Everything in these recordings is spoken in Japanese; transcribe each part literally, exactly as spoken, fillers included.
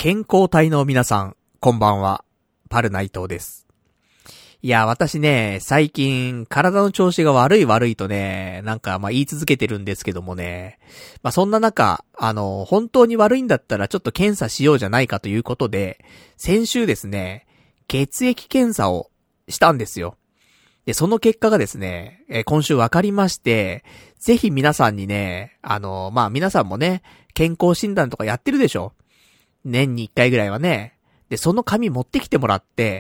健康体の皆さん、こんばんは。パルナイトです。いや、私ね、最近、体の調子が悪い悪いとね、なんかまあ言い続けてるんですけどもね。まあそんな中、あの、本当に悪いんだったらちょっと検査しようじゃないかということで、先週ですね、血液検査をしたんですよ。で、その結果がですね、えー、今週分かりまして、ぜひ皆さんにね、あの、まあ皆さんもね、健康診断とかやってるでしょ。年に一回ぐらいはね。で、その紙持ってきてもらって、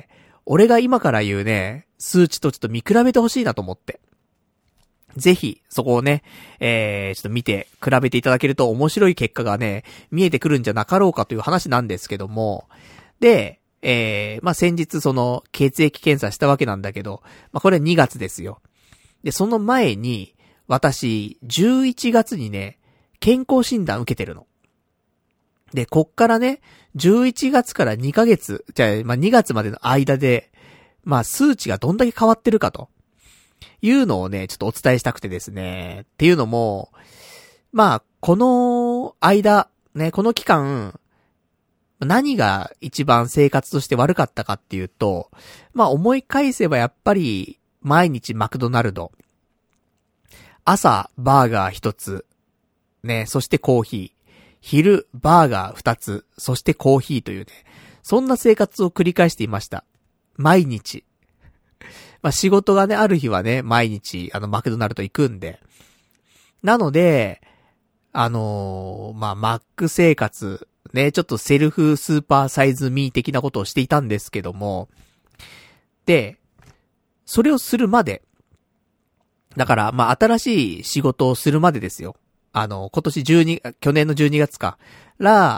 俺が今から言うね、数値とちょっと見比べてほしいなと思って。ぜひ、そこをね、えー、ちょっと見て、比べていただけると面白い結果がね、見えてくるんじゃなかろうかという話なんですけども。で、えー、まあ、先日その、血液検査したわけなんだけど、まあ、これにがつですよ。で、その前に、私、じゅういちがつにね、健康診断受けてるの。で、こっからね、じゅういちがつからにかげつ、じゃあ、まあ、にがつまでの間で、まあ、数値がどんだけ変わってるかと、いうのをね、ちょっとお伝えしたくてですね。っていうのも、まあ、この間、ね、この期間、何が一番生活として悪かったかっていうと、まあ、思い返せばやっぱり、毎日マクドナルド。朝、バーガー一つ。ね、そしてコーヒー。昼、バーガー二つ、そしてコーヒーというね、そんな生活を繰り返していました。毎日。まあ仕事がね、ある日はね、毎日、あの、マクドナルド行くんで。なので、あのー、まあ、マック生活、ね、ちょっとセルフスーパーサイズミー的なことをしていたんですけども、で、それをするまで、だから、まあ、新しい仕事をするまでですよ。あの、今年じゅうに、去年のじゅうにがつから、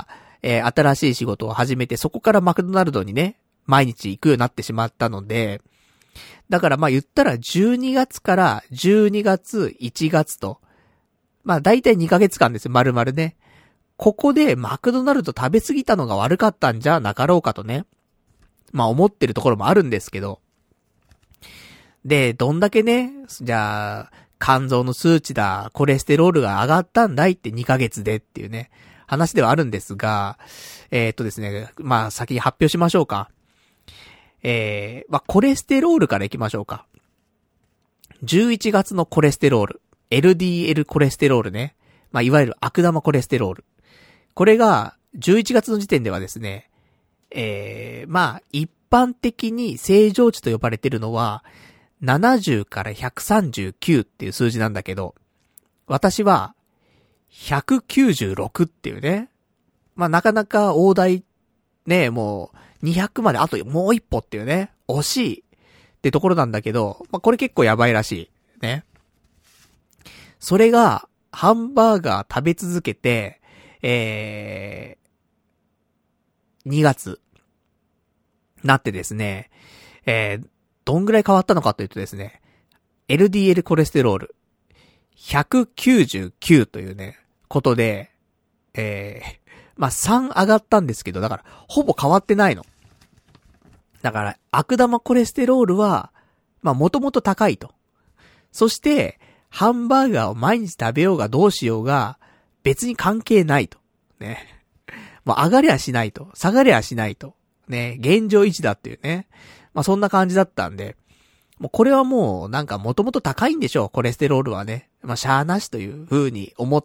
えー、新しい仕事を始めて、そこからマクドナルドにね、毎日行くようになってしまったので、だからまあ言ったらじゅうにがつからじゅうにがつ、いちがつと、まあ大体にかげつかんですよ、丸々ね。ここでマクドナルド食べ過ぎたのが悪かったんじゃなかろうかとね。まあ思ってるところもあるんですけど。で、どんだけね、じゃあ、肝臓の数値だ、コレステロールが上がったんだいってにかげつでっていうね、話ではあるんですが、えー、っとですね、まあ先に発表しましょうか。えー、まあコレステロールからいきましょうか。じゅういちがつのコレステロール、エルディーエル コレステロールね、まあいわゆる悪玉コレステロール。これがじゅういちがつの時点ではですね、えー、まあ一般的に正常値と呼ばれているのは、ななじゅうからひゃくさんじゅうきゅうっていう数字なんだけど、私はひゃくきゅうじゅうろくっていうね、まあなかなか大台ね、もうにひゃくまであともう一歩っていうね、惜しいってところなんだけど、まあこれ結構やばいらしいね。それがハンバーガー食べ続けて、えー、にがつなってですね、えーどんぐらい変わったのかというとですね、エルディーエル コレステロール、ひゃくきゅうじゅうきゅうというね、ことで、えー、まあ、さん上がったんですけど、だから、ほぼ変わってないの。だから、悪玉コレステロールは、まあ、もともと高いと。そして、ハンバーガーを毎日食べようがどうしようが、別に関係ないと。ね。もう上がりゃしないと。下がりゃしないと。ね。現状維持だっていうね。まあそんな感じだったんで、もうこれはもうなんかもともと高いんでしょう、コレステロールはね。まあしゃーなしという風に思って、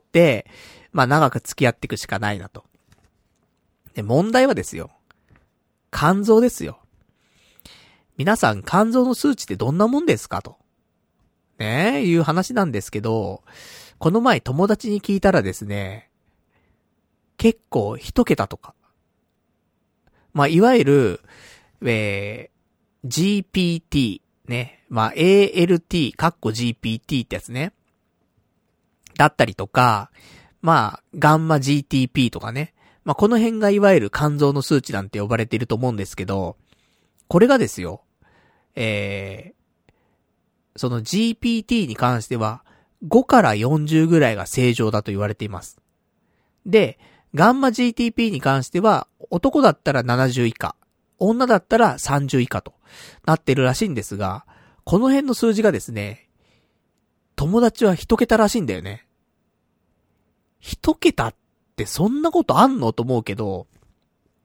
まあ長く付き合っていくしかないなと。で、問題はですよ。肝臓ですよ。皆さん肝臓の数値ってどんなもんですかと。ねえ、いう話なんですけど、この前友達に聞いたらですね、結構一桁とか。まあいわゆる、えー、ジーピーティー、ね。まあ、エーエルティー、カッコ ジーピーティー ってやつね。だったりとか、まあ、ガンマ ジーティーピー とかね。まあ、この辺がいわゆる肝臓の数値なんて呼ばれていると思うんですけど、これがですよ、えー、その ジーピーティー に関しては、ごからよんじゅうぐらいが正常だと言われています。で、ガンマ ジーティーピー に関しては、男だったらななじゅう以下。女だったらさんじゅう以下となってるらしいんですが、この辺の数字がですね、友達は一桁らしいんだよね。一桁ってそんなことあんのと思うけど、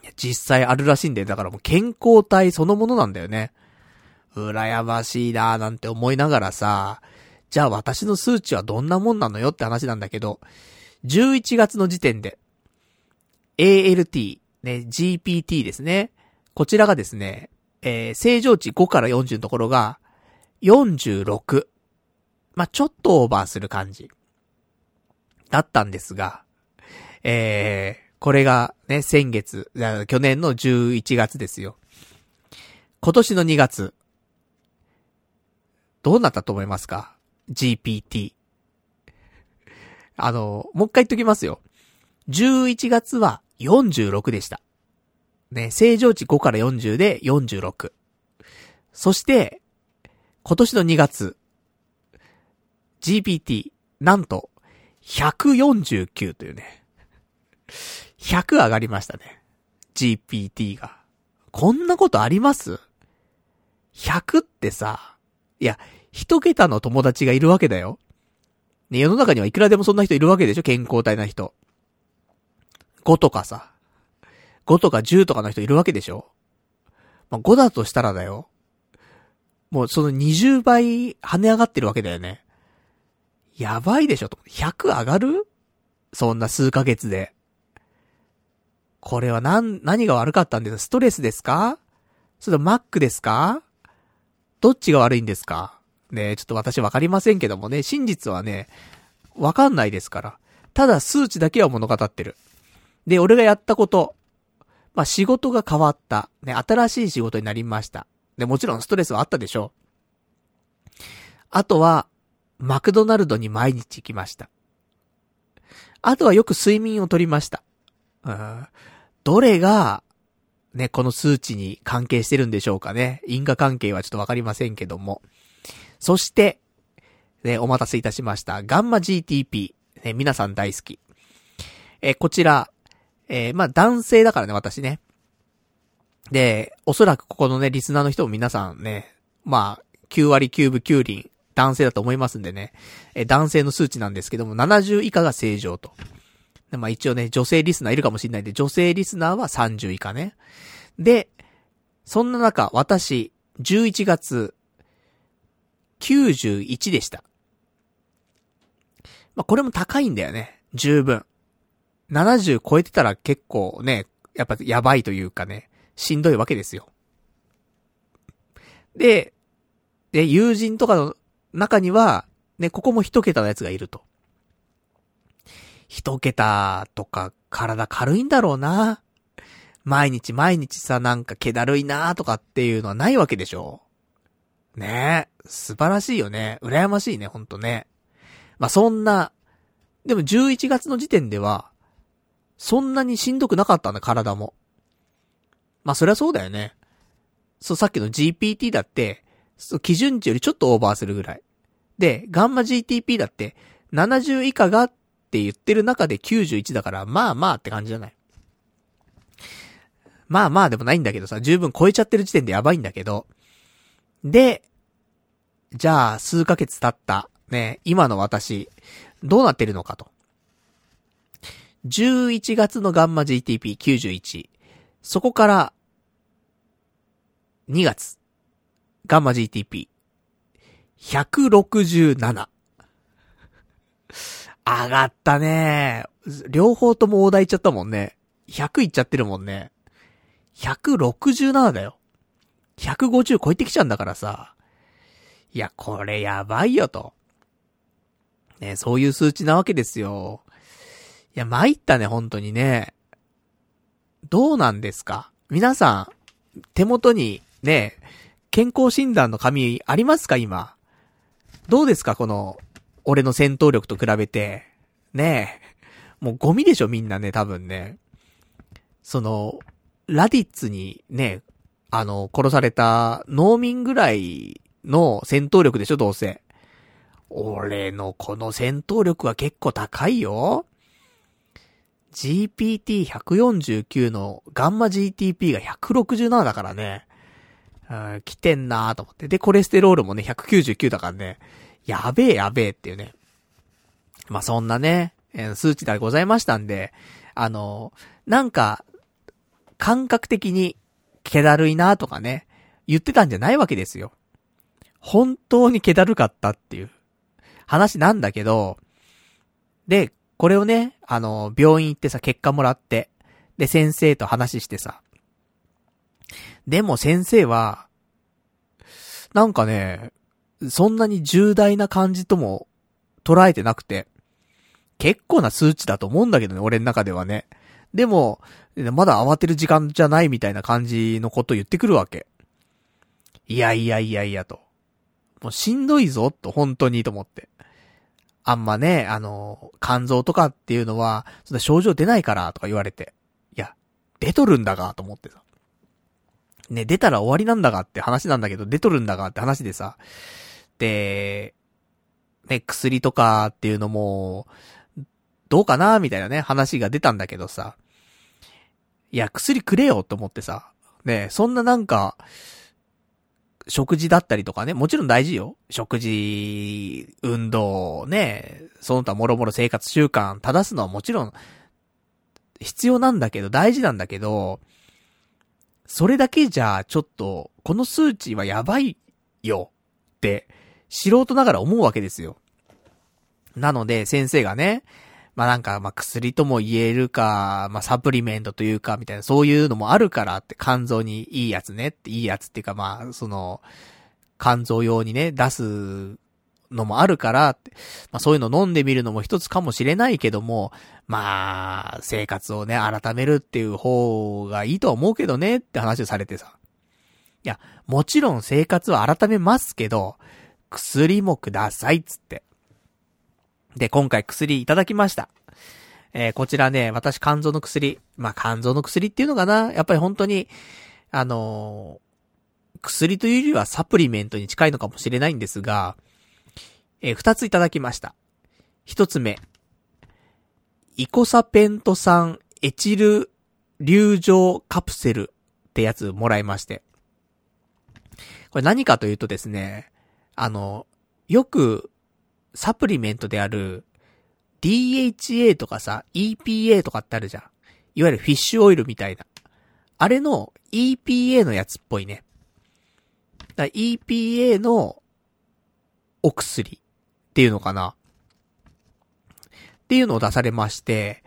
実際あるらしいんだよ。だからもう健康体そのものなんだよね。羨ましいなーなんて思いながらさ、じゃあ私の数値はどんなもんなのよって話なんだけど、じゅういちがつの時点で、エーエルティー、ね、ジーピーティー ですね。こちらがですね、えー、正常値ごからよんじゅうのところが、よんじゅうろく。まあ、ちょっとオーバーする感じ。だったんですが、えー、これがね、先月、去年のじゅういちがつですよ。今年のにがつ、どうなったと思いますか？ ジーピーティー。あの、もう一回言っときますよ。じゅういちがつはよんじゅうろくでした。ね、正常値ごからよんじゅうでよんじゅうろく。そして、今年のにがつ、ジーピーティー、なんと、ひゃくよんじゅうきゅうというね。ひゃく上がりましたね。ジーピーティー が。こんなことあります？ ひゃく ってさ、いや、一桁の友達がいるわけだよ。ね、世の中にはいくらでもそんな人いるわけでしょ？健康体な人。ごとかさ。ごとかじゅうとかの人いるわけでしょ？まあ、ごだとしたらだよ。もうそのにじゅうばい跳ね上がってるわけだよね。やばいでしょと。ひゃく上がる？そんな数ヶ月で。これは何、何が悪かったんですか？ストレスですか？それとマックですか？どっちが悪いんですか？ねえ、ちょっと私わかりませんけどもね、真実はね、わかんないですから。ただ数値だけは物語ってる。で、俺がやったこと。まあ、仕事が変わった。ね、新しい仕事になりました。で、もちろんストレスはあったでしょう。あとは、マクドナルドに毎日行きました。あとはよく睡眠をとりました。うん、どれが、ね、この数値に関係してるんでしょうかね。因果関係はちょっとわかりませんけども。そして、ね、お待たせいたしました。ガンマ ジーティーピー。ね、皆さん大好き。えー、こちら、えー、まあ、男性だからね、私ね。で、おそらくここのね、リスナーの人も皆さんね、まあ、きゅうわりきゅうぶきゅうりん、男性だと思いますんでね、えー、男性の数値なんですけども、ななじゅう以下が正常と。で、まあ一応ね、女性リスナーいるかもしれないんで、女性リスナーはさんじゅう以下ね。で、そんな中、私、じゅういちがつ、きゅうじゅういちでした。まあこれも高いんだよね、十分。ななじゅう超えてたら結構ね、やっぱやばいというかね、しんどいわけですよ。で、で、友人とかの中には、ね、ここも一桁のやつがいると。一桁とか体軽いんだろうな。毎日毎日さ、なんか気だるいなとかっていうのはないわけでしょ。ねえ、素晴らしいよね。羨ましいね、ほんとね。まあ、そんな、でもじゅういちがつの時点では、そんなにしんどくなかったんだ、体も。まあ、そりゃそうだよね。そう、さっきの ジーピーティー だって、そう、基準値よりちょっとオーバーするぐらい。で、ガンマ ジーティーピー だって、ななじゅう以下がって言ってる中できゅうじゅういちだから、まあまあって感じじゃない。まあまあでもないんだけどさ、十分超えちゃってる時点でやばいんだけど。で、じゃあ、数ヶ月経った、ね、今の私、どうなってるのかと。じゅういちがつのガンマ ジーティーピーきゅうじゅういち。そこから、にがつ。ガンマ ジーティーピー。ひゃくろくじゅうなな。上がったね。両方とも大台いっちゃったもんね。ひゃくいっちゃってるもんね。ひゃくろくじゅうななだよ。ひゃくごじゅう超えてきちゃうんだからさ。いや、これやばいよと。ね、そういう数値なわけですよ。いや、参ったね、本当にね。どうなんですか？皆さん、手元にね、健康診断の紙ありますか今？どうですかこの、俺の戦闘力と比べて。ねえ。もうゴミでしょみんなね、多分ね。その、ラディッツにね、あの、殺された農民ぐらいの戦闘力でしょどうせ。俺のこの戦闘力は結構高いよ。ジーピーティーひゃくよんじゅうきゅう のガンマ ジーティーピー がひゃくろくじゅうななだからね。うん、来てんなーと思って。で、コレステロールもね、ひゃくきゅうじゅうきゅうだからね。やべえやべえっていうね。まあ、そんなね、えー、数値でございましたんで、あの、なんか、 感覚的に気だるいなとかね、言ってたんじゃないわけですよ。本当に気だるかったっていう話なんだけど、で、これをね、あの、病院行ってさ、結果もらって、で、先生と話してさ。でも先生は、なんかね、そんなに重大な感じとも捉えてなくて、結構な数値だと思うんだけどね、俺の中ではね。でも、まだ慌てる時間じゃないみたいな感じのことを言ってくるわけ。いやいやいやいやと。もうしんどいぞと、本当にと思って。あんまね、あの、肝臓とかっていうのは、そんな症状出ないからとか言われて。いや、出とるんだがと思ってさ。ね、出たら終わりなんだがって話なんだけど、出とるんだがって話でさ。で、ね、薬とかっていうのも、どうかなみたいなね、話が出たんだけどさ。いや、薬くれよと思ってさ。ね、そんななんか、食事だったりとかね、もちろん大事よ。食事、運動、ね、その他もろもろ生活習慣正すのはもちろん必要なんだけど、大事なんだけど、それだけじゃちょっと、この数値はやばいよって、素人ながら思うわけですよ。なので、先生がね、まあなんか、まあ薬とも言えるか、まあサプリメントというか、みたいな、そういうのもあるからって、肝臓にいいやつねって、いいやつっていうかまあ、その、肝臓用にね、出すのもあるからって、まあそういうの飲んでみるのも一つかもしれないけども、まあ、生活をね、改めるっていう方がいいとは思うけどねって話をされてさ。いや、もちろん生活は改めますけど、薬もくださいっつって。で、今回薬いただきました。えー、こちらね、私肝臓の薬、まあ、肝臓の薬っていうのかな、やっぱり本当に、あのー、薬というよりはサプリメントに近いのかもしれないんですが、えー、二ついただきました。一つ目、イコサペント酸エチル粒状カプセルってやつもらいまして。これ何かというとですね、あの、よく、サプリメントである ディーエイチエー とかさ イーピーエー とかってあるじゃん。いわゆるフィッシュオイルみたいな。あれの イーピーエー のやつっぽいね。だ イーピーエー のお薬っていうのかなっていうのを出されまして、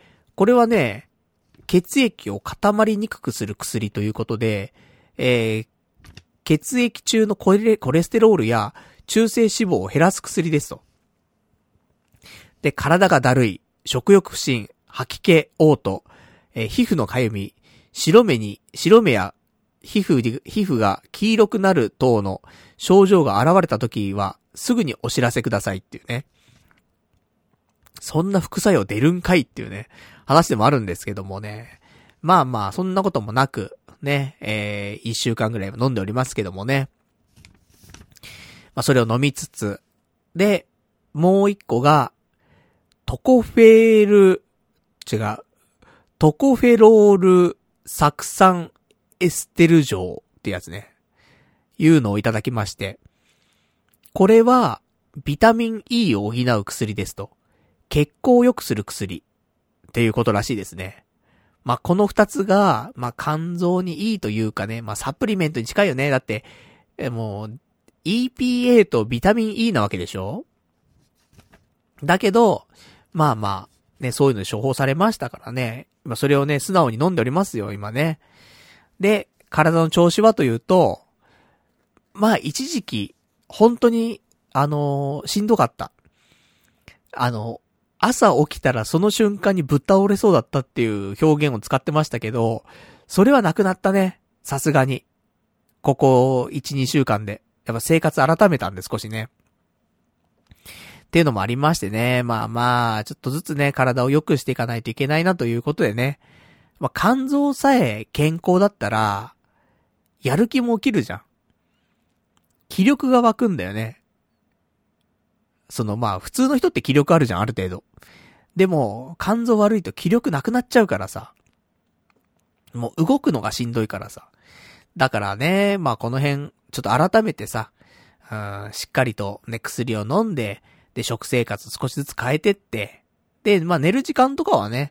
これはね、血液を固まりにくくする薬ということで、えー、血液中のコレ、コレステロールや中性脂肪を減らす薬ですと。で、体がだるい、食欲不振、吐き気、嘔吐、えー、皮膚のかゆみ、白目に、白目や皮膚に、皮膚が黄色くなる等の症状が現れたときは、すぐにお知らせくださいっていうね。そんな副作用出るんかいっていうね、話でもあるんですけどもね。まあまあ、そんなこともなく、ね、えー、一週間ぐらい飲んでおりますけどもね。まあ、それを飲みつつ、で、もう一個が、トコフェール、違う、トコフェロール酢酸エステル錠ってやつね。いうのをいただきまして。これは、ビタミン E を補う薬ですと。血行を良くする薬っていうことらしいですね。まあ、この二つが、まあ、肝臓にいいというかね、まあ、サプリメントに近いよね。だって、えもう、イーピーエー とビタミン E なわけでしょ？だけど、まあまあ、ね、そういうので処方されましたからね。今それをね、素直に飲んでおりますよ、今ね。で、体の調子はというと、まあ一時期、本当に、あのー、しんどかった。あの、朝起きたらその瞬間にぶっ倒れそうだったっていう表現を使ってましたけど、それはなくなったね。さすがに。ここいち、にしゅうかんで。やっぱ生活改めたんで少しね。っていうのもありましてね。まあまあ、ちょっとずつね、体を良くしていかないといけないなということでね。まあ肝臓さえ健康だったら、やる気も起きるじゃん。気力が湧くんだよね。そのまあ、普通の人って気力あるじゃん、ある程度。でも、肝臓悪いと気力なくなっちゃうからさ。もう動くのがしんどいからさ。だからね、まあこの辺、ちょっと改めてさ、うん、しっかりとね、薬を飲んで、で、食生活少しずつ変えてって、で、まあ寝る時間とかはね、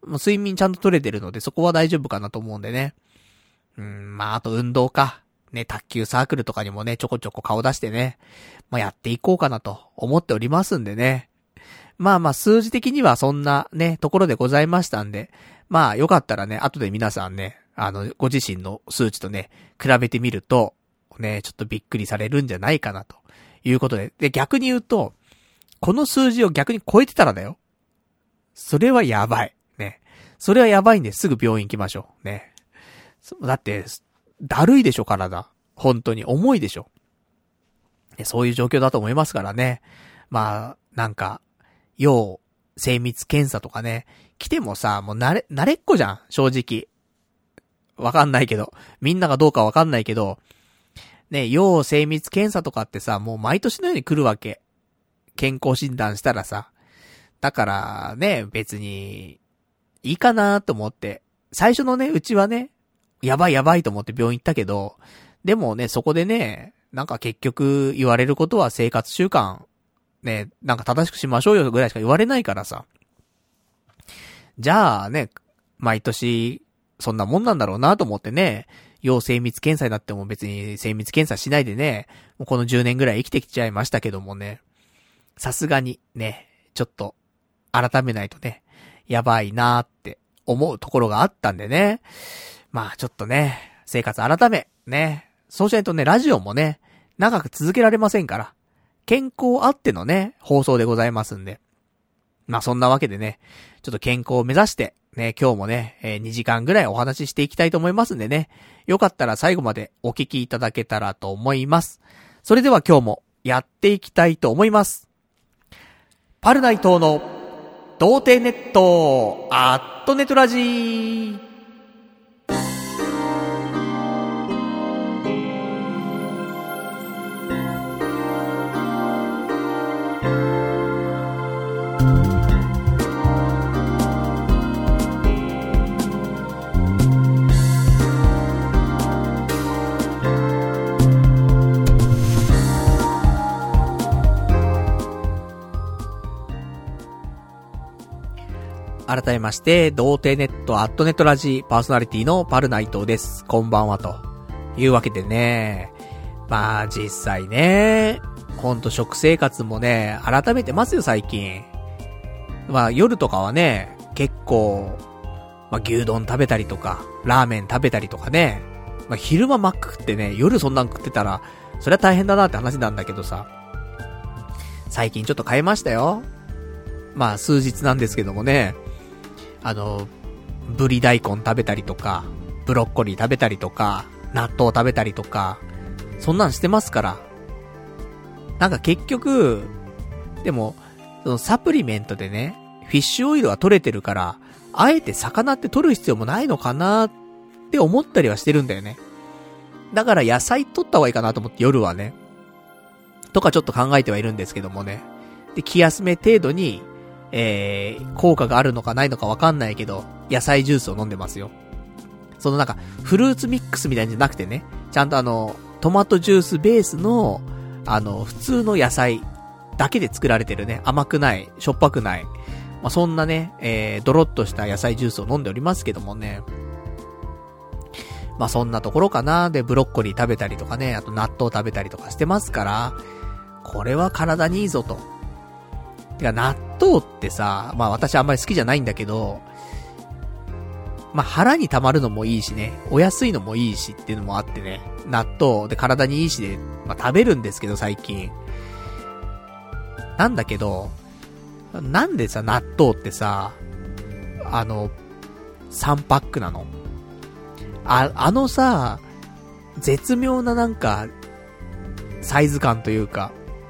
もう睡眠ちゃんと取れてるので、そこは大丈夫かなと思うんでね。うん、まあ、あと運動か。ね、卓球サークルとかにもね、ちょこちょこ顔出してね、まあ、やっていこうかなと思っておりますんでね。まあまあ、数字的にはそんなね、ところでございましたんで、まあ、よかったらね、後で皆さんね、あの、ご自身の数値とね、比べてみると、ね、ちょっとびっくりされるんじゃないかなということで。で、逆に言うと、この数字を逆に超えてたらだよ。それはやばい。ね。それはやばいんですぐ病院行きましょう。ね。だって、だるいでしょ、体。本当に重いでしょ。そういう状況だと思いますからね。まあ、なんか、要精密検査とかね、来てもさ、もう慣れ、慣れっこじゃん、正直。わかんないけど。みんながどうかわかんないけど、ね、要精密検査とかってさ、もう毎年のように来るわけ。健康診断したらさ。だからね、別に、いいかなと思って。最初のね、うちはね、やばいやばいと思って病院行ったけど、でもね、そこでね、なんか結局言われることは生活習慣、ね、なんか正しくしましょうよぐらいしか言われないからさ。じゃあね、毎年、そんなもんなんだろうなと思ってね、要精密検査になっても別に精密検査しないでね、もうこのじゅうねんぐらい生きてきちゃいましたけどもね、さすがにね、ちょっと改めないとね、やばいなーって思うところがあったんでね、まあちょっとね、生活改め、ね、そうしないとね、ラジオもね、長く続けられませんから、健康あってのね、放送でございますんで、まあそんなわけでね、ちょっと健康を目指して、ね、今日もね、えー、にじかんぐらいお話ししていきたいと思いますんでね。よかったら最後までお聞きいただけたらと思います。それでは今日もやっていきたいと思います。パルナイトの童貞ネットアットネトラジー。改めまして、童貞ネットアットネットラジーパーソナリティのパルナイトです。こんばんはというわけでね、まあ実際ね、ほんと食生活もね、改めてますよ最近。まあ夜とかはね、結構、まあ牛丼食べたりとか、ラーメン食べたりとかね、まあ昼間マック食ってね、夜そんなん食ってたら、それは大変だなって話なんだけどさ、最近ちょっと変えましたよ。まあ数日なんですけどもね、あの、ブリ大根食べたりとか、ブロッコリー食べたりとか、納豆食べたりとか、そんなんしてますから。なんか結局、でも、そのサプリメントでね、フィッシュオイルは取れてるから、あえて魚って取る必要もないのかなって思ったりはしてるんだよね。だから野菜取った方がいいかなと思って夜はね、とかちょっと考えてはいるんですけどもね。で、気休め程度に、えー、効果があるのかないのかわかんないけど、野菜ジュースを飲んでますよ。そのなんか、フルーツミックスみたいなんじゃなくてね、ちゃんとあの、トマトジュースベースの、あの、普通の野菜だけで作られてるね、甘くない、しょっぱくない、まあ、そんなね、えー、ドロッとした野菜ジュースを飲んでおりますけどもね。まあ、そんなところかな。で、ブロッコリー食べたりとかね、あと納豆食べたりとかしてますから、これは体にいいぞと。てか納豆ってさ、まあ私あんまり好きじゃないんだけど、まあ腹に溜まるのもいいしね、お安いのもいいしっていうのもあってね、納豆で体にいいしで、まあ食べるんですけど最近。なんだけど、なんでさ、納豆ってさ、あの、さんパックなの？あ、あのさ、絶妙ななんか、サイズ感というか、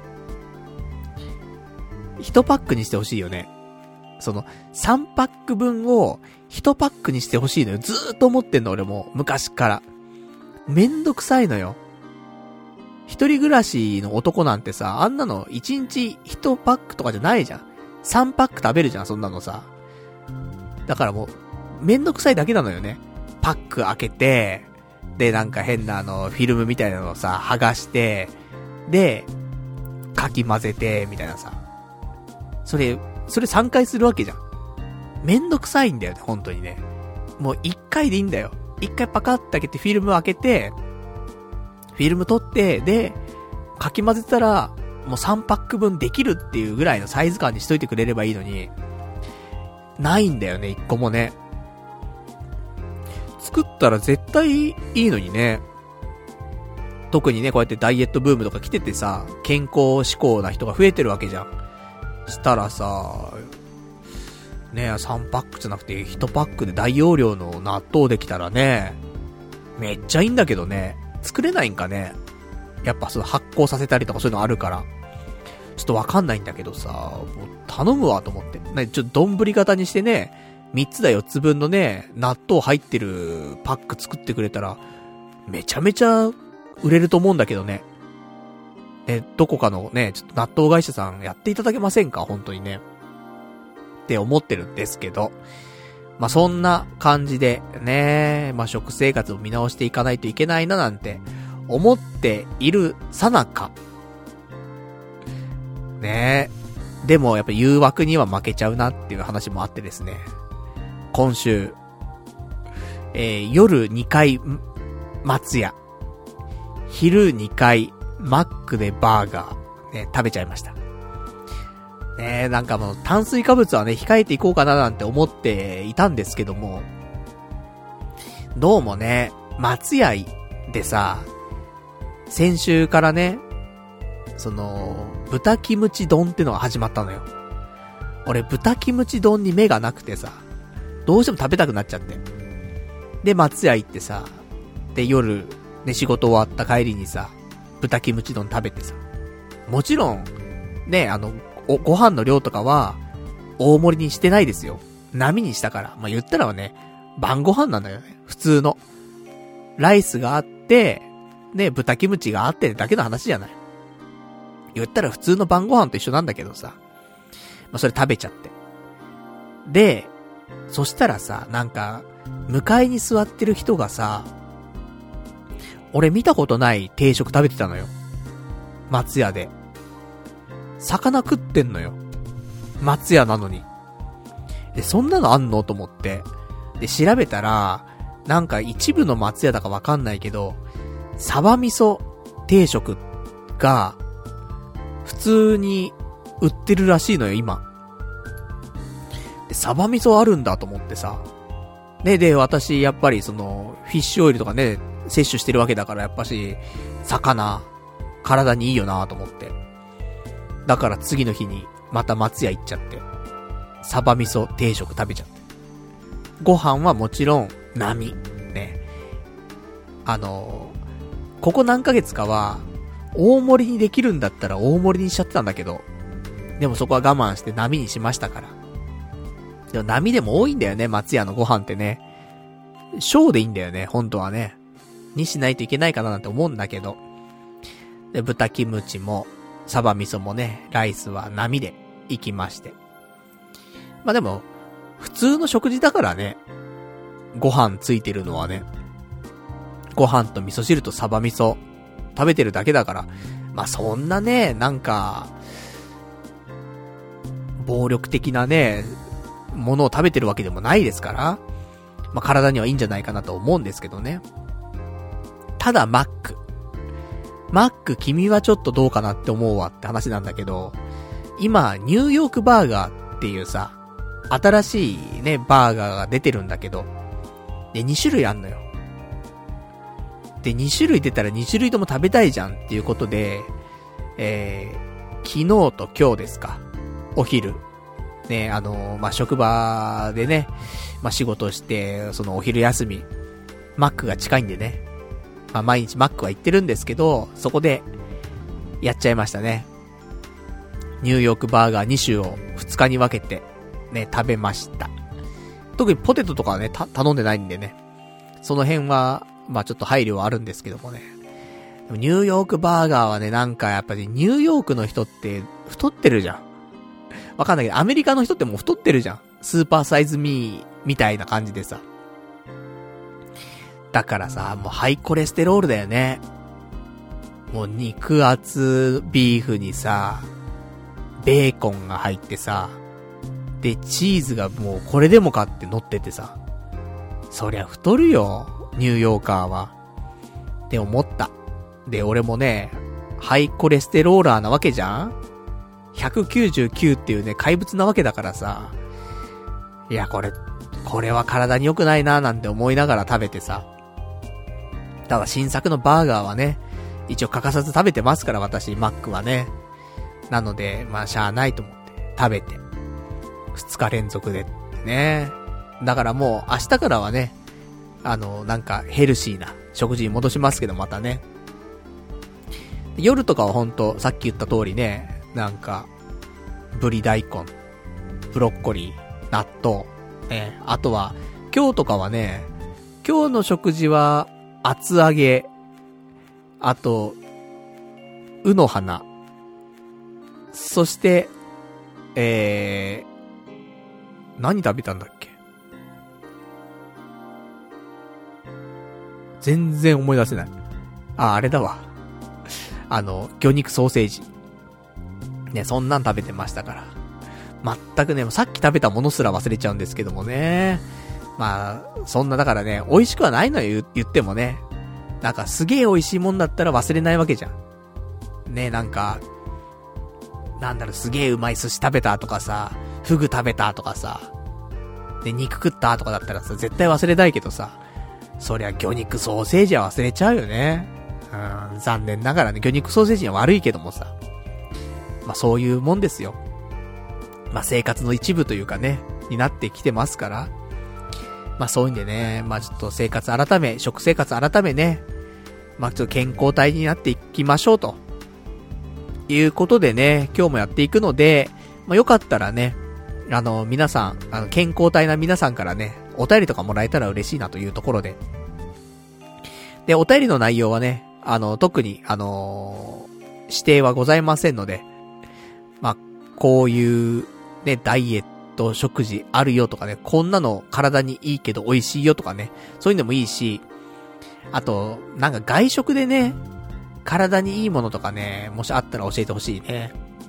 いちパックにしてほしいよね。その、さんパック分をいちパックにしてほしいのよ。ずーっと思ってんの俺も、昔から。めんどくさいのよ。一人暮らしの男なんてさ、あんなのいちにちいちパックとかじゃないじゃん。さんパック食べるじゃん、そんなのさ。だからもう、めんどくさいだけなのよね。パック開けて、で、なんか変なあの、フィルムみたいなのをさ、剥がして、で、かき混ぜて、みたいなさ。それ、それさんかいするわけじゃん。 めんどくさいんだよね、本当にね。もう一回でいいんだよ。一回パカッて開けてフィルム開けて、フィルム取って、で、かき混ぜたら、もうさんパック分できるっていうぐらいのサイズ感にしといてくれればいいのに、ないんだよね、一個もね。作ったら絶対いいのにね。特にね、こうやってダイエットブームとか来ててさ、健康志向な人が増えてるわけじゃん。したらさ、ねえ、さんパックじゃなくていちパックで大容量の納豆できたらね、めっちゃいいんだけどね。作れないんかね。やっぱその発酵させたりとかそういうのあるから。ちょっとわかんないんだけどさ、もう頼むわと思って。ね、ちょっと丼型にしてね、みっつだよっつぶんのね、納豆入ってるパック作ってくれたら、めちゃめちゃ売れると思うんだけどね。ね、どこかのね、ちょっと納豆会社さんやっていただけませんか本当にね。って思ってるんですけど。まあ、そんな感じでね、まあ、食生活を見直していかないといけないななんて思っているさなか。ねえ。でもやっぱ誘惑には負けちゃうなっていう話もあってですね。今週、えー、夜にかい、松屋。昼にかい、マックでバーガー、ね、食べちゃいました。ねえ、なんかもう炭水化物はね、控えていこうかななんて思っていたんですけども、どうもね、松屋でさ、先週からね、その、豚キムチ丼ってのが始まったのよ。俺、豚キムチ丼に目がなくてさ、どうしても食べたくなっちゃって。で、松屋行ってさ、で、夜、ね、仕事終わった帰りにさ、豚キムチ丼食べてさ、もちろん、ね、あの、お、ご飯の量とかは、大盛りにしてないですよ。波にしたから。まあ、言ったらはね、晩ご飯なんだよね。普通の。ライスがあって、ね、豚キムチがあってだけの話じゃない。言ったら普通の晩ご飯と一緒なんだけどさ。まあ、それ食べちゃって。で、そしたらさ、なんか、向かいに座ってる人がさ、俺見たことない定食食べてたのよ。松屋で。魚食ってんのよ。松屋なのに。で、そんなのあんのと思って。で、調べたら、なんか一部の松屋だかわかんないけど、サバ味噌定食が、普通に売ってるらしいのよ、今。で、サバ味噌あるんだと思ってさ。ね、で、私、やっぱりその、フィッシュオイルとかね、摂取してるわけだから、やっぱし、魚、体にいいよなと思って。だから次の日に、また松屋行っちゃって、サバ味噌定食食べちゃって。ご飯はもちろん、並。ね。あのー、ここ何ヶ月かは、大盛りにできるんだったら大盛りにしちゃってたんだけど、でもそこは我慢して並にしましたから。でも並でも多いんだよね、松屋のご飯ってね。小でいいんだよね、本当はね。にしないといけないかななんて思うんだけど。で、豚キムチも、サバ味噌もね、ライスは並で行きまして。まあでも、普通の食事だからね、ご飯ついてるのはね、ご飯と味噌汁とサバ味噌食べてるだけだから、まあそんなね、なんか、暴力的なね、ものを食べてるわけでもないですから、まあ体にはいいんじゃないかなと思うんですけどね。ただマック。マック君はちょっとどうかなって思うわって話なんだけど、今、ニューヨークバーガーっていうさ、新しいね、バーガーが出てるんだけど、で、に種類あんのよ。で、に種類出たらに種類とも食べたいじゃんっていうことで、えー、昨日と今日ですか、お昼。ね、あのー、まあ、職場でね、まあ、仕事して、そのお昼休み、マックが近いんでね、まあ、毎日マックは行ってるんですけど、そこで、やっちゃいましたね。ニューヨークバーガーに種をふつかに分けて、ね、食べました。特にポテトとかはね、た、頼んでないんでね。その辺は、まあちょっと配慮はあるんですけどもね。でもニューヨークバーガーはね、なんかやっぱりニューヨークの人って太ってるじゃん。わかんないけど、アメリカの人ってもう太ってるじゃん。スーパーサイズミーみたいな感じでさ。だからさ、もうハイコレステロールだよね。もう肉厚ビーフにさ、ベーコンが入ってさ、 で、チーズがもうこれでもかって乗っててさ、そりゃ太るよ、ニューヨーカーは。って思った。で、俺もね、ハイコレステローラーなわけじゃん ?ひゃくきゅうじゅうきゅう っていうね、怪物なわけだからさ、いや、これ、これは体に良くないなーなんて思いながら食べてさ。ただ新作のバーガーはね、一応欠かさず食べてますから、私、マックはね。なので、まあ、しゃあないと思って食べて。二日連続でね。だからもう明日からはね、あの、なんかヘルシーな食事に戻しますけど、またね。夜とかはほんと、さっき言った通りね、なんか、ブリ大根、ブロッコリー、納豆、ね、あとは、今日とかはね、今日の食事は、厚揚げ、あと、うの花、そして、えー、何食べたんだっけ？全然思い出せない。あ、あれだわ。あの、魚肉ソーセージ。ね、そんなん食べてましたから。全くね、さっき食べたものすら忘れちゃうんですけどもね。まあ、そんなだからね、美味しくはないのよ、言ってもね。なんかすげえ美味しいもんだったら忘れないわけじゃん。ね、なんか、なんだろ、すげえうまい寿司食べたとかさ、フグ食べたとかさ、で、肉食ったとかだったらさ、絶対忘れないけどさ、そりゃ魚肉ソーセージは忘れちゃうよね。うん、残念ながらね、魚肉ソーセージは悪いけどもさ、まあそういうもんですよ。まあ生活の一部というかね、になってきてますから、まあそういうんでね、まあちょっと生活改め、食生活改めね、まあちょっと健康体になっていきましょうと。いうことでね、今日もやっていくので、まあよかったらね、あの、皆さん、あの、健康体な皆さんからね、お便りとかもらえたら嬉しいなというところで。で、お便りの内容はね、あの、特に、あのー、指定はございませんので、まあ、こういう、ね、ダイエット食事あるよとかね、こんなの体にいいけど美味しいよとかね、そういうのもいいし、あと、なんか外食でね、体にいいものとかね、もしあったら教えてほしいね。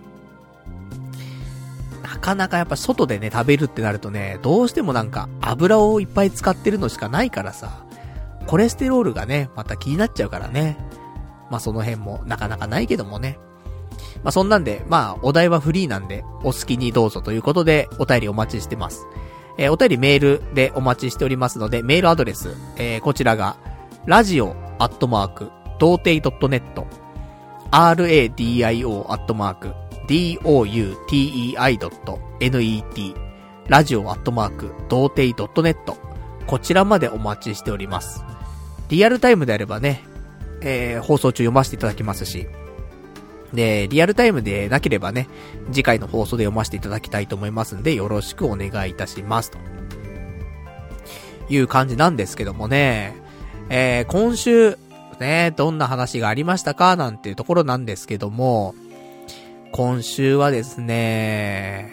なかなかやっぱ外でね、食べるってなるとね、どうしてもなんか油をいっぱい使ってるのしかないからさ、コレステロールがね、また気になっちゃうからね。まあその辺もなかなかないけどもね。まあそんなんで、まあお題はフリーなんで、お好きにどうぞということで、お便りお待ちしてます。えー、お便りメールでお待ちしておりますので、メールアドレス、えー、こちらが、ラジオアットマーク、童貞 .net、ラディオ アットマーク、ドゥテイ ドット ネット、ラジオアットマーク、童貞 .net、こちらまでお待ちしております。リアルタイムであればね、えー、放送中読ませていただきますし、で、リアルタイムでなければね、次回の放送で読ませていただきたいと思いますんで、よろしくお願いいたします。という感じなんですけどもね、えー、今週、ね、どんな話がありましたかなんていうところなんですけども、今週はですね、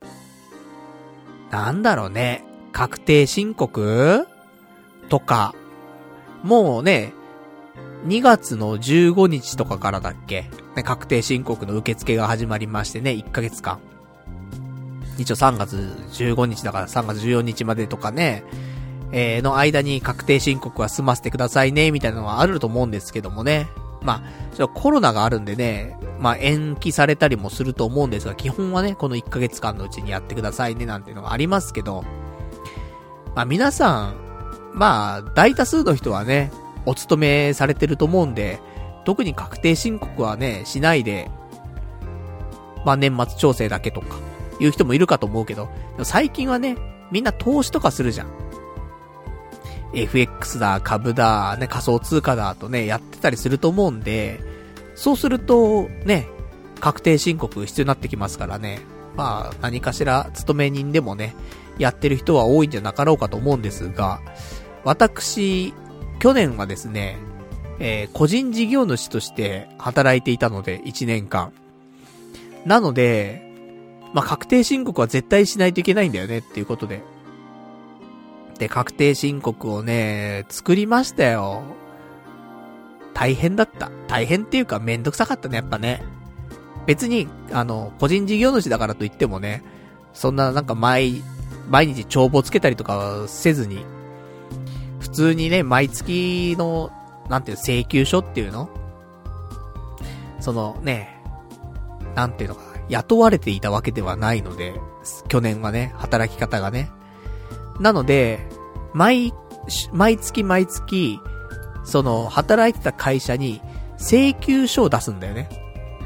なんだろうね、確定申告とか、もうね、にがつのじゅうごにちとかからだっけ、ね、確定申告の受付が始まりましてね、いっかげつかん。一応さんがつじゅうごにちだからさんがつじゅうよっかまでとかね、えー、の間に確定申告は済ませてくださいね、みたいなのはあると思うんですけどもね。まあ、ちょっとコロナがあるんでね、まあ延期されたりもすると思うんですが、基本はね、このいっかげつかんのうちにやってくださいね、なんていうのがありますけど、まあ皆さん、まあ、大多数の人はね、お勤めされてると思うんで、特に確定申告はね、しないで、まあ年末調整だけとか、いう人もいるかと思うけど、でも最近はね、みんな投資とかするじゃん。エフエックス だ、株だ、ね、仮想通貨だとね、やってたりすると思うんで、そうすると、ね、確定申告必要になってきますからね。まあ、何かしら勤め人でもね、やってる人は多いんじゃなかろうかと思うんですが、私、去年はですね、えー、個人事業主として働いていたので、いちねんかん。なので、まあ、確定申告は絶対しないといけないんだよねっていうことで。で、確定申告をね、作りましたよ。大変だった。大変っていうかめんどくさかったね、やっぱね。別に、あの、個人事業主だからといってもね、 そんななんか毎、毎日帳簿つけたりとかはせずに、普通にね、毎月の、なんていう請求書っていうの？そのね、なんていうのか、雇われていたわけではないので、去年はね、働き方がね。なので、毎、毎月毎月、その、働いてた会社に請求書を出すんだよね。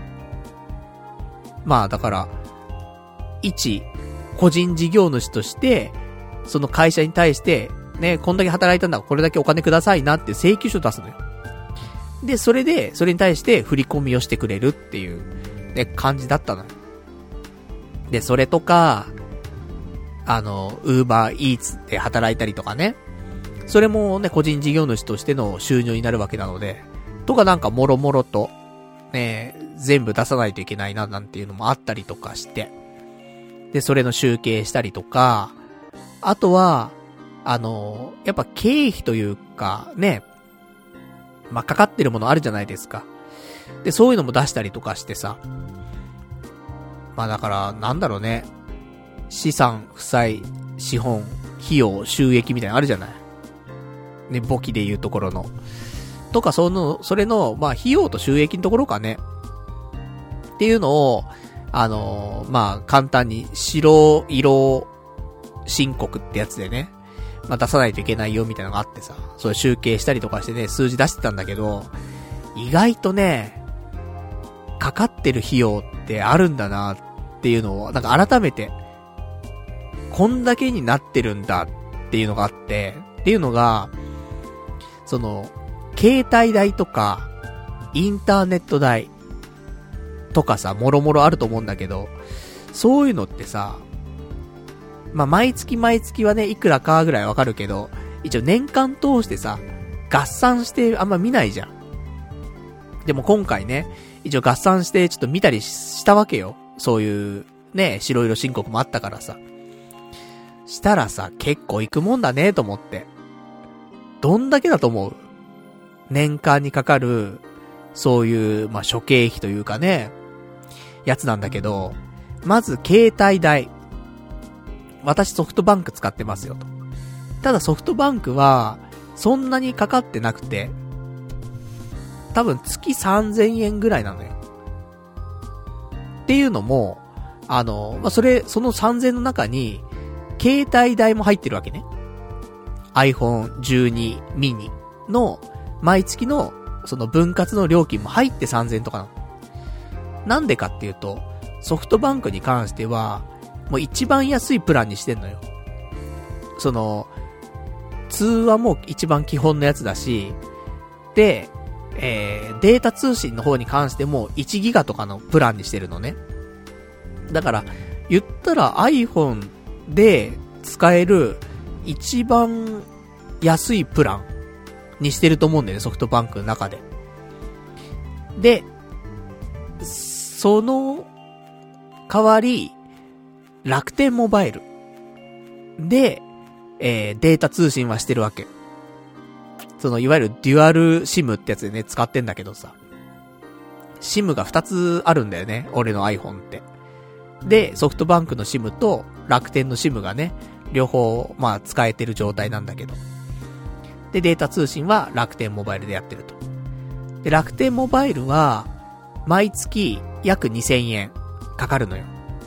まあだから、一、個人事業主として、その会社に対して、ね、こんだけ働いたんだからこれだけお金くださいなって請求書を出すのよ。で、それで、それに対して振り込みをしてくれるっていう、ね、感じだったのよ。で、それとか、あの、ウーバーイーツで働いたりとかね。それもね、個人事業主としての収入になるわけなので、とかなんかもろもろと、ね、全部出さないといけないななんていうのもあったりとかして、で、それの集計したりとか、あとは、あの、やっぱ経費というか、ね、まあ、かかってるものあるじゃないですか。で、そういうのも出したりとかしてさ、まあだから、なんだろうね、資産、負債、資本、費用、収益みたいなのあるじゃない。ね、簿記でいうところの。とか、その、それの、まあ、費用と収益のところかね。っていうのを、あのー、まあ、簡単に、白色申告ってやつでね、まあ、出さないといけないよみたいなのがあってさ、それ集計したりとかしてね、数字出してたんだけど、意外とね、かかってる費用ってあるんだなっていうのを、なんか改めて、こんだけになってるんだっていうのがあって、っていうのが、その、携帯代とか、インターネット代とかさ、もろもろあると思うんだけど、そういうのってさ、まあ、毎月毎月はね、いくらかぐらいわかるけど、一応年間通してさ、合算してあんま見ないじゃん。でも今回ね、一応合算してちょっと見たりしたわけよ。そういうね、白色申告もあったからさ。したらさ、結構いくもんだねと思って。どんだけだと思う？年間にかかる、そういう、まあ、諸経費というかね、やつなんだけど、まず携帯代。私ソフトバンク使ってますよと。ただソフトバンクは、そんなにかかってなくて、多分月さんぜんえんぐらいなのよ。っていうのも、あの、まあ、それ、そのさんぜんえんの中に、携帯代も入ってるわけね。アイフォンじゅうに mini の毎月のその分割の料金も入ってさんぜんえんとかなの。なんでかっていうと、ソフトバンクに関してはもう一番安いプランにしてんのよ。その通話も一番基本のやつだし、で、えー、データ通信の方に関してもいちギガとかのプランにしてるのね。だから言ったら iPhone で使える一番安いプランにしてると思うんだよね、ソフトバンクの中で。で、その代わり、楽天モバイルで、えー、データ通信はしてるわけ。その、いわゆるデュアルシムってやつでね、使ってんだけどさ。シムがふたつあるんだよね、俺の iPhone って。で、ソフトバンクのシムと楽天のシムがね、両方、まあ、使えてる状態なんだけど。で、データ通信は楽天モバイルでやってると。で、楽天モバイルは、毎月約にせんえんかかるのよ。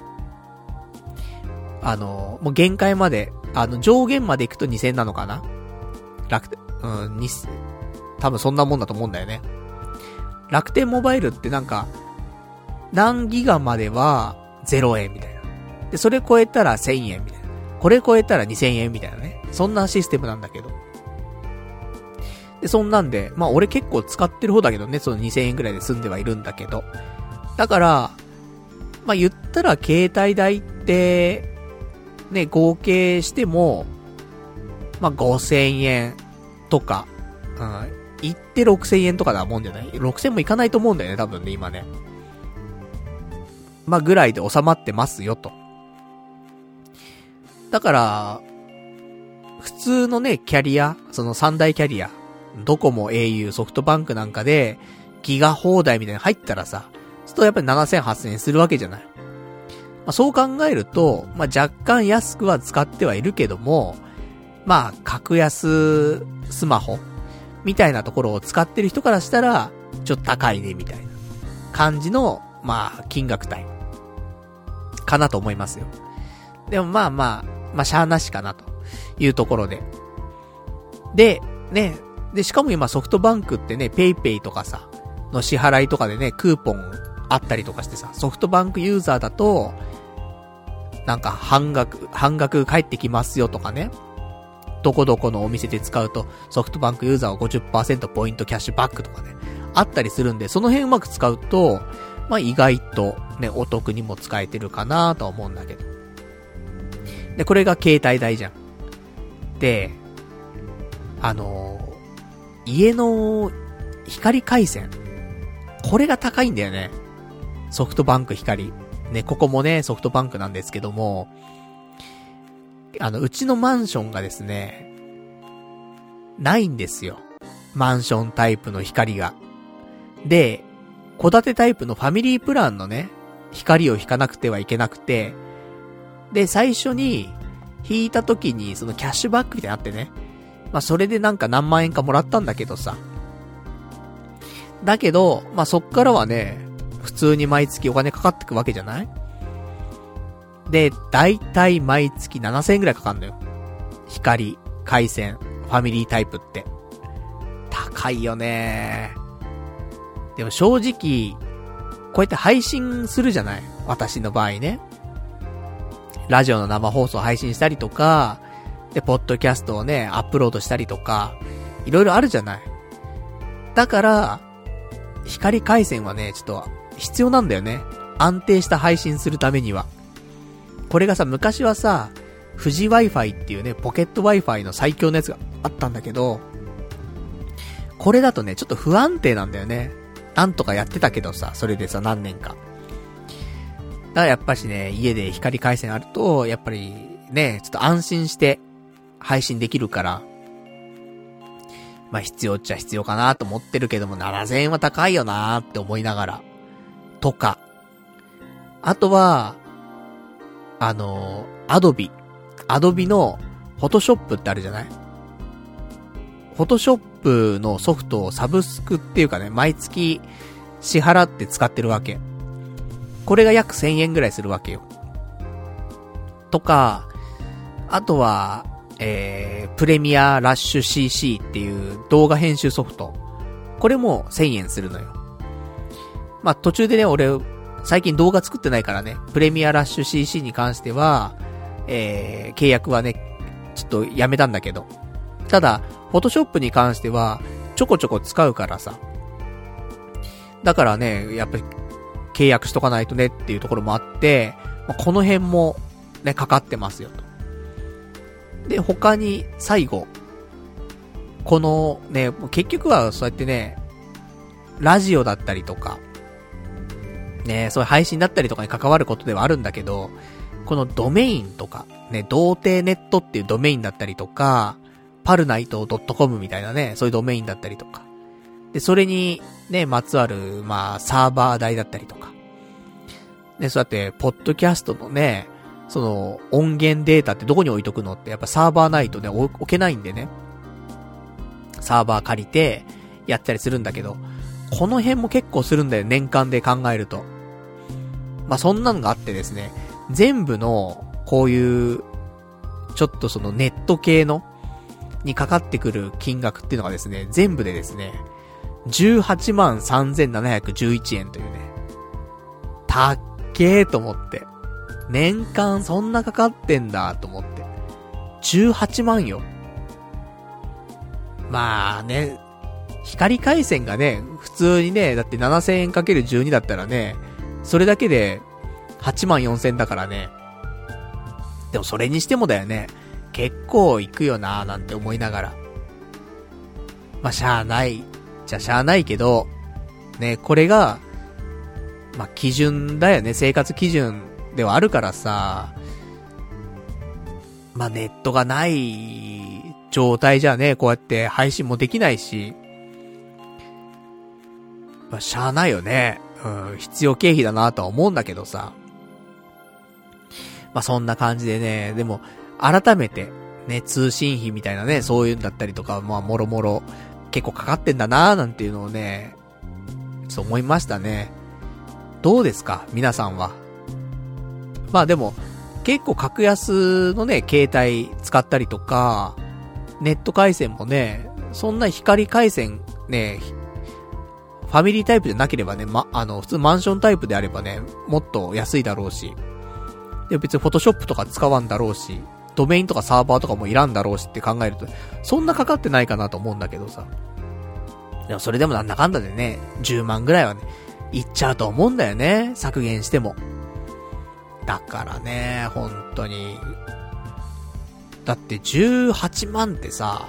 あの、もう限界まで、あの、上限まで行くとにせんえんなのかな？楽天、うん、に、多分そんなもんだと思うんだよね。楽天モバイルってなんか、何ギガまではゼロえんみたいな。で、それ超えたらせんえんみたいな。これ超えたらにせんえんみたいなね。そんなシステムなんだけど。で、そんなんで、まあ俺結構使ってる方だけどね、そのにせんえんぐらいで済んではいるんだけど。だから、まあ言ったら携帯代って、ね、合計しても、まあごせんえんとか、うん、いってろくせんえんとかだもんじゃない？ ろくせん もいかないと思うんだよね、多分ね、今ね。まあぐらいで収まってますよと。だから、普通のね、キャリア、その三大キャリア、ドコモ、au、ソフトバンクなんかで、ギガ放題みたいなの入ったらさ、ちょっとやっぱりななせんはっせんえんするわけじゃない。 あ、そう考えると、まあ、若干安くは使ってはいるけども、まあ、格安スマホみたいなところを使ってる人からしたら、ちょっと高いね、みたいな感じの、まあ、金額帯かなと思いますよ。でもまあまあ、まあ、しゃーなしかなというところで。で、ね、で、しかも今ソフトバンクってね、ペイペイとかさ、の支払いとかでね、クーポンあったりとかしてさ、ソフトバンクユーザーだと、なんか半額、半額返ってきますよとかね。どこどこのお店で使うと、ソフトバンクユーザーは ごじゅっパーセント ポイントキャッシュバックとかね、あったりするんで、その辺うまく使うと、まあ意外とね、お得にも使えてるかなとは思うんだけど。で、これが携帯代じゃん。で、あのー、家の光回線。これが高いんだよね。ソフトバンク光。ね、ここもね、ソフトバンクなんですけども、あの、うちのマンションがですね、ないんですよ。マンションタイプの光が。で、戸建てタイプのファミリープランのね、光を引かなくてはいけなくて、で、最初に、引いた時に、そのキャッシュバックみたいになってね。まあ、それでなんか何万円かもらったんだけどさ。だけど、まあ、そっからはね、普通に毎月お金かかってくわけじゃない？で、だいたい毎月ななせんえんくらいかかんのよ。光、回線、ファミリータイプって。高いよね。でも正直、こうやって配信するじゃない？私の場合ね。ラジオの生放送配信したりとか、で、ポッドキャストをね、アップロードしたりとか、いろいろあるじゃない。だから、光回線はね、ちょっと必要なんだよね。安定した配信するためには。これがさ、昔はさ、富士 Wi-Fi っていうね、ポケット Wi-Fi の最強のやつがあったんだけど、これだとね、ちょっと不安定なんだよね。なんとかやってたけどさ、それでさ、何年か。だからやっぱしね、家で光回線あると、やっぱりね、ちょっと安心して配信できるから、まあ必要っちゃ必要かなと思ってるけども、ななせんえんは高いよなーって思いながら。とか。あとは、あのー、アドビ。アドビのフォトショップってあるじゃない？フォトショップのソフトをサブスクっていうかね、毎月支払って使ってるわけ。これが約せんえんぐらいするわけよ。とか、あとは、えー、プレミアラッシュ シーシー っていう動画編集ソフト。これもせんえんするのよ。まあ、途中でね、俺、最近動画作ってないからね、プレミアラッシュ シーシー に関しては、えー、契約はね、ちょっとやめたんだけど。ただ、フォトショップに関しては、ちょこちょこ使うからさ。だからね、やっぱり、契約しとかないとねっていうところもあって、まあ、この辺も、ね、かかってますよと。で、他に、最後、このね、結局はそうやってね、ラジオだったりとか、ね、そういう配信だったりとかに関わることではあるんだけど、このドメインとか、ね、童貞ネットっていうドメインだったりとか、パルナイト .com みたいなね、そういうドメインだったりとか。で、それに、ね、まつわる、まあ、サーバー代だったりとか。で、そうやって、ポッドキャストのね、その、音源データってどこに置いとくのって、やっぱサーバーないとね、置けないんでね。サーバー借りて、やったりするんだけど、この辺も結構するんだよ、年間で考えると。まあ、そんなのがあってですね、全部の、こういう、ちょっとそのネット系の、にかかってくる金額っていうのがですね、全部でですね、じゅうはちまんさんぜんななひゃくじゅういちえんというね、たっけーと思って。年間そんなかかってんだと思って。じゅうはちまんよ。まあね、光回線がね、普通にね、だってななせんえんかけるじゅうにだったらね、それだけではちまんよんせんだからね。でもそれにしてもだよね。結構いくよなーなんて思いながら。まあしゃあない。じゃしゃあないけど、ね、これが、まあ基準だよね。生活基準ではあるからさ。まあネットがない状態じゃね、こうやって配信もできないし。まあしゃあないよね。うん、必要経費だなとは思うんだけどさ。 まあ、そんな感じでね、でも、改めて、ね、通信費みたいなね、そういうんだったりとか、まあ、もろもろ、結構かかってんだなーなんていうのをね、ちょっと思いましたね。どうですか皆さんは。まあでも、結構格安のね、携帯使ったりとか、ネット回線もね、そんな光回線ね、ファミリータイプじゃなければね、ま、あの、普通マンションタイプであればね、もっと安いだろうし、で別にフォトショップとか使わんだろうし、ドメインとかサーバーとかもいらんだろうしって考えると、そんなかかってないかなと思うんだけどさ。でもそれでもなんだかんだでね、じゅうまんぐらいはね、いっちゃうと思うんだよね、削減しても。だからね、本当に。だってじゅうはちまんってさ、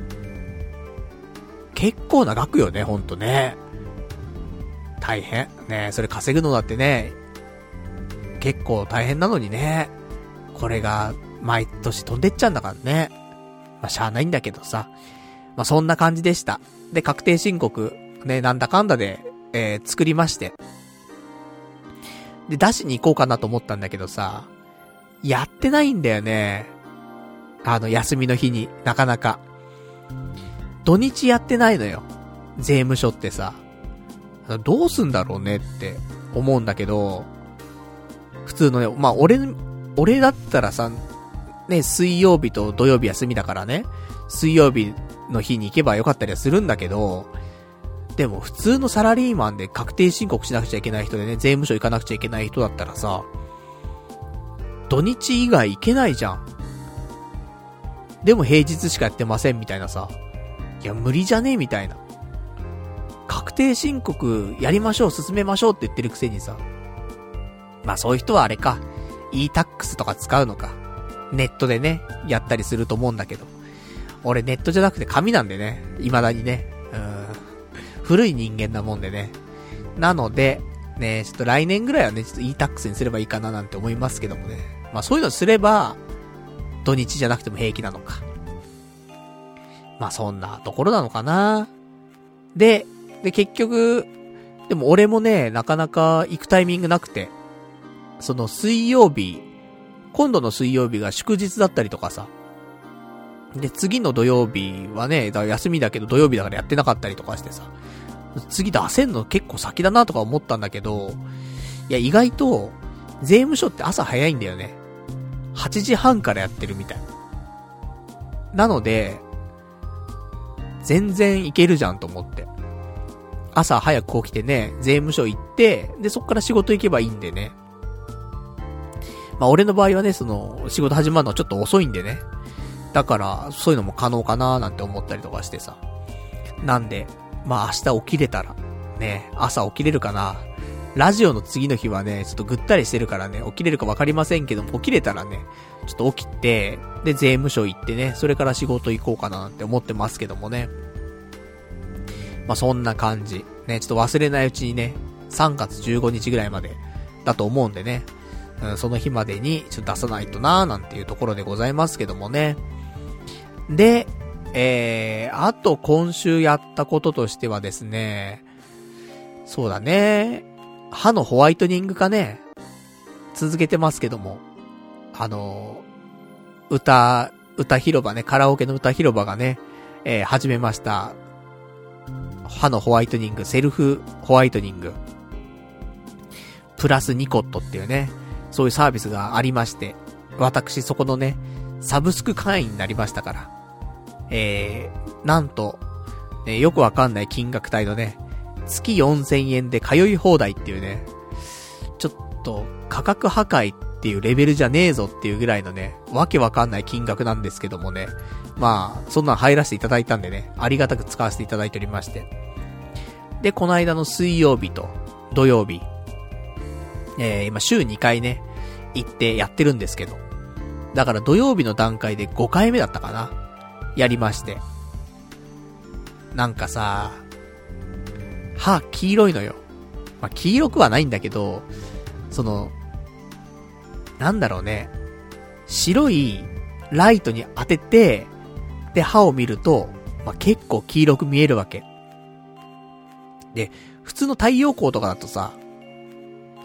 結構な額よね、ほんとね。大変。ね、それ稼ぐのだってね、結構大変なのにね、これが毎年飛んでっちゃうんだからね。まあ、しゃあないんだけどさ。まあ、そんな感じでした。で、確定申告、ね、なんだかんだで、えー、作りまして。で、出しに行こうかなと思ったんだけどさ、やってないんだよね。あの、休みの日になかなか。土日やってないのよ。税務署ってさ。どうすんだろうねって思うんだけど、普通のね、まあ、俺、俺だったらさ、ね、水曜日と土曜日休みだからね、水曜日の日に行けばよかったりはするんだけど、でも普通のサラリーマンで確定申告しなくちゃいけない人でね、税務署行かなくちゃいけない人だったらさ、土日以外行けないじゃん。でも平日しかやってませんみたいなさ、いや無理じゃねえみたいな。確定申告やりましょう、進めましょうって言ってるくせにさ、まあそういう人はあれか、e タックスとか使うのか、ネットでね、やったりすると思うんだけど、俺ネットじゃなくて紙なんでね、未だにね、うーん、古い人間なもんでね。なので、ね、ちょっと来年ぐらいはね、ちょっと e タックスにすればいいかななんて思いますけどもね。まあそういうのすれば、土日じゃなくても平気なのか。まあそんなところなのかな。で、で結局、でも俺もね、なかなか行くタイミングなくて、その水曜日、今度の水曜日が祝日だったりとかさ。で、次の土曜日はね、だから休みだけど土曜日だからやってなかったりとかしてさ。次出せんの結構先だなとか思ったんだけど、いや意外と、税務署って朝早いんだよね。はちじはんからやってるみたい。なので、全然いけるじゃんと思って。朝早く起きてね、税務署行って、で、そっから仕事行けばいいんでね。まあ俺の場合はね、その、仕事始まるのはちょっと遅いんでね。だから、そういうのも可能かなーなんて思ったりとかしてさ。なんで、まあ明日起きれたら、ね、朝起きれるかな。ラジオの次の日はね、ちょっとぐったりしてるからね、起きれるかわかりませんけども、起きれたらね、ちょっと起きて、で、税務署行ってね、それから仕事行こうかななんて思ってますけどもね。まあそんな感じ。ね、ちょっと忘れないうちにね、さんがつじゅうごにちぐらいまでだと思うんでね、うん、その日までにちょっと出さないとなーなんていうところでございますけどもね。で、えー、あと今週やったこととしてはですね、そうだね、歯のホワイトニングかね、続けてますけども、あの、歌、歌広場ね、カラオケの歌広場がね、えー、始めました。歯のホワイトニング、セルフホワイトニング。プラスニコットっていうね、そういうサービスがありまして、私そこのね、サブスク会員になりましたから、えー、なんと、ね、よくわかんない金額帯のね、月よんせんえんで通い放題っていうね、ちょっと価格破壊っていうレベルじゃねえぞっていうぐらいのね、わけわかんない金額なんですけどもね、まあ、そんなん入らせていただいたんでね、ありがたく使わせていただいておりまして。で、この間の水曜日と土曜日、えー、今週にかいね、行ってやってるんですけど、だから土曜日の段階でごかいめだったかな、やりまして。なんかさ、歯黄色いのよ。まあ、黄色くはないんだけど、その、なんだろうね、白いライトに当てて、で、歯を見ると、まあ、結構黄色く見えるわけ。で、普通の太陽光とかだとさ、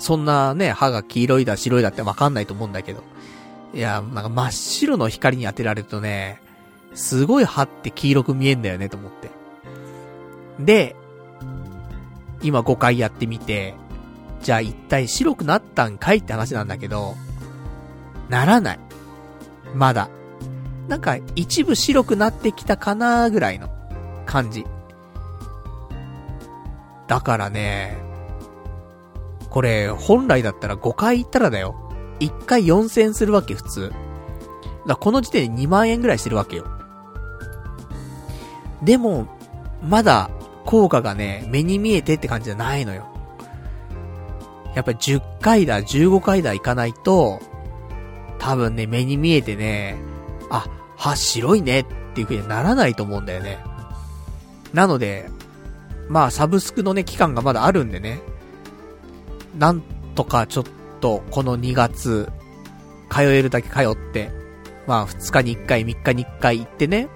そんなね、歯が黄色いだ白いだってわかんないと思うんだけど。いや、なんか真っ白の光に当てられるとね、すごい歯って黄色く見えんだよねと思って。で、今ごかいやってみて、じゃあ一体白くなったんかいって話なんだけど、ならない。まだ。なんか一部白くなってきたかなーぐらいの感じ。だからね、これ本来だったらごかい行ったらだよ。いっかいよんせんえんするわけ普通。だからこの時点でにまんえんぐらいしてるわけよ。でも、まだ効果がね、目に見えてって感じじゃないのよ。やっぱりじゅっかいだ、じゅうごかいだ行かないと、多分ね、目に見えてね、あ、歯白いねっていう風にならないと思うんだよね。なので、まあサブスクのね、期間がまだあるんでね、なんとかちょっとこのにがつ、通えるだけ通って、まあふつかにいっかい、みっかにいっかい行ってね、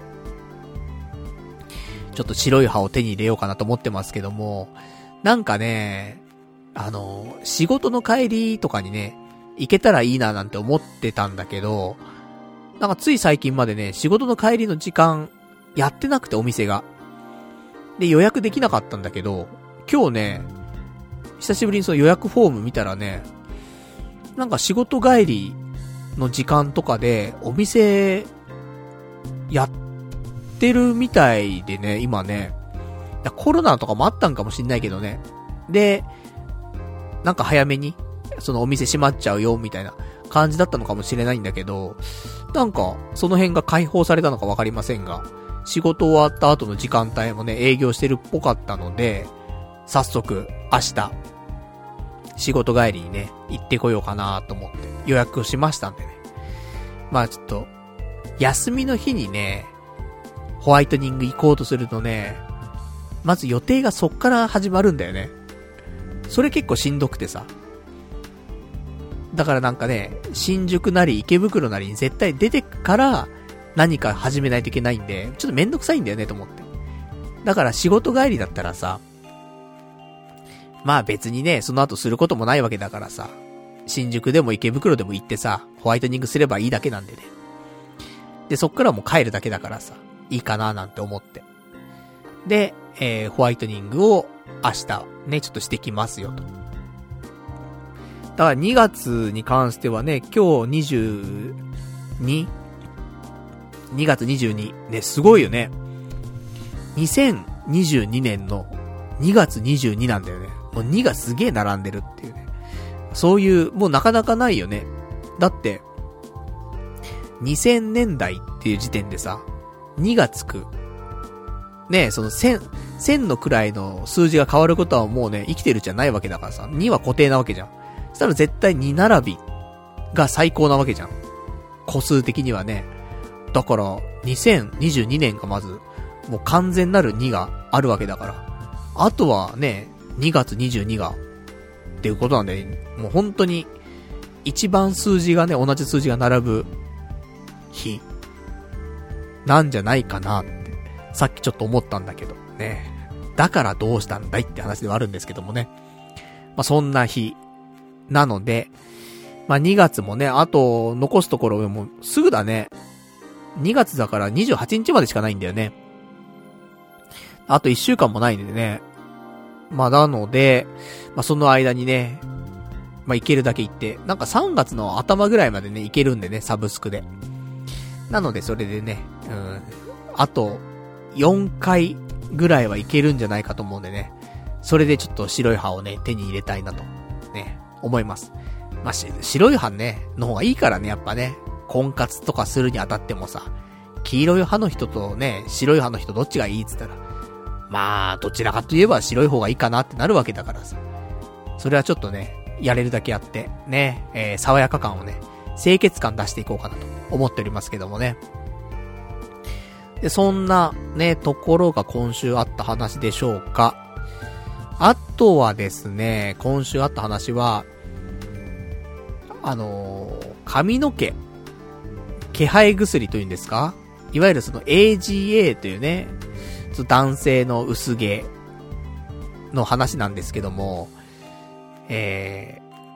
ちょっと白い歯を手に入れようかなと思ってますけども、なんかね、あの、仕事の帰りとかにね、行けたらいいななんて思ってたんだけど、なんかつい最近までね、仕事の帰りの時間、やってなくてお店が。で、予約できなかったんだけど、今日ね、久しぶりにその予約フォーム見たらね、なんか仕事帰りの時間とかで、お店、やってるみたいでね、今ね、コロナとかもあったんかもしんないけどね。で、なんか早めに、そのお店閉まっちゃうよ、みたいな感じだったのかもしれないんだけど、なんか、その辺が開放されたのかわかりませんが、仕事終わった後の時間帯もね、営業してるっぽかったので、早速、明日、仕事帰りにね、行ってこようかなと思って予約しましたんでね。まあちょっと、休みの日にね、ホワイトニング行こうとするとね、まず予定がそっから始まるんだよね。それ結構しんどくてさ。だからなんかね、新宿なり池袋なりに絶対出てから何か始めないといけないんで、ちょっとめんどくさいんだよねと思って。だから仕事帰りだったらさ、まあ別にね、その後することもないわけだからさ、新宿でも池袋でも行ってさ、ホワイトニングすればいいだけなんでね。で、そっからもう帰るだけだからさ、いいかななんて思って。で、えー、ホワイトニングを明日ね、ちょっとしてきますよと。だからにがつに関してはね、今日にじゅうに?に 月にじゅうに。ね、すごいよね。にせんにじゅうにねんのにがつにじゅうになんだよね。もうにがすげえ並んでるっていうね。そういう、もうなかなかないよね。だって、にせんねんだいっていう時点でさ、にがつく。ねえ、そのせん、せんのくらいの数字が変わることはもうね、生きてるじゃないわけだからさ、には固定なわけじゃん。そしたら絶対に並びが最高なわけじゃん。個数的にはね。だから、にせんにじゅうにねんがまず、もう完全なるにがあるわけだから。あとはね、にがつにじゅうにが、っていうことなんで、もう本当に、一番数字がね、同じ数字が並ぶ日、なんじゃないかなって、さっきちょっと思ったんだけど、ね。だからどうしたんだいって話ではあるんですけどもね。まあ、そんな日、なので、まあ、にがつもね、あと、残すところもうすぐだね。にがつだからにじゅうはちにちまでしかないんだよね。あといっしゅうかんもないんでね。まあ、なので、まあ、その間にね、まあ、行けるだけ行って、なんかさんがつの頭ぐらいまでね、行けるんでね、サブスクで。なので、それでね、うん、あと、よんかいぐらいは行けるんじゃないかと思うんでね。それでちょっと白い歯をね、手に入れたいなと、ね、思います。まあ、し、白い歯ね、の方がいいからね、やっぱね。婚活とかするにあたってもさ、黄色い歯の人とね、白い歯の人どっちがいいっつったら、まあ、どちらかといえば白い方がいいかなってなるわけだからさ。それはちょっとね、やれるだけやって、ね、えー、爽やか感をね、清潔感出していこうかなと思っておりますけどもね。で、そんなね、ところが今週あった話でしょうか。あとはですね、今週あった話は、あのー、髪の毛、気配薬というんですか？いわゆるその エージーエー というね、男性の薄毛の話なんですけども、えー、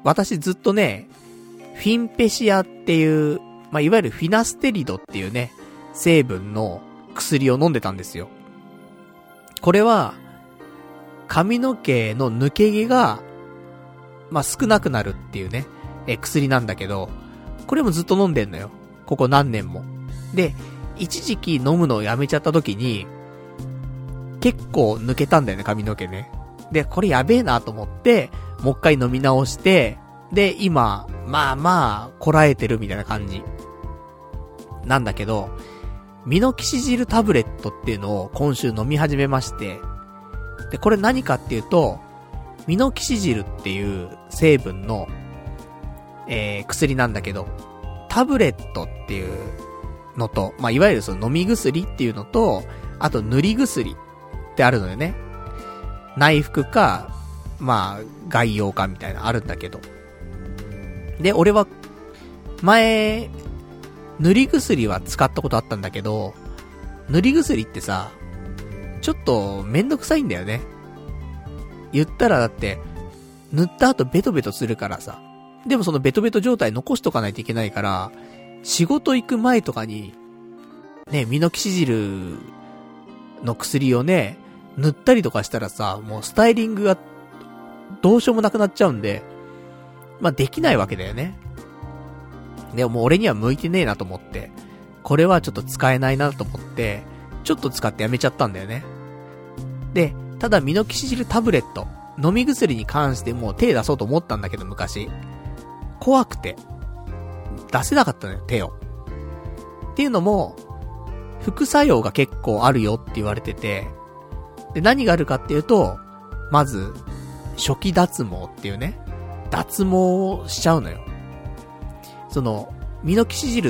私ずっとね、フィンペシアっていう、まあ、いわゆるフィナステリドっていうね、成分の薬を飲んでたんですよ。これは、髪の毛の抜け毛が、まあ、少なくなるっていうね、え、薬なんだけど、これもずっと飲んでんのよ。ここ何年も。で、一時期飲むのをやめちゃった時に、結構抜けたんだよね、髪の毛ね。で、これやべえなと思って、もう一回飲み直して、で、今、まあまあ、こらえてるみたいな感じ。なんだけど、ミノキシジルタブレットっていうのを今週飲み始めまして、で、これ何かっていうと、ミノキシジルっていう成分の、えー、薬なんだけど、タブレットっていうのと、まあ、いわゆるその飲み薬っていうのと、あと塗り薬ってあるのよね。内服か、まあ、外用かみたいなあるんだけど。で、俺は、前、塗り薬は使ったことあったんだけど、塗り薬ってさ、ちょっとめんどくさいんだよね。言ったらだって、塗った後ベトベトするからさ。でもそのベトベト状態残しとかないといけないから、仕事行く前とかに、ね、ミノキシジルの薬をね、塗ったりとかしたらさ、もうスタイリングがどうしようもなくなっちゃうんで、まあ、できないわけだよね。でももう俺には向いてねえなと思って、これはちょっと使えないなと思って、ちょっと使ってやめちゃったんだよね。で、ただミノキシジルタブレット、飲み薬に関してもう手出そうと思ったんだけど昔、怖くて、出せなかったのよ、手を。っていうのも、副作用が結構あるよって言われてて、で、何があるかっていうと、まず、初期脱毛っていうね、脱毛しちゃうのよ。その、ミノキシジルって、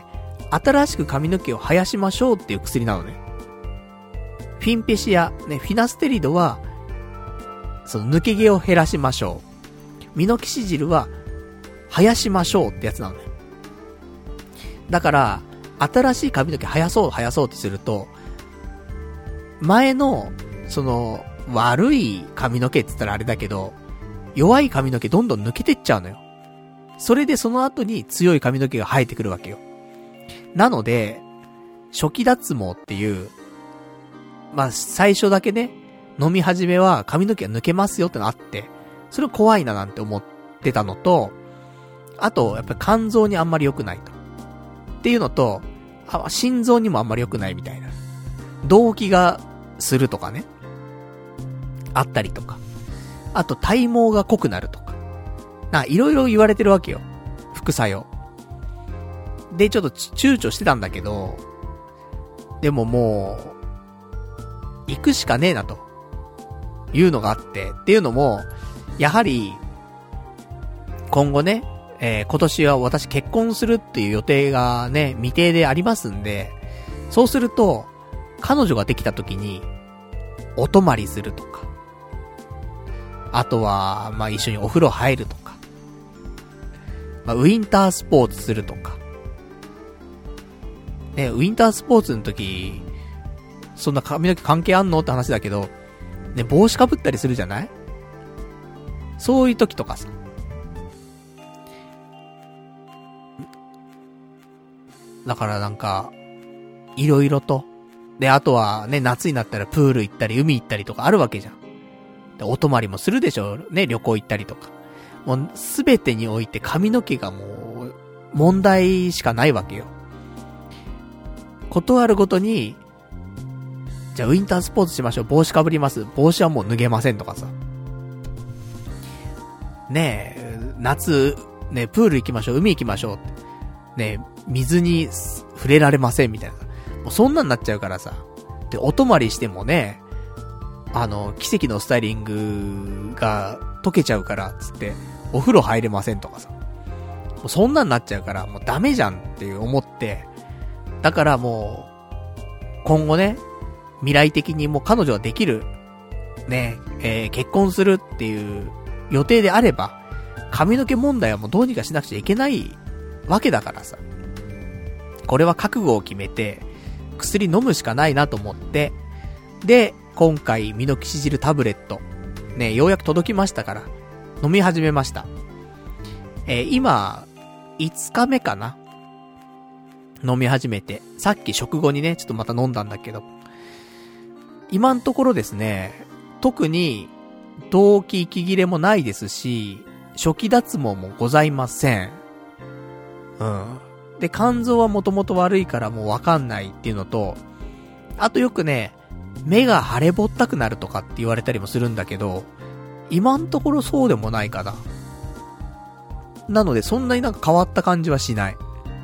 新しく髪の毛を生やしましょうっていう薬なのね。フィンペシア、ね、フィナステリドは、その抜け毛を減らしましょう。ミノキシジルは、生やしましょうってやつなのね。だから、新しい髪の毛生やそう生やそうってすると、前の、その、悪い髪の毛って言ったらあれだけど、弱い髪の毛どんどん抜けてっちゃうのよ。それでその後に強い髪の毛が生えてくるわけよ。なので、初期脱毛っていう、まあ、最初だけね、飲み始めは髪の毛が抜けますよってのあって、それ怖いななんて思ってたのと、あと、やっぱり肝臓にあんまり良くないと。っていうのと、あ、心臓にもあんまり良くないみたいな。動悸がするとかね。あったりとか。あと、体毛が濃くなるとか。な、いろいろ言われてるわけよ。副作用。で、ちょっと躊躇してたんだけど、でももう、行くしかねえなと。いうのがあって。っていうのも、やはり、今後ね、えー、今年は私結婚するっていう予定がね、未定でありますんで、そうすると、彼女ができた時に、お泊まりするとか、あとは、まあ、一緒にお風呂入るとか、まあ、ウィンタースポーツするとか、ね、ウィンタースポーツの時、そんな髪の毛関係あんのって話だけど、ね、帽子かぶったりするじゃない？そういう時とかさ、だからなんか、いろいろと。で、あとはね、夏になったらプール行ったり、海行ったりとかあるわけじゃん。で、お泊まりもするでしょ。ね、旅行行ったりとか。もう、すべてにおいて髪の毛がもう、問題しかないわけよ。ことあるごとに、じゃあウィンタースポーツしましょう。帽子かぶります。帽子はもう脱げませんとかさ。ねえ、夏、ね、プール行きましょう。海行きましょうって。ね、水に触れられませんみたいな。もうそんなんなっちゃうからさ。で、お泊まりしてもね、あの、奇跡のスタイリングが溶けちゃうから、つって、お風呂入れませんとかさ。もうそんなんなっちゃうから、もうダメじゃんっていう思って、だからもう、今後ね、未来的にもう彼女ができる、ね、えー、結婚するっていう予定であれば、髪の毛問題はもうどうにかしなくちゃいけないわけだからさ。これは覚悟を決めて、薬飲むしかないなと思って、で、今回ミノキシジルタブレット、ね、ようやく届きましたから、飲み始めました。 えー、今、いつかめかな飲み始めて、さっき食後にね、ちょっとまた飲んだんだけど、今のところですね、特に、動悸息切れもないですし、初期脱毛もございません。うん。で、肝臓はもともと悪いからもうわかんないっていうのと、あとよくね、目が腫れぼったくなるとかって言われたりもするんだけど、今のところそうでもないかな。なのでそんなになんか変わった感じはしない。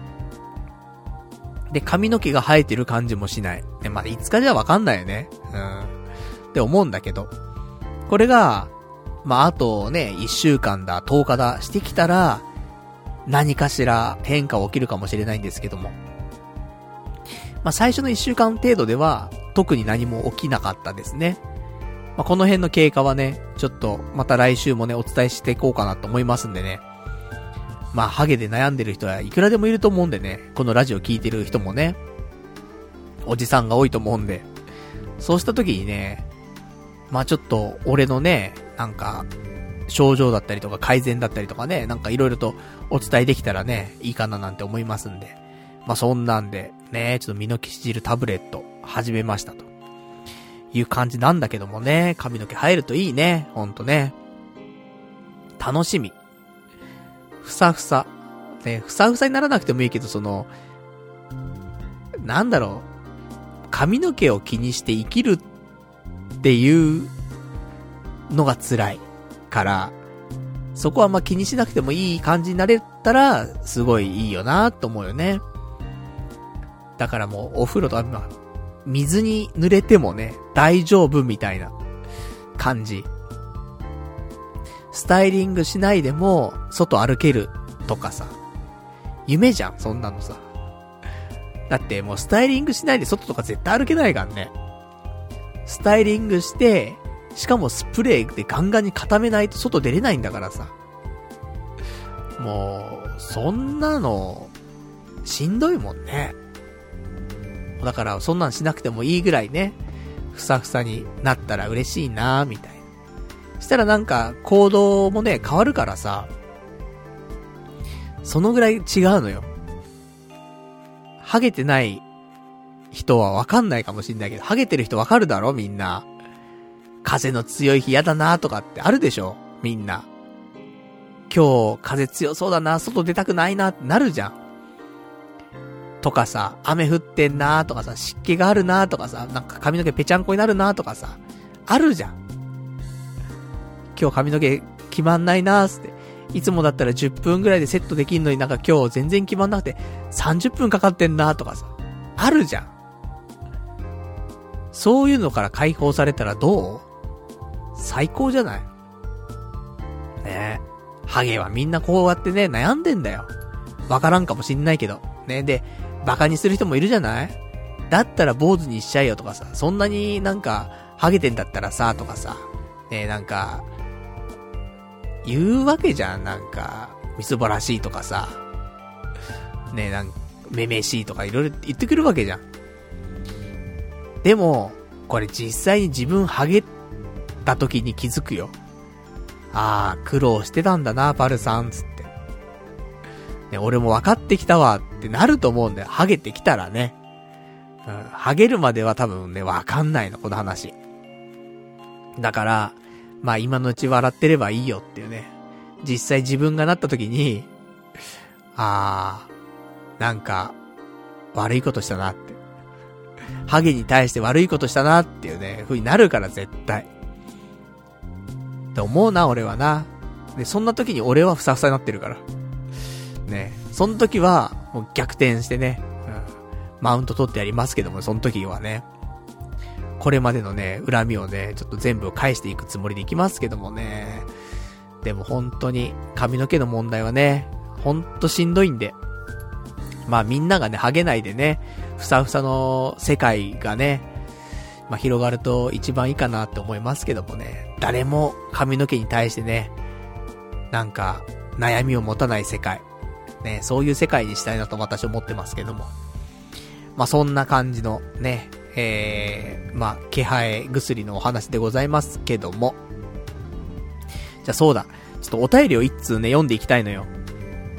で、髪の毛が生えてる感じもしない。で、まあ、いつかじゃわかんないよね。うん。って思うんだけど。これが、まあ、あとね、いっしゅうかんだ、とおかだ、してきたら、何かしら変化起きるかもしれないんですけども。まあ、最初のいっしゅうかん程度では、特に何も起きなかったですね。まあ、この辺の経過はね、ちょっと、また来週もね、お伝えしていこうかなと思いますんでね。まあ、ハゲで悩んでる人はいくらでもいると思うんでね、このラジオ聞いてる人もね、おじさんが多いと思うんで、そうした時にね、まあちょっと、俺のね、なんか、症状だったりとか改善だったりとかね、なんかいろいろとお伝えできたらね、いいかななんて思いますんで、まあそんなんで、ね、ちょっとミノキシジルタブレット、始めましたと。いう感じなんだけどもね、髪の毛生えるといいね、ほんとね。楽しみ。ふさふさ。ね、ふさふさにならなくてもいいけど、その、なんだろう、髪の毛を気にして生きるっていうのが辛いから、そこはまあ気にしなくてもいい感じになれたら、すごいいいよなと思うよね。だからもうお風呂とか、水に濡れてもね、大丈夫みたいな感じ。スタイリングしないでも、外歩けるとかさ。夢じゃん、そんなのさ。だってもうスタイリングしないで外とか絶対歩けないからね。スタイリングして、しかもスプレーでガンガンに固めないと外出れないんだからさ。もう、そんなの、しんどいもんね。だからそんなんしなくてもいいぐらいね、ふさふさになったら嬉しいなみたいな。したらなんか行動もね変わるからさ、そのぐらい違うのよ。ハゲてない人はわかんないかもしんないけど、ハゲてる人わかるだろみんな。風の強い日やだなとかってあるでしょみんな。今日風強そうだな、外出たくないなってなるじゃん。とかさ、雨降ってんなとかさ、湿気があるなとかさ、なんか髪の毛ぺちゃんこになるなとかさ、あるじゃん。今日髪の毛決まんないなーって。いつもだったらじゅっぷんぐらいでセットできんのになんか今日全然決まんなくてさんじゅっぷんかかってんなとかさ、あるじゃん。そういうのから解放されたらどう？最高じゃない？ねえ。ハゲはみんなこうやってね、悩んでんだよ。わからんかもしんないけど。ね。で、バカにする人もいるじゃない？だったら坊主にしちゃえよとかさ、そんなになんか、ハゲてんだったらさ、とかさ、ね、なんか、言うわけじゃん、なんか、みすぼらしいとかさ、ね、なんか、めめしいとかいろいろ言ってくるわけじゃん。でも、これ実際に自分ハゲた時に気づくよ。あー、苦労してたんだな、パルさん、つって。ね、俺も分かってきたわってなると思うんだよ。ハゲてきたらね。うん、ハゲるまでは多分ね、分かんないの、この話。だから、まあ今のうち笑ってればいいよっていうね。実際自分がなった時に、あー、なんか、悪いことしたなって。ハゲに対して悪いことしたなっていうね、風になるから絶対。って思うな、俺はな。で、そんな時に俺はふさふさになってるから。ね、その時は、もう逆転してね、うん、マウント取ってやりますけども、その時はね、これまでのね、恨みをね、ちょっと全部返していくつもりでいきますけどもね。でも本当に、髪の毛の問題はね、ほんとしんどいんで。まあみんながね、ハゲないでね、ふさふさの世界がね、まあ広がると一番いいかなって思いますけどもね。誰も髪の毛に対してね、なんか、悩みを持たない世界。ね、そういう世界にしたいなと私は思ってますけども。まあ、そんな感じのね、えー、まあ、気配薬のお話でございますけども。じゃあそうだ。ちょっとお便りを一通ね、読んでいきたいのよ。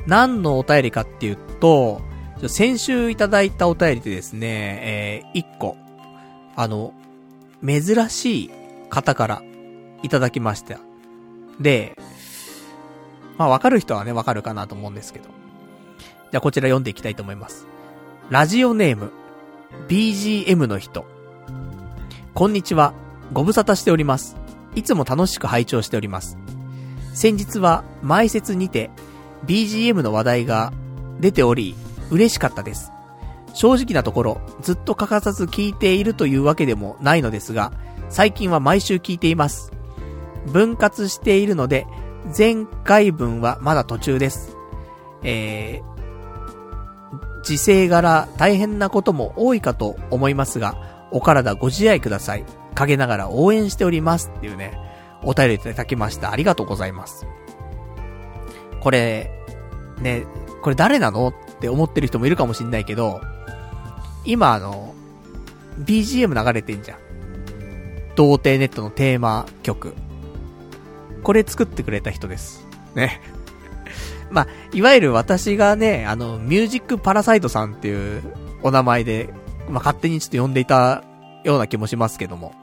何のお便りかっていうと、先週いただいたお便りでですね、えー、一個、あの、珍しい方からいただきました。で、まあわかる人はね、わかるかなと思うんですけど。じゃあこちら読んでいきたいと思います。ラジオネーム、ビージーエム の人。こんにちは。ご無沙汰しております。いつも楽しく拝聴しております。先日は前説にて ビージーエム の話題が出ており、嬉しかったです。正直なところ、ずっと欠かさず聞いているというわけでもないのですが、最近は毎週聞いています。分割しているので、前回分はまだ途中です。えー、時勢柄大変なことも多いかと思いますが、お体ご自愛ください。陰ながら応援しておりますっていうね、お便りいただきました。ありがとうございます。これ、ね、これ誰なのって思ってる人もいるかもしんないけど、今あの、ビージーエム 流れてんじゃん。童貞ネットのテーマ曲。これ作ってくれた人です。ね。まあ、いわゆる私がね、あの、ミュージックパラサイトさんっていうお名前で、まあ、勝手にちょっと呼んでいたような気もしますけども。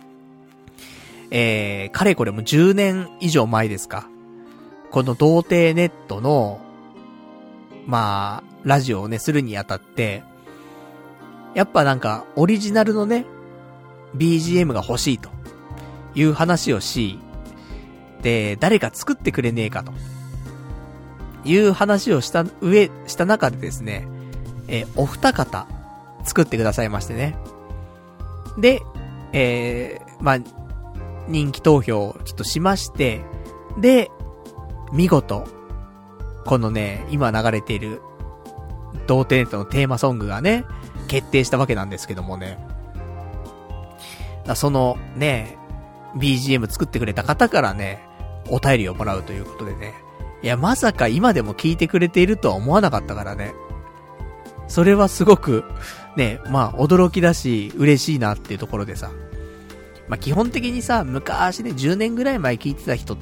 えー、かれこれもじゅうねん以上前ですか。この童貞ネットの、まあ、ラジオをね、するにあたって、やっぱなんか、オリジナルのね、ビージーエム が欲しいという話をし、で、誰か作ってくれねえかという話をした上、した中でですね、えー、お二方作ってくださいましてね。で、えー、まあ、人気投票をちょっとしまして、で、見事、このね、今流れている、童貞ネットのテーマソングがね、決定したわけなんですけどもね。そのね、ビージーエム 作ってくれた方からね、お便りをもらうということでね。いや、まさか今でも聞いてくれているとは思わなかったからね。それはすごく、ね、まあ、驚きだし、嬉しいなっていうところでさ。まあ、基本的にさ、昔ね、じゅうねんぐらい前聞いてた人って、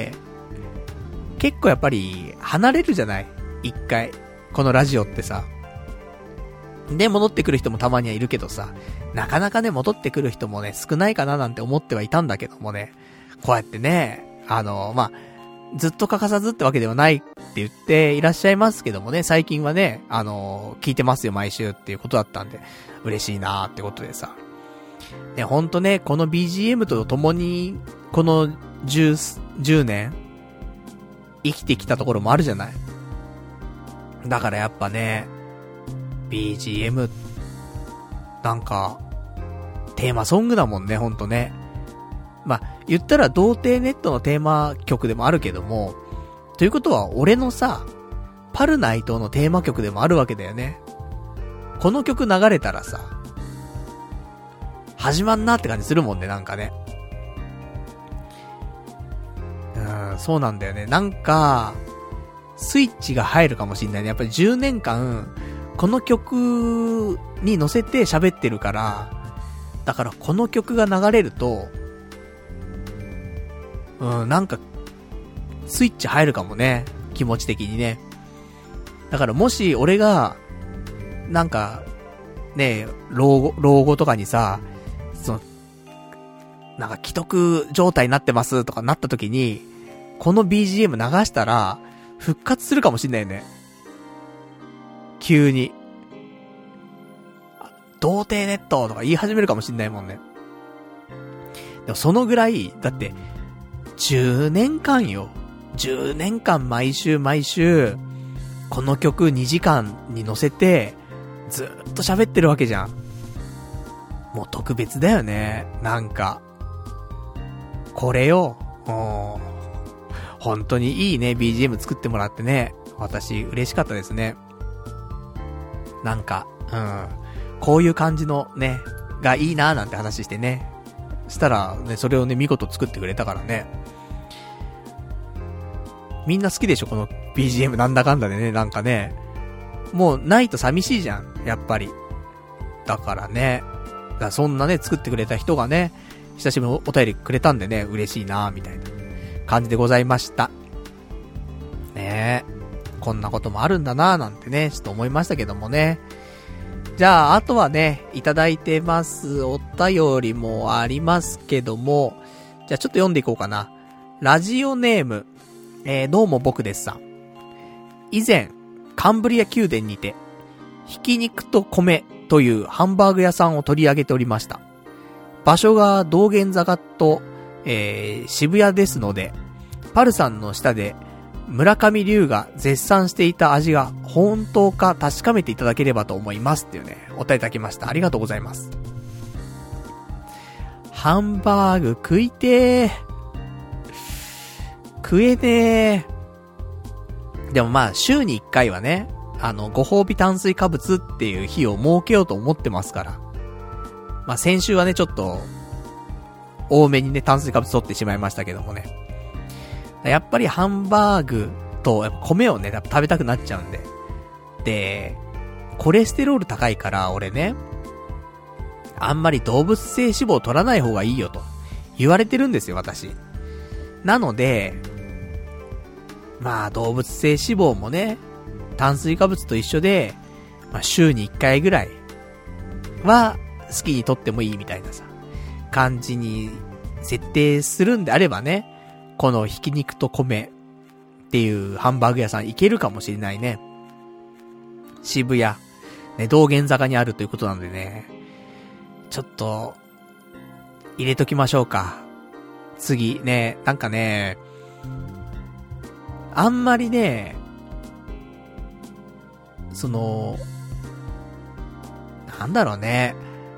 結構やっぱり、離れるじゃない？一回。このラジオってさ。で、戻ってくる人もたまにはいるけどさ、なかなかね、戻ってくる人もね、少ないかななんて思ってはいたんだけどもね、こうやってね、あの、まあ、ずっと欠かさずってわけではないって言っていらっしゃいますけどもね、最近はね、あの、聞いてますよ、毎週っていうことだったんで、嬉しいなーってことでさ。ね、ほんとね、この ビージーエム と共に、このじゅう、じゅうねん、生きてきたところもあるじゃない。だからやっぱね、ビージーエム なんかテーマソングだもんね、ほんとね。まあ、言ったら童貞ネットのテーマ曲でもあるけども、ということは俺のさ、パルナイトのテーマ曲でもあるわけだよね。この曲流れたらさ、始まんなって感じするもんね、なんかね。うーん、そうなんだよね。なんかスイッチが入るかもしんないね。やっぱりじゅうねんかんこの曲に乗せて喋ってるから、だからこの曲が流れると、うん、なんか、スイッチ入るかもね。気持ち的にね。だからもし俺が、なんか、ね、老後、老後とかにさ、その、なんか既得状態になってますとかなった時に、この ビージーエム 流したら、復活するかもしんないよね。急に。童貞ネットとか言い始めるかもしんないもんね。でもそのぐらい、だって、じゅうねんかんよ。じゅうねんかん毎週毎週、この曲にじかんに乗せて、ずーっと喋ってるわけじゃん。もう特別だよね。なんか。これよ。もう、本当にいいね、ビージーエム 作ってもらってね。私、嬉しかったですね。なんか、うん。こういう感じのね、がいいなーなんて話してね。したら、ね、それをね、見事作ってくれたからね。みんな好きでしょこの ビージーエム なんだかんだでね、なんかね。もうないと寂しいじゃん、やっぱり。だからね。だからそんなね、作ってくれた人がね、久しぶりにお便りくれたんでね、嬉しいなーみたいな感じでございました。ねえ。 こんなこともあるんだなーなんてね、ちょっと思いましたけどもね。じゃあ、あとはね、いただいてます。お便りもありますけども、じゃあちょっと読んでいこうかな。ラジオネーム、えー、どうも僕ですさん。以前、カンブリア宮殿にて、ひき肉と米というハンバーグ屋さんを取り上げておりました。場所が道玄坂と、えー、渋谷ですので、パルさんの下で村上龍が絶賛していた味が本当か確かめていただければと思いますっていうね、お答えいただきました。ありがとうございます。ハンバーグ食いてー。食えねー。でもまあ週にいっかいはね、あのご褒美炭水化物っていう日を設けようと思ってますから。まあ先週はねちょっと多めにね炭水化物取ってしまいましたけどもね。やっぱりハンバーグとやっぱ米をねやっぱ食べたくなっちゃうんで。で、コレステロール高いから俺ね、あんまり動物性脂肪を取らない方がいいよと言われてるんですよ私。なので、まあ動物性脂肪もね炭水化物と一緒で、まあ週にいっかいぐらいは好きに取ってもいいみたいなさ感じに設定するんであればね、このひき肉と米っていうハンバーグ屋さん行けるかもしれないね。渋谷ね、道玄坂にあるということなんでね、ちょっと入れときましょうか。次ね、なんかね、あんまりね、そのなんだろうね、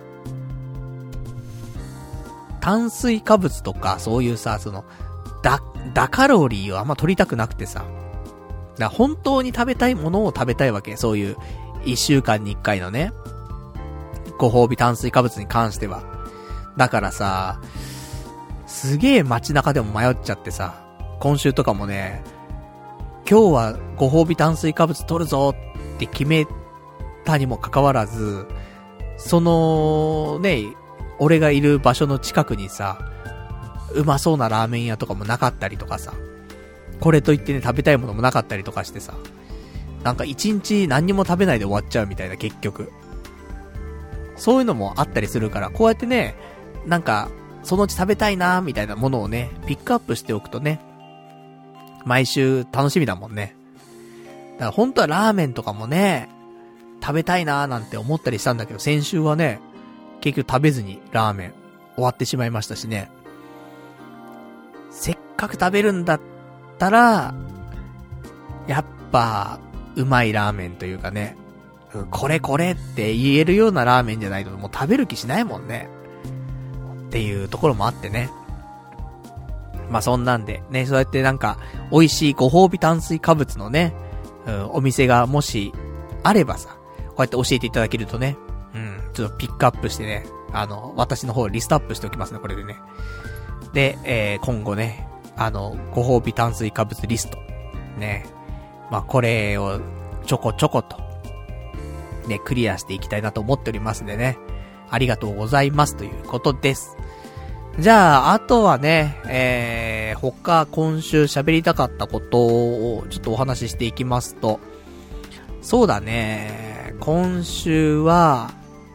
炭水化物とかそういうさ、そのだ、だカロリーをあんま取りたくなくてさ。だから本当に食べたいものを食べたいわけ。そういういっしゅうかんにいっかいのね、ご褒美炭水化物に関しては。だからさ、すげえ街中でも迷っちゃってさ、今週とかもね、今日はご褒美炭水化物取るぞって決めたにもかかわらず、そのね、俺がいる場所の近くにさ、うまそうなラーメン屋とかもなかったりとかさ、これといってね食べたいものもなかったりとかしてさ、なんか一日何にも食べないで終わっちゃうみたいな、結局そういうのもあったりするから、こうやってね、なんかそのうち食べたいなーみたいなものをねピックアップしておくとね、毎週楽しみだもんね。だから本当はラーメンとかもね食べたいなーなんて思ったりしたんだけど、先週はね結局食べずにラーメン終わってしまいましたしね。せっかく食べるんだったらやっぱうまいラーメンというかね、これこれって言えるようなラーメンじゃないともう食べる気しないもんねっていうところもあってね。まあそんなんでね、そうやってなんか美味しいご褒美炭水化物のね、うん、お店がもしあればさ、こうやって教えていただけるとね、うん、ちょっとピックアップしてね、あの私の方リストアップしておきますね、これでね。で、えー、今後ね、あのご褒美炭水化物リストね、まあこれをちょこちょことねクリアしていきたいなと思っておりますんでね、ありがとうございますということです。じゃああとはね、えー、他今週喋りたかったことをちょっとお話ししていきますと、そうだね、今週は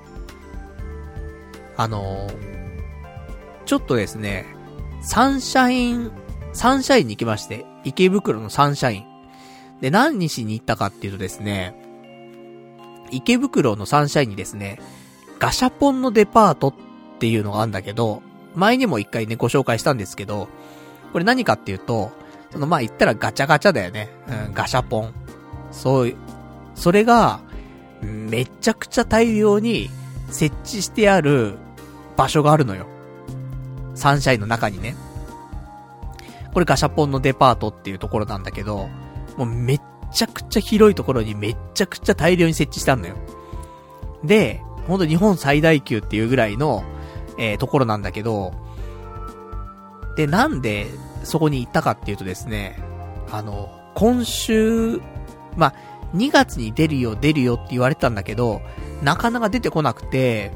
あのちょっとですね、サンシャインサンシャインに行きまして、池袋のサンシャインで何にしに行ったかっていうとですね、池袋のサンシャインにですね、ガシャポンのデパートっていうのがあるんだけど、前にも一回ねご紹介したんですけど、これ何かっていうと、そのまあ言ったらガチャガチャだよね、うん、ガシャポン、そういう、それがめちゃくちゃ大量に設置してある場所があるのよ、サンシャインの中にね。これガシャポンのデパートっていうところなんだけど、もうめっちゃくちゃ広いところにめっちゃくちゃ大量に設置してあるのよ。で、ほんと日本最大級っていうぐらいの、えー、ところなんだけど、で、なんでそこに行ったかっていうとですね、あの、今週、まあ、にがつに出るよ出るよって言われてたんだけど、なかなか出てこなくて、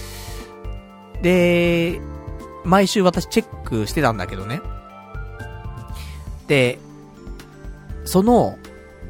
で、毎週私チェックしてたんだけどね。で、その、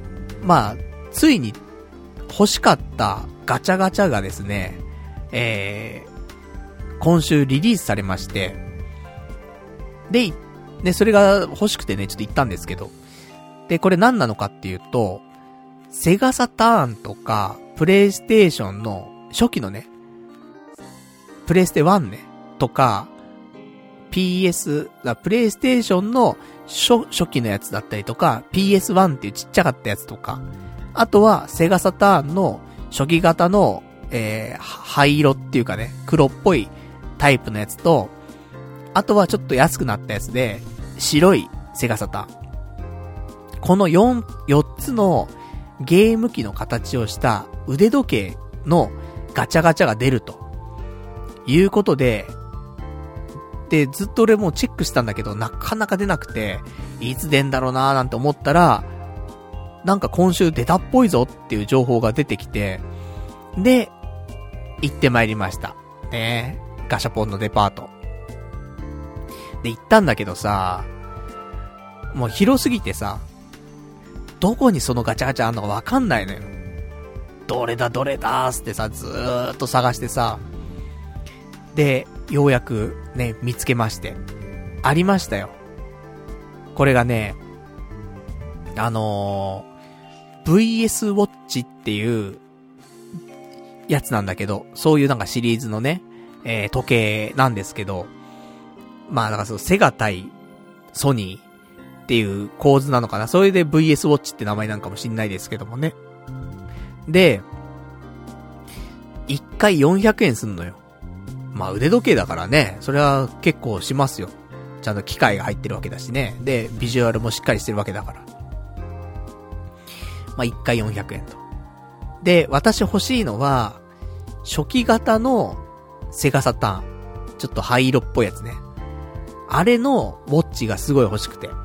まあ、ついに欲しかったガチャガチャがですね、えー、今週リリースされまして、で、ね、それが欲しくてね、ちょっと行ったんですけど、で、これ何なのかっていうと、セガサターンとか、プレイステーションの初期のね、プレイステワンね、とか、ピーエス、プレイステーションの初、初期のやつだったりとか、ピーエスワン っていうちっちゃかったやつとか、あとはセガサターンの初期型の、えー、灰色っていうかね、黒っぽいタイプのやつと、あとはちょっと安くなったやつで、白いセガサターン。この4、4つのゲーム機の形をした腕時計のガチャガチャが出るということで、で、ずっと俺もチェックしたんだけど、なかなか出なくて、いつ出んだろうなーなんて思ったら、なんか今週出たっぽいぞっていう情報が出てきて、で、行ってまいりました。ね、ガシャポンのデパート。で、行ったんだけどさ、もう広すぎてさ、どこにそのガチャガチャあんのかわかんないのよ。どれだどれだーってさ、ずーっと探してさ、で、ようやくね、見つけまして。ありましたよ。これがね、あのー、ブイエス ウォッチっていうやつなんだけど、そういうなんかシリーズのね、えー、時計なんですけど、まあだからそう、セガ対ソニーっていう構図なのかな。それで ブイエス ウォッチって名前なんかもしんないですけどもね。で、いっかいよんひゃくえんすんのよ。まあ腕時計だからね、それは結構しますよ。ちゃんと機械が入ってるわけだしね。で、ビジュアルもしっかりしてるわけだから。まあいっかいよんひゃくえんと。で、私欲しいのは、初期型のセガサターン。ちょっと灰色っぽいやつね。あれのウォッチがすごい欲しくて。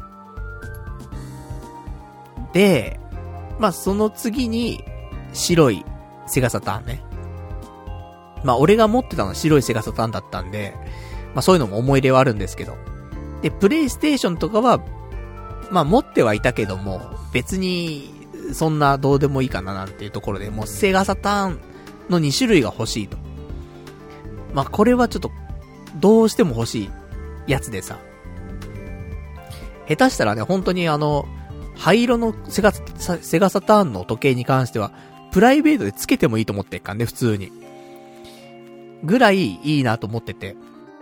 で、まあその次に白いセガサターンね。まあ俺が持ってたのは白いセガサターンだったんで、まあそういうのも思い入れはあるんですけど。で、プレイステーションとかは、まあ持ってはいたけども、別にそんなどうでもいいかななんていうところで、もうセガサターンのに種類が欲しいと。まあこれはちょっと、どうしても欲しいやつでさ。下手したらね、本当にあの、灰色のセガサ、セガサターンの時計に関しては、プライベートでつけてもいいと思ってっからね、普通に。ぐらいいいなと思ってて。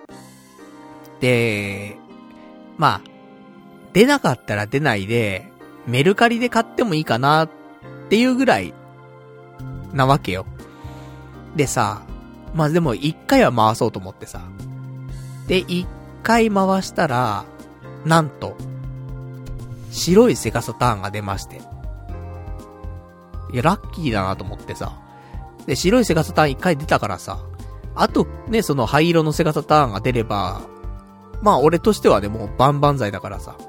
で、まあ、出なかったら出ないで、メルカリで買ってもいいかなっていうぐらいなわけよ。でさ、まあでも一回は回そうと思ってさ。で、一回回したら、なんと、白いセガサターンが出まして。いや、ラッキーだなと思ってさ。で、白いセガサターン一回出たからさ、あとね、その灰色のセガサターンが出れば、まあ俺としてはね、もう万々歳だからさ。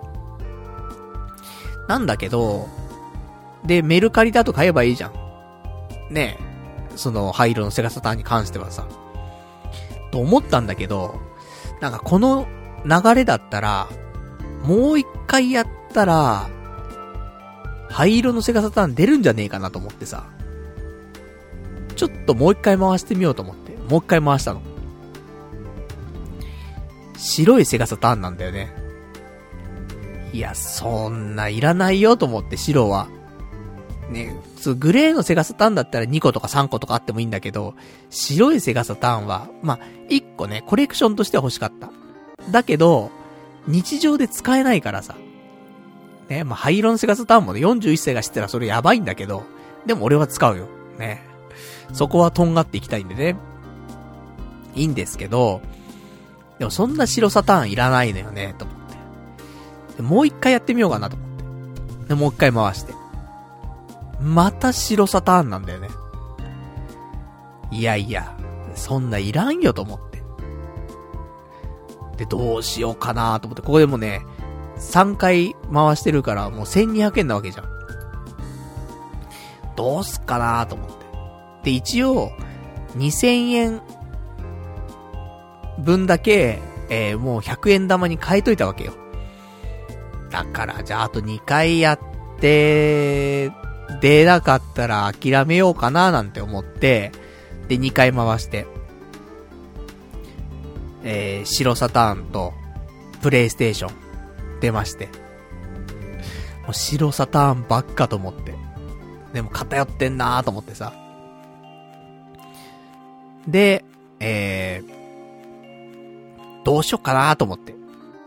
なんだけど、で、メルカリだと買えばいいじゃん。ねえ、その灰色のセガサターンに関してはさ。と思ったんだけど、なんかこの流れだったら、もう一回やったら、灰色のセガサターン出るんじゃねえかなと思ってさ。ちょっともう一回回してみようと思って、もう一回回したの。白いセガサターンなんだよね。いや、そんないらないよと思って、白は。ね、グレーのセガサターンだったらにことかさんことかあってもいいんだけど、白いセガサターンは、まあ、いっこね、コレクションとしては欲しかった。だけど、日常で使えないからさ。ね、まあ、灰色のセガサターンもね、よんじゅういっさいが知ったらそれやばいんだけど、でも俺は使うよ。ね。そこはとんがっていきたいんでね。いいんですけど、でもそんな白サターンいらないのよね、と思って。でもう一回やってみようかなと思って。で、もう一回回して。また白サターンなんだよね。いやいや、そんないらんよと思って。で、どうしようかなと思って、ここでもね、さんかい回してるからもうせんにひゃくえんなわけじゃん。どうすっかなと思って。で、一応、にせんえん分だけ、えー、もうひゃくえん玉に変えといたわけよ。だから、じゃああとにかいやって、 出なかったら諦めようかななんて思って、で、にかい回して、えー、白サターンと、プレイステーション、出まして。もう白サターンばっかと思って。でも偏ってんなーと思ってさ。で、えー、どうしよっかなーと思って。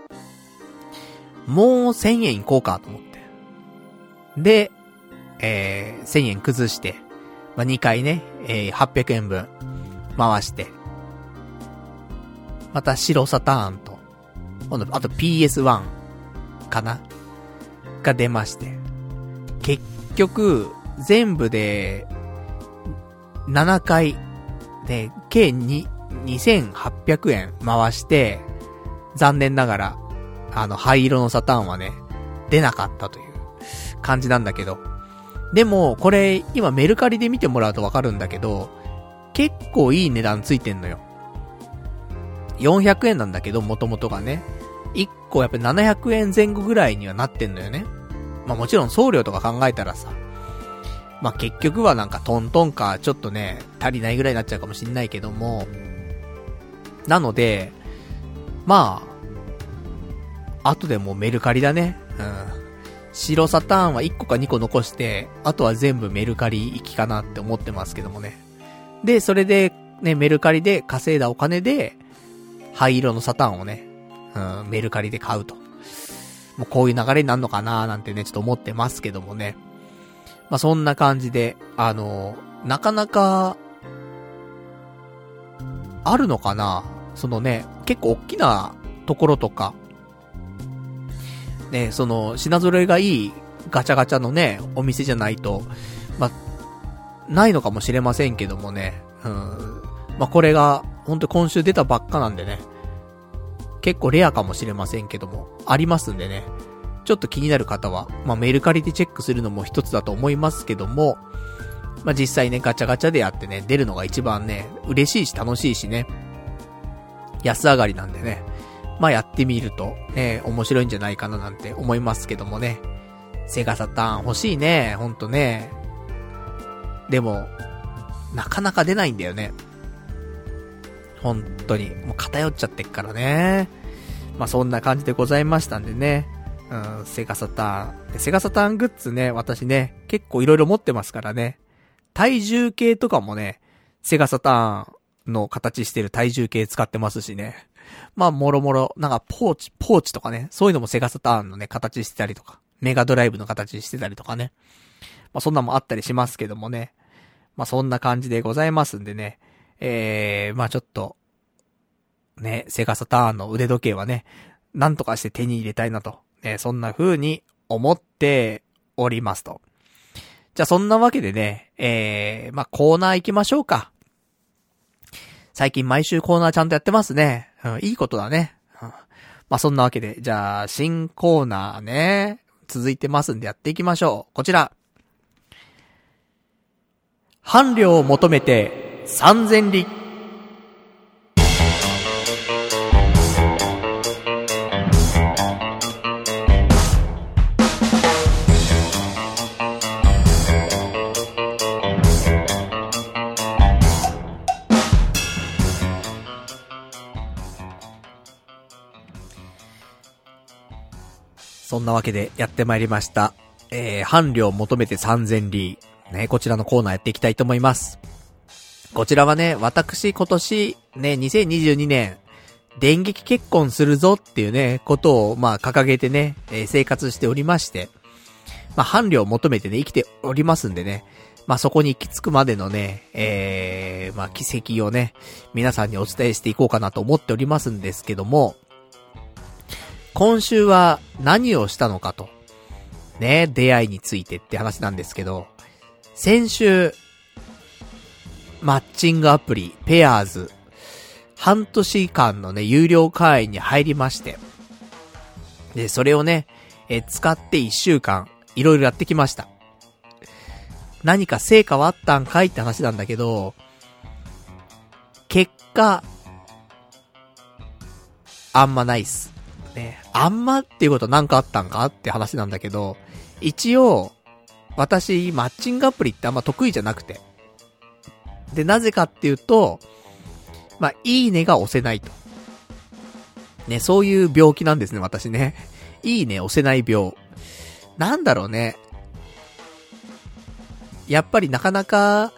もうせんえんいこうかと思って。で、えー、せんえん崩して、まあ、にかいね、えー、はっぴゃくえんぶん回して、また白サターンと、今度あと ピーエスワン かなが出まして、結局全部でななかいで計ににせんはっぴゃくえん回して、残念ながらあの灰色のサターンはね出なかったという感じなんだけど、でもこれ今メルカリで見てもらうとわかるんだけど、結構いい値段ついてんのよ。よんひゃくえんなんだけど、元々がね、いっこやっぱななひゃくえんぜん後ぐらいにはなってんのよね。まあもちろん送料とか考えたらさ、まあ結局はなんかトントンかちょっとね足りないぐらいになっちゃうかもしんないけども、なのでまあ後でもうメルカリだね。うん。白サターンはいっこかにこ残して、あとは全部メルカリ行きかなって思ってますけどもね。で、それでね、メルカリで稼いだお金で灰色のサターンをね、うん、メルカリで買うと。もうこういう流れになるのかなーなんてね、ちょっと思ってますけどもね。まあそんな感じで、あのー、なかなか、あるのかな、そのね、結構大きなところとか、ね、その、品揃えがいいガチャガチャのね、お店じゃないと、まあ、ないのかもしれませんけどもね、うん。まあこれが、ほんと今週出たばっかなんでね、結構レアかもしれませんけども、ありますんでね、ちょっと気になる方は、まあメルカリでチェックするのも一つだと思いますけども、まあ実際ね、ガチャガチャでやってね、出るのが一番ね、嬉しいし楽しいしね、安上がりなんでね、まあやってみると、ね、面白いんじゃないかななんて思いますけどもね。セガサターン欲しいね、ほんとね。でも、なかなか出ないんだよね。本当にもう偏っちゃってっからね。まあそんな感じでございましたんでね、うん、セガサターンセガサターングッズね、私ね結構いろいろ持ってますからね。体重計とかもね、セガサターンの形してる体重計使ってますしね。まあもろもろなんかポーチポーチとかね、そういうのもセガサターンのね形してたりとか、メガドライブの形してたりとかね、まあそんなもあったりしますけどもね。まあそんな感じでございますんでね、えー、まあちょっと、ね、セガサターンの腕時計はね、なんとかして手に入れたいなと、ね、そんな風に思っておりますと。じゃあそんなわけでね、えー、まあコーナー行きましょうか。最近毎週コーナーちゃんとやってますね。うん、いいことだね。うん、まあそんなわけで、じゃあ新コーナーね、続いてますんでやっていきましょう。こちら。伴侶を求めて三千里。そんなわけでやってまいりました。えー、伴侶を求めて三千里。ね、こちらのコーナーやっていきたいと思います。こちらはね、私今年ね、にせんにじゅうにねん電撃結婚するぞっていうねことをまあ掲げてね、えー、生活しておりまして、まあ伴侶を求めてね生きておりますんでね、まあそこに行き着くまでのね、えー、まあ奇跡をね皆さんにお伝えしていこうかなと思っておりますんですけども、今週は何をしたのかとね、出会いについてって話なんですけど、先週マッチングアプリペアーズ半年間のね有料会員に入りまして、でそれをねえ使っていっしゅうかんいろいろやってきました。何か成果はあったんかいって話なんだけど、結果あんまないっすね。あんまっていうことなんかあったんかって話なんだけど、一応私、マッチングアプリってあんま得意じゃなくて。で、なぜかっていうと、まあ、いいねが押せないと。ね、そういう病気なんですね、私ね。いいね押せない病。なんだろうね。やっぱりなかなか、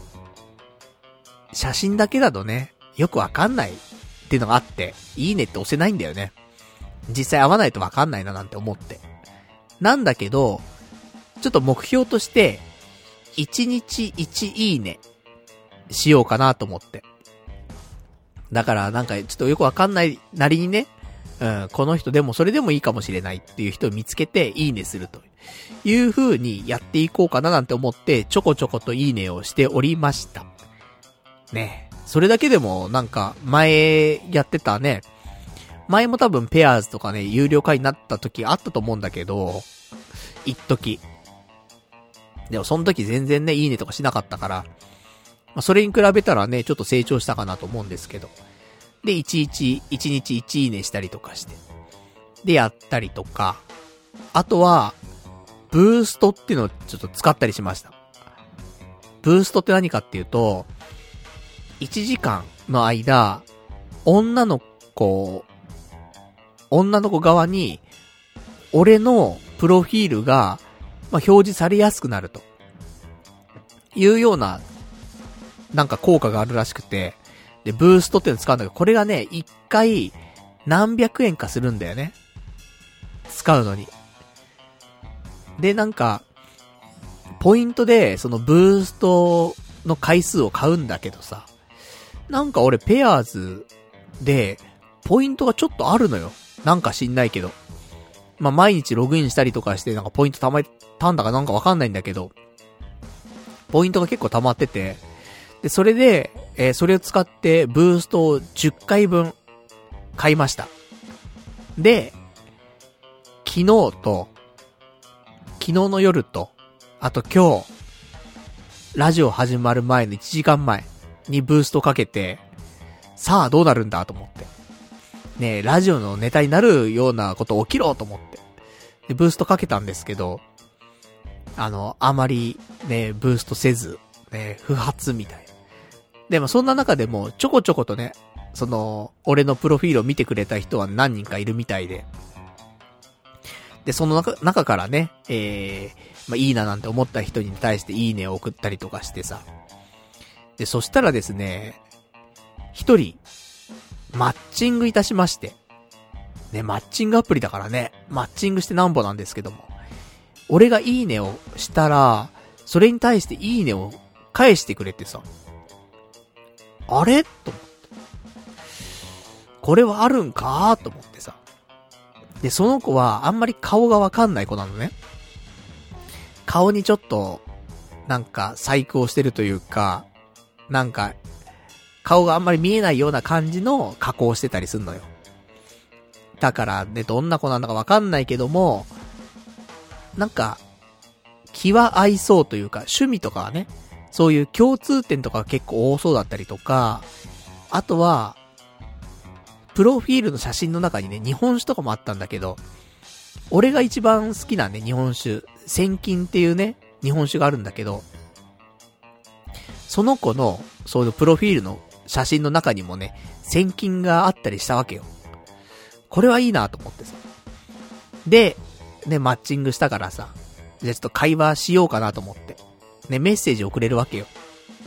写真だけだとね、よくわかんないっていうのがあって、いいねって押せないんだよね。実際会わないとわかんないななんて思って。なんだけど、ちょっと目標として、いちにちいちいいねしようかなと思って。だからなんかちょっとよくわかんないなりにね、うん、この人でもそれでもいいかもしれないっていう人を見つけていいねするという風にやっていこうかななんて思ってちょこちょこといいねをしておりました。ね。それだけでもなんか前やってたね、前も多分ペアーズとかね、有料会になった時あったと思うんだけど、一時。でもその時全然ね、いいねとかしなかったから、まあ、それに比べたらね、ちょっと成長したかなと思うんですけど。で、いちいち、いちにちいちいいねしたりとかして。で、やったりとか。あとは、ブーストっていうのをちょっと使ったりしました。ブーストって何かっていうと、いちじかんの間、女の子、女の子側に、俺のプロフィールが、まあ、表示されやすくなると。いうような、なんか効果があるらしくて、で、ブーストっていうの使うんだけど、これがね、一回、何百円かするんだよね。使うのに。で、なんか、ポイントで、そのブーストの回数を買うんだけどさ、なんか俺ペアーズで、ポイントがちょっとあるのよ。なんか知んないけど。まあ、毎日ログインしたりとかして、なんかポイント溜まったんだかなんかわかんないんだけど、ポイントが結構溜まってて、で、それで、えー、それを使ってブーストをじゅっかいぶん買いました。で、昨日と、昨日の夜と、あと今日、ラジオ始まる前のいちじかんまえにブーストかけて、さあどうなるんだと思って。ねえ、ラジオのネタになるようなこと起きろと思って。で、ブーストかけたんですけど、あの、あまりね、ブーストせず、ね、不発みたいな。でもそんな中でもちょこちょことね、その、俺のプロフィールを見てくれた人は何人かいるみたいで。で、その中、中からね、えー、まあ、いいななんて思った人に対していいねを送ったりとかしてさ。で、そしたらですね、一人、マッチングいたしまして。ね、マッチングアプリだからね、マッチングしてなんぼなんですけども。俺がいいねをしたら、それに対していいねを返してくれてさ。あれと思って。これはあるんかーと思ってさ。で、その子はあんまり顔がわかんない子なのね。顔にちょっと、なんか細工をしてるというか、なんか、顔があんまり見えないような感じの加工をしてたりすんのよ。だからね、どんな子なんだかわかんないけども、なんか、気は合いそうというか、趣味とかはね、そういう共通点とか結構多そうだったりとか、あとは、プロフィールの写真の中にね、日本酒とかもあったんだけど、俺が一番好きなね、日本酒、千金っていうね、日本酒があるんだけど、その子の、そういうプロフィールの写真の中にもね、千金があったりしたわけよ。これはいいなと思ってさ。で、ね、マッチングしたからさ、じゃあちょっと会話しようかなと思って。ね、メッセージ送れるわけよ。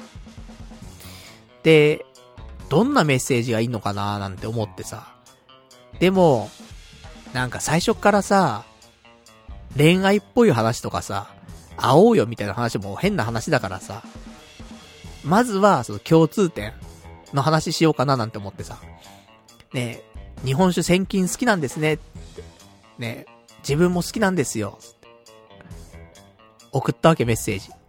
で、どんなメッセージがいいのかなーなんて思ってさ。でも、なんか最初からさ、恋愛っぽい話とかさ、会おうよみたいな話も変な話だからさ、まずはその共通点の話しようかななんて思ってさ。ねえ、日本酒千金好きなんですね。ねえ、自分も好きなんですよ。送ったわけメッセージ。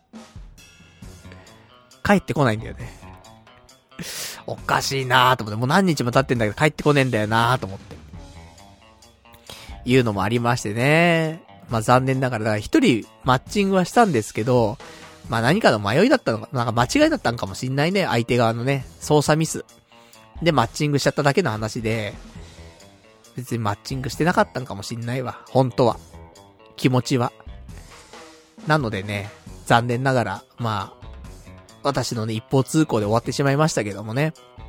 帰ってこないんだよね。おかしいなーと思って、もう何日も経ってんだけど帰ってこねえんだよなーと思って。いうのもありましてね。まあ残念ながら、だから一人マッチングはしたんですけど、まあ何かの迷いだったのか、なんか間違いだったんかもしんないね、相手側のね、操作ミス。でマッチングしちゃっただけの話で、別にマッチングしてなかったんかもしんないわ、本当は。気持ちは。 なのでね、残念ながら、まあ、私のね、一方通行で終わってしまいましたけどもね。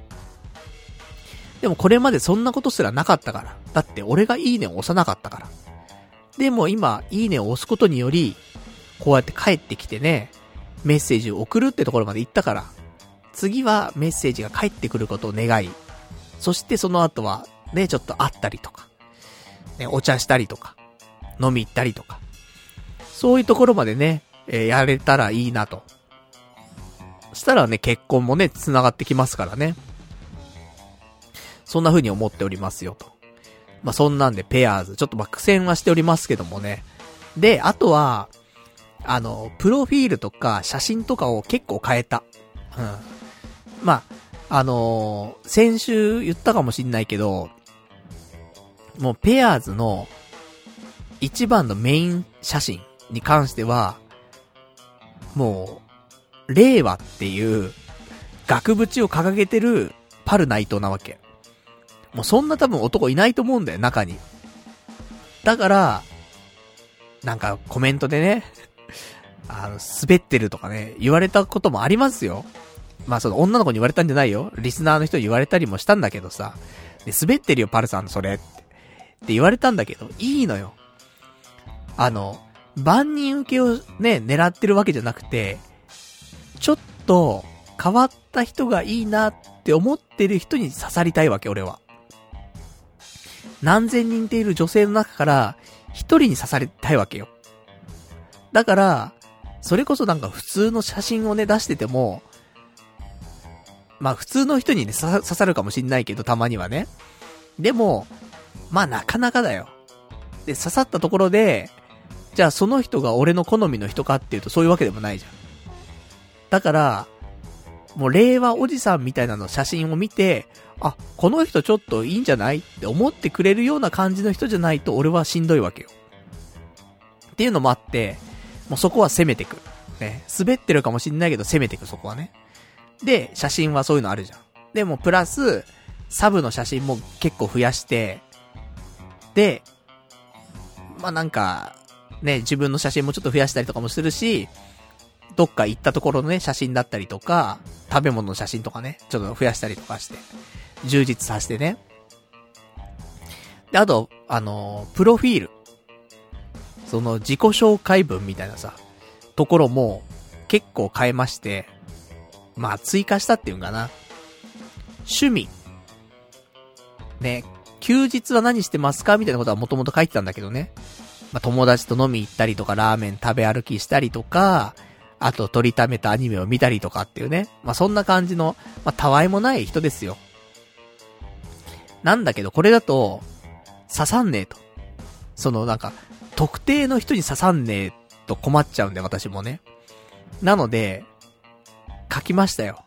でもこれまでそんなことすらなかったから。だって俺がいいねを押さなかったから。でも今、いいねを押すことにより、こうやって帰ってきてね、メッセージを送るってところまで行ったから、次はメッセージが返ってくることを願い、そしてその後は、ね、ちょっと会ったりとか、ね、お茶したりとか、飲み行ったりとか、そういうところまでね、えー、やれたらいいなと。したらね、結婚もね、繋がってきますからね。そんな風に思っておりますよと。まあ、そんなんでペアーズ、ちょっとまあ苦戦はしておりますけどもね。で、あとは、あの、プロフィールとか写真とかを結構変えた。うん。まあ、あのー、先週言ったかもしんないけど、もうペアーズの一番のメイン写真に関しては、もう、令和っていう額縁を掲げてるパル内藤なわけ。もうそんな多分男いないと思うんだよ、中に。だから、なんかコメントでね、あの、滑ってるとかね、言われたこともありますよ。まあその女の子に言われたんじゃないよ。リスナーの人に言われたりもしたんだけどさ、で滑ってるよパルさんそれって。って言われたんだけど、いいのよ。あの、万人受けをね、狙ってるわけじゃなくて、ちょっと変わった人がいいなって思ってる人に刺さりたいわけ、俺は。何千人っている女性の中から一人に刺されたいわけよ。だから、それこそなんか普通の写真をね出してても、まあ普通の人にね刺さるかもしんないけど、たまにはね。でも、まあなかなかだよ。で、刺さったところで、じゃあその人が俺の好みの人かっていうとそういうわけでもないじゃん。だから、もう令和おじさんみたいなの写真を見て、あ、この人ちょっといいんじゃないって思ってくれるような感じの人じゃないと俺はしんどいわけよ。っていうのもあって、もうそこは攻めてく。ね。滑ってるかもしんないけど攻めてく、そこはね。で、写真はそういうのあるじゃん。でもプラス、サブの写真も結構増やして、で、まあ、なんか、ね、自分の写真もちょっと増やしたりとかもするし、どっか行ったところのね、写真だったりとか、食べ物の写真とかね、ちょっと増やしたりとかして、充実させてね。で、あと、あの、プロフィール。その自己紹介文みたいなさ、ところも結構変えまして、まあ追加したっていうんかな。趣味。ね、休日は何してますかみたいなことはもともと書いてたんだけどね。まあ友達と飲み行ったりとか、ラーメン食べ歩きしたりとか、あと撮りためたアニメを見たりとかっていうね。まあそんな感じの、まあたわいもない人ですよ。なんだけどこれだと、刺さんねえと。そのなんか、特定の人に刺さんねえと困っちゃうんで私もね。なので、書きましたよ。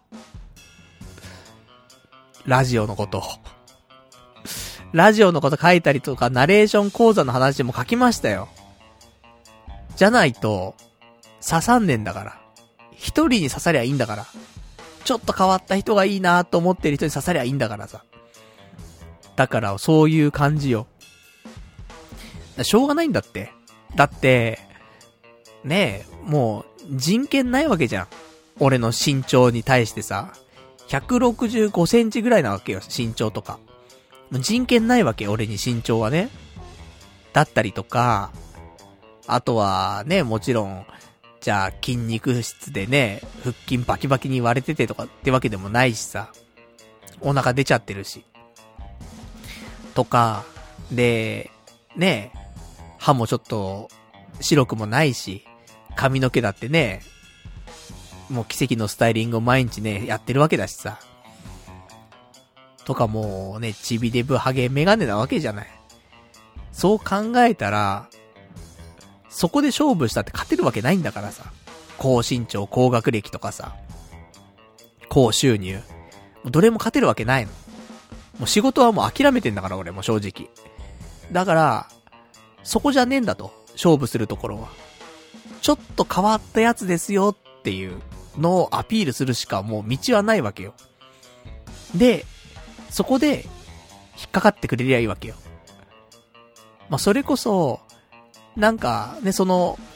ラジオのこと。ラジオのこと書いたりとか、ナレーション講座の話も書きましたよ。じゃないと、刺さんねんだから。一人に刺さりゃいいんだから。ちょっと変わった人がいいなと思ってる人に刺さりゃいいんだからさ。だから、そういう感じよ。しょうがないんだって。だって、ねえ、もう、人権ないわけじゃん。俺の身長に対してさ。ひゃくろくじゅうごセンチぐらいなわけよ、身長とか。人権ないわけ、俺に身長はね。だったりとか、あとはね、もちろん、じゃあ筋肉質でね、腹筋バキバキに割れててとかってわけでもないしさ。お腹出ちゃってるし。とか、で、ね、歯もちょっと白くもないし、髪の毛だってね、もう奇跡のスタイリングを毎日ね、やってるわけだしさ。とかもうね、チビデブハゲメガネなわけじゃない。そう考えたら、そこで勝負したって勝てるわけないんだからさ。高身長、高学歴とかさ。高収入。どれも勝てるわけないの。もう仕事はもう諦めてんだから俺も正直。だから、そこじゃねえんだと。勝負するところは。ちょっと変わったやつですよっていうのをアピールするしかもう道はないわけよ。で、そこで引っかかってくれりゃいいわけよ。まあ、それこそ、なんかね、その、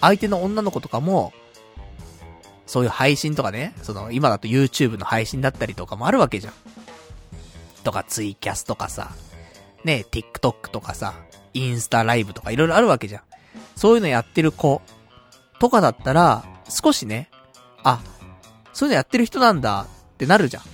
相手の女の子とかも、そういう配信とかね、その、今だと YouTube の配信だったりとかもあるわけじゃん。とか、ツイキャスとかさ、ね、TikTok とかさ、インスタライブとかいろいろあるわけじゃん。そういうのやってる子とかだったら、少しね、あ、そういうのやってる人なんだってなるじゃん。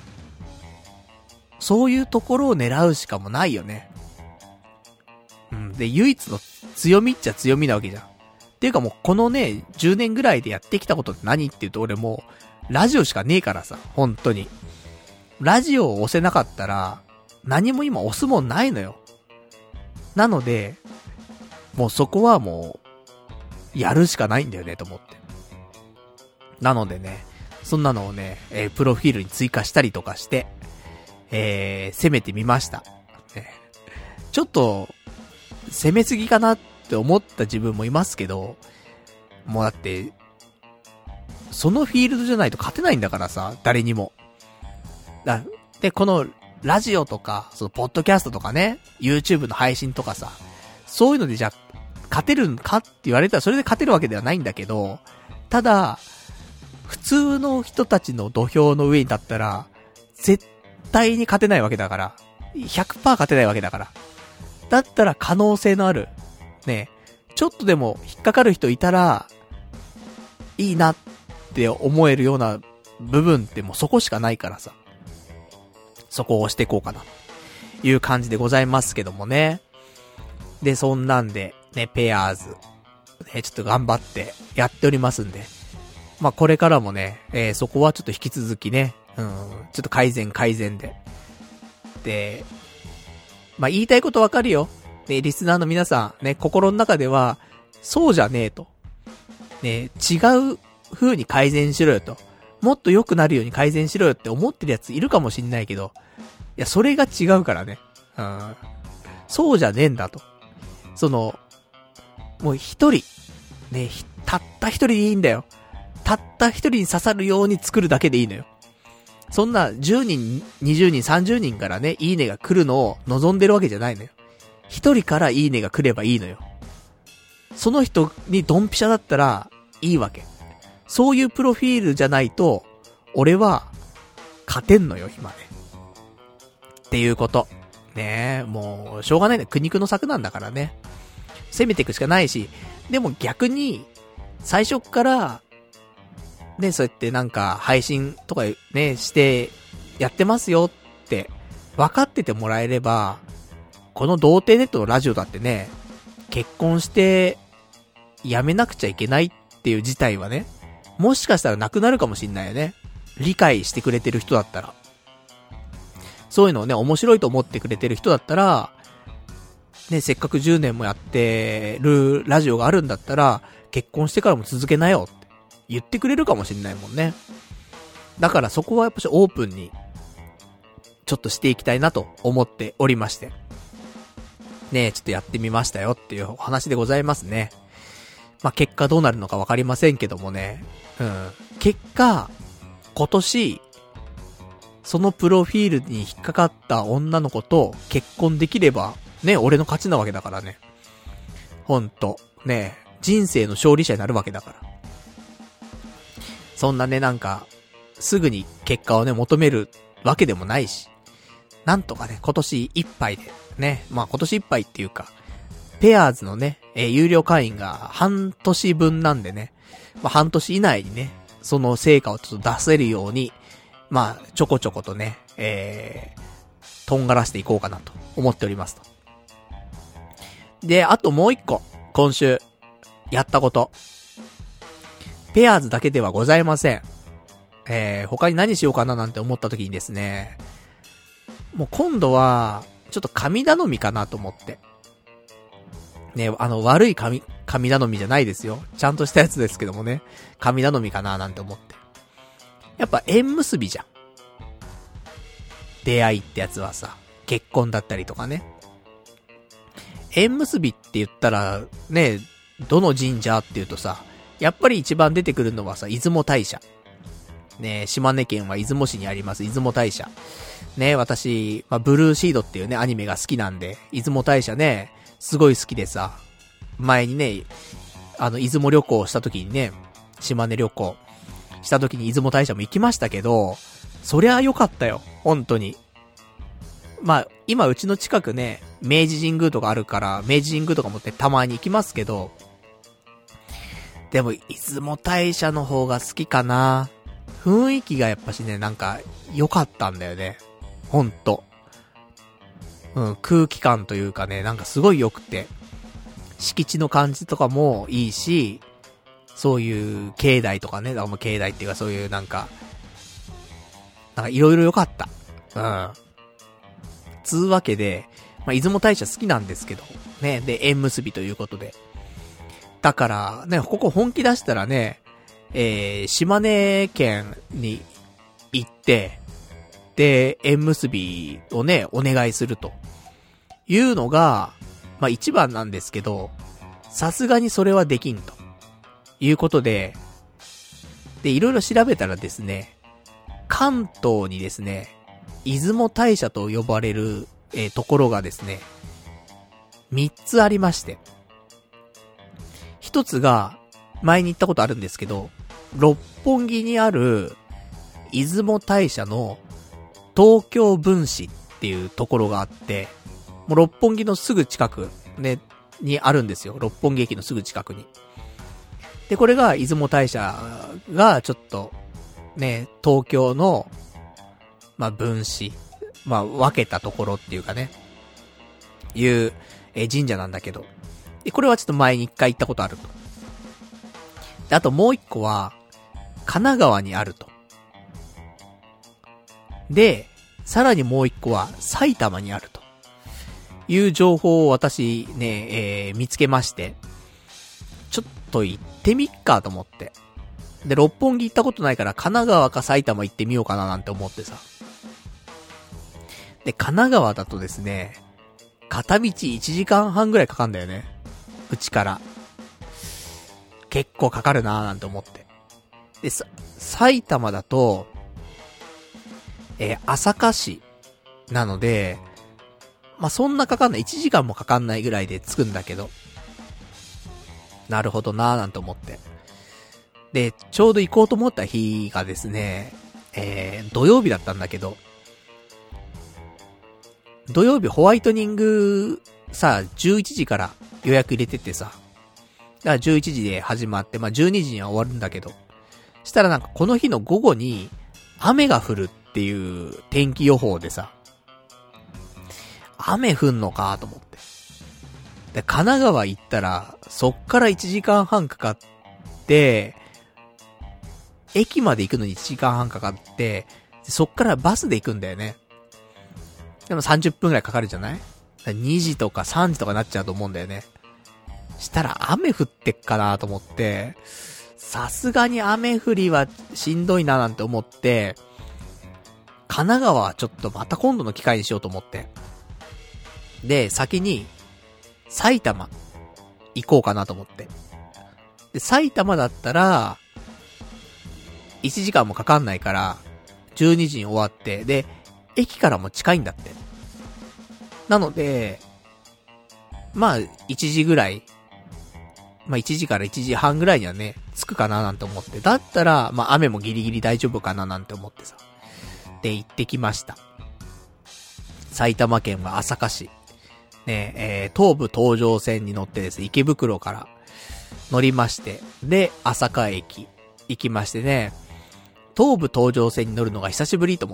そういうところを狙うしかもないよね。うん。で、唯一の強みっちゃ強みなわけじゃん。っていうかもうこのね、じゅうねんぐらいでやってきたことって何って言うと俺もう、ラジオしかねえからさ、本当に。ラジオを押せなかったら、何も今押すもんないのよ。なので、もうそこはもう、やるしかないんだよねと思って。なのでね、そんなのをね、えー、プロフィールに追加したりとかして、えー、攻めてみました。ね、ちょっと、攻めすぎかなって思った自分もいますけど、もうだって、そのフィールドじゃないと勝てないんだからさ、誰にも。だで、この、ラジオとか、その、ポッドキャストとかね、YouTube の配信とかさ、そういうのでじゃ、勝てるんかって言われたらそれで勝てるわけではないんだけど、ただ、普通の人たちの土俵の上に立ったら、絶対に勝てないわけだから、ひゃくパーセント 勝てないわけだから。だったら可能性のある、ね、ちょっとでも引っかかる人いたら、いいなって思えるような部分ってもうそこしかないからさ。そこを押していこうかな、という感じでございますけどもね。で、そんなんで、ね、ペアーズ、ね、ちょっと頑張ってやっておりますんで。まあ、これからもね、えー、そこはちょっと引き続きね、うん、ちょっと改善改善で。で、まあ、言いたいことわかるよ。で、リスナーの皆さん、ね、心の中では、そうじゃねえと。ね、違う風に改善しろよと。もっと良くなるように改善しろよって思ってるやついるかもしんないけど、いや、それが違うからね。うん。そうじゃねえんだと。その、もう一人、ね、たった一人でいいんだよ。たった一人に刺さるように作るだけでいいのよ。そんなじゅうにん、にじゅうにん、さんじゅうにんからね、いいねが来るのを望んでるわけじゃないのよ。一人からいいねが来ればいいのよ。その人にドンピシャだったらいいわけ。そういうプロフィールじゃないと、俺は勝てんのよ、今ね。っていうこと。ねえ、もう、しょうがないね。苦肉の策なんだからね。攻めていくしかないし、でも逆に、最初っから、ね、そうやってなんか配信とかね、してやってますよって分かっててもらえれば、この童貞ネットのラジオだってね、結婚してやめなくちゃいけないっていう事態はね、もしかしたらなくなるかもしんないよね。理解してくれてる人だったら。そういうのをね、面白いと思ってくれてる人だったら、ね、せっかくじゅうねんもやってるラジオがあるんだったら、結婚してからも続けなよって言ってくれるかもしんないもんね。だからそこはやっぱしオープンに、ちょっとしていきたいなと思っておりまして。ね、ちょっとやってみましたよっていうお話でございますね。まあ、結果どうなるのかわかりませんけどもね。うん。結果、今年、そのプロフィールに引っかかった女の子と結婚できれば、ね、俺の勝ちなわけだからね。ほんと、ね、人生の勝利者になるわけだから。そんなね、なんか、すぐに結果をね、求めるわけでもないし。なんとかね、今年いっぱいで、ね、まあ今年いっぱいっていうか、ペアーズのね、えー、有料会員が半年分なんでね、まあ半年以内にね、その成果をちょっと出せるように、まあちょこちょことね、えー、とんがらしていこうかなと思っておりますと。で、あともう一個、今週、やったこと。ペアーズだけではございません。えー、他に何しようかななんて思った時にですね、もう今度は、ちょっと神頼みかなと思って。ね、あの、悪い神、神頼みじゃないですよ。ちゃんとしたやつですけどもね。神頼みかななんて思って。やっぱ縁結びじゃん。出会いってやつはさ、結婚だったりとかね。縁結びって言ったら、ね、どの神社って言うとさ、やっぱり一番出てくるのはさ、出雲大社。ね、島根県は出雲市にあります出雲大社。ね、私、まあ、ブルーシードっていうね、アニメが好きなんで、出雲大社ね、すごい好きでさ、前にね、 あの、出雲旅行した時にね、島根旅行した時に出雲大社も行きましたけど、そりゃ良かったよ。本当に。まあ、今うちの近くね、明治神宮とかあるから、明治神宮とかもってたまに行きますけど、でも、出雲大社の方が好きかな。雰囲気がやっぱしね、なんか、良かったんだよね。ほんと。うん、空気感というかね、なんかすごい良くて。敷地の感じとかもいいし、そういう境内とかね、だからもう境内っていうかそういうなんか、なんかいろいろ良かった。うん。つうわけで、まあ、出雲大社好きなんですけど、ね、で、縁結びということで。だから、ね、ここ本気出したらね、えー、島根県に行って、で、縁結びをね、お願いすると。いうのが、まあ、一番なんですけど、さすがにそれはできんと。いうことで、で、いろいろ調べたらですね、関東にですね、出雲大社と呼ばれる、えー、ところがですね、三つありまして。一つが、前に行ったことあるんですけど、六本木にある、出雲大社の東京分祠っていうところがあって、もう六本木のすぐ近く、ね、にあるんですよ。六本木駅のすぐ近くに。で、これが出雲大社がちょっと、ね、東京の、まあ、分祠、まあ、分けたところっていうかね、いう、えー、神社なんだけど。で、これはちょっと前に一回行ったことあると。で、あともう一個は、神奈川にあると。で、さらにもう一個は、埼玉にあると。いう情報を私ね、えー、見つけまして、ちょっと行ってみっかと思って。で、六本木行ったことないから、神奈川か埼玉行ってみようかななんて思ってさ。で、神奈川だとですね、片道いちじかんはんぐらいかかんだよね。うちから。結構かかるなーなんて思って。で、さ、埼玉だと、えー、朝霞市なので、まあ、そんなかかんない。いちじかんもかかんないぐらいで着くんだけど。なるほどなーなんて思って。で、ちょうど行こうと思った日がですね、えー、土曜日だったんだけど、土曜日ホワイトニングさ、じゅういちじから予約入れてってさ、だからじゅういちじで始まって、まあ、じゅうにじには終わるんだけど、したらなんかこの日の午後に雨が降るっていう天気予報でさ、雨降んのかと思って。で、神奈川行ったら、そっからいちじかんはんかかって、駅まで行くのにいちじかんはんかかって、そっからバスで行くんだよね。でもさんじゅっぷんくらいかかるじゃない？にじとかさんじとかなっちゃうと思うんだよね。したら雨降ってっかなと思って、さすがに雨降りはしんどいななんて思って、神奈川はちょっとまた今度の機会にしようと思って。で、先に埼玉行こうかなと思って。で、埼玉だったら、いちじかんもかかんないから、じゅうにじに終わって、で、駅からも近いんだって。なので、まあ、いちじぐらい、まあいちじからいちじはんぐらいにはね、着くかななんて思って。だったら、まあ雨もギリギリ大丈夫かななんて思ってさ。で、行ってきました。埼玉県は朝霞市。ねえ、ー、東武東上線に乗ってですね、池袋から乗りまして、で、朝霞駅行きましてね、東武東上線に乗るのが久しぶりと思って。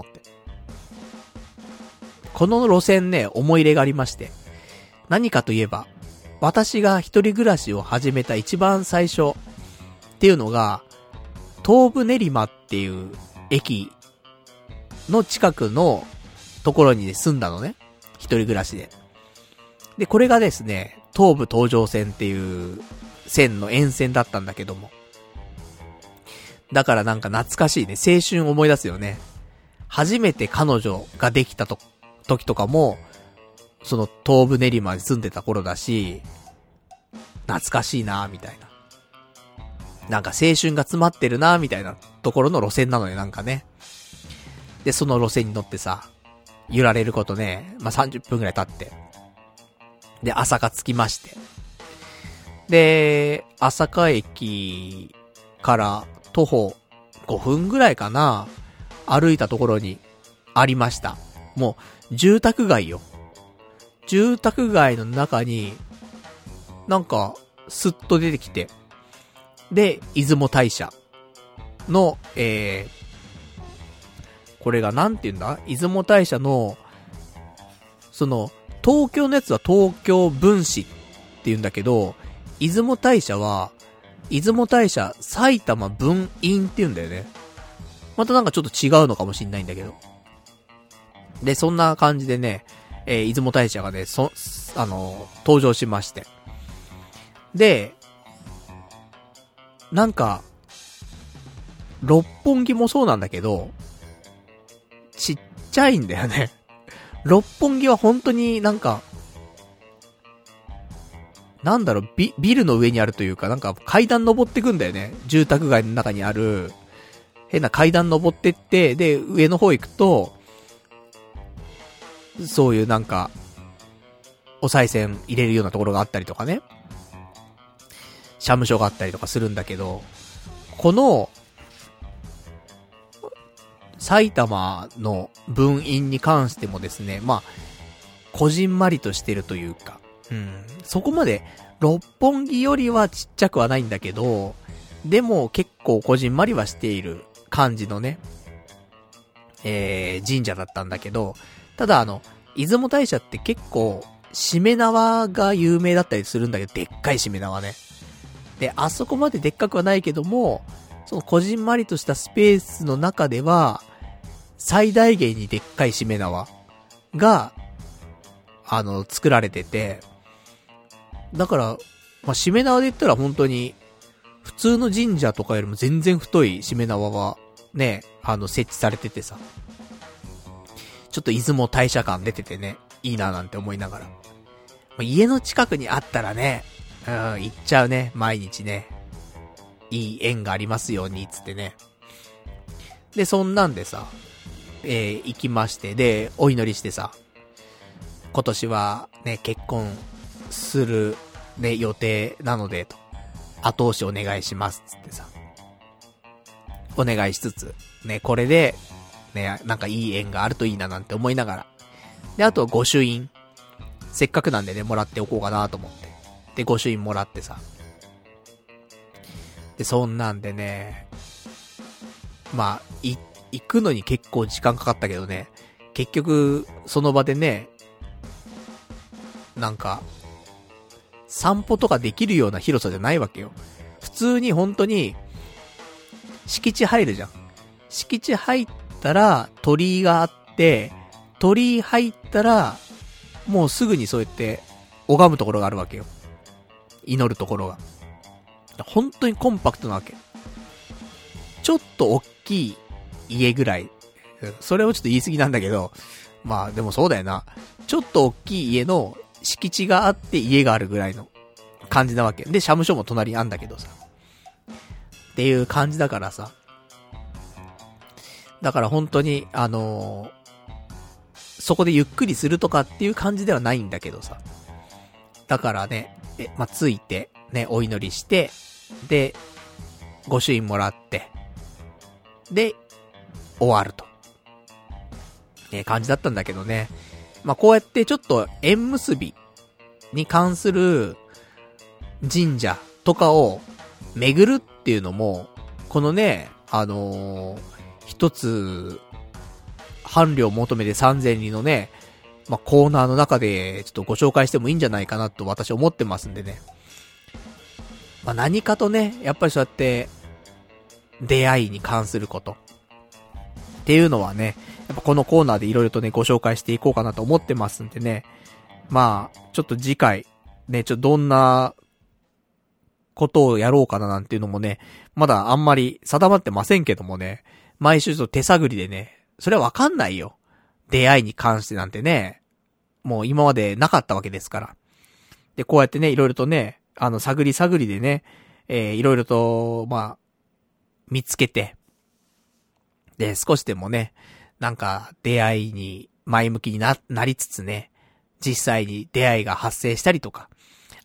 この路線ね、思い入れがありまして。何かといえば、私が一人暮らしを始めた一番最初っていうのが、東武練馬っていう駅の近くのところに、ね、住んだのね。一人暮らしで。で、これがですね、東武東上線っていう線の沿線だったんだけども。だからなんか懐かしいね。青春思い出すよね。初めて彼女ができたと、時とかも、その東武練馬に住んでた頃だし、懐かしいなみたいな。なんか青春が詰まってるなみたいなところの路線なのよ、なんかね。で、その路線に乗ってさ、揺られることね、まあ、さんじゅっぷんくらい経って。で、朝が着きまして。 で、朝霞駅から徒歩ごふんぐらいかな、歩いたところにありました。もう、住宅街よ。住宅街の中に、なんか、スッと出てきて、で、出雲大社の、えー、これがなんて言うんだ？出雲大社の、その、東京のやつは東京分祠って言うんだけど、出雲大社は、出雲大社埼玉分院って言うんだよね。またなんかちょっと違うのかもしんないんだけど。で、そんな感じでね、えー、出雲大社がね、そ、あの、登場しまして。で、なんか、六本木もそうなんだけど、ちっちゃいんだよね。六本木は本当になんか、なんだろう、ビ、ビルの上にあるというか、なんか階段登ってくんだよね。住宅街の中にある、変な階段登ってって、で、上の方行くと、そういうなんか、お賽銭入れるようなところがあったりとかね。社務所があったりとかするんだけど、この、埼玉の分院に関してもですね、まあ、こじんまりとしてるというか、うん、そこまで六本木よりはちっちゃくはないんだけど、でも結構こじんまりはしている感じのね、えー、神社だったんだけど、ただあの、出雲大社って結構、しめ縄が有名だったりするんだけど、でっかいしめ縄ね。で、あそこまででっかくはないけども、そのこじんまりとしたスペースの中では、最大限にでっかいしめ縄が、あの、作られてて、だから、まあ、しめ縄で言ったら本当に、普通の神社とかよりも全然太いしめ縄が、ね、あの、設置されててさ、ちょっと出雲大社感出ててね、いいななんて思いながら。まあ、家の近くにあったらね、うん、行っちゃうね、毎日ね。いい縁がありますように、つってね。で、そんなんでさ、えー、行きまして、で、お祈りしてさ、今年はね、結婚するね、予定なので、と。後押しお願いします、つってさ。お願いしつつ、ね、これで、ね、なんかいい縁があるといいななんて思いながら。で、あと、御朱印。せっかくなんでね、もらっておこうかなと思って。で、御朱印もらってさ。で、そんなんでね、まあ、い、行くのに結構時間かかったけどね、結局、その場でね、なんか、散歩とかできるような広さじゃないわけよ。普通に本当に、敷地入るじゃん。敷地入ったら、鳥居があって、鳥居入ったら、もうすぐにそうやって、拝むところがあるわけよ。祈るところが。本当にコンパクトなわけ。ちょっと大きい家ぐらい。それをちょっと言い過ぎなんだけど、まあでもそうだよな。ちょっと大きい家の敷地があって家があるぐらいの感じなわけ。で、社務所も隣にあんだけどさ。っていう感じだからさ。だから本当に、あのー、そこでゆっくりするとかっていう感じではないんだけどさ。だからね、え、まあ、ついて、ね、お祈りして、で、御朱印もらって、で、終わると。ね、感じだったんだけどね。まあ、こうやってちょっと縁結びに関する神社とかを巡るっていうのも、このね、あのー、一つ、伴侶を求めてさんぜんにんのね、まあ、コーナーの中でちょっとご紹介してもいいんじゃないかなと私思ってますんでね。まあ、何かとね、やっぱりそうやって出会いに関することっていうのはね、やっぱこのコーナーでいろいろとねご紹介していこうかなと思ってますんでね。まあちょっと次回ね、ちょっとどんなことをやろうかななんていうのもね、まだあんまり定まってませんけどもね、毎週ちょっと手探りでね、それはわかんないよ。出会いに関してなんてね、もう今までなかったわけですから。で、こうやってね、いろいろとね、あの、探り探りでね、えー、いろいろと、まあ、見つけて、で、少しでもね、なんか、出会いに前向きにな、なりつつね、実際に出会いが発生したりとか、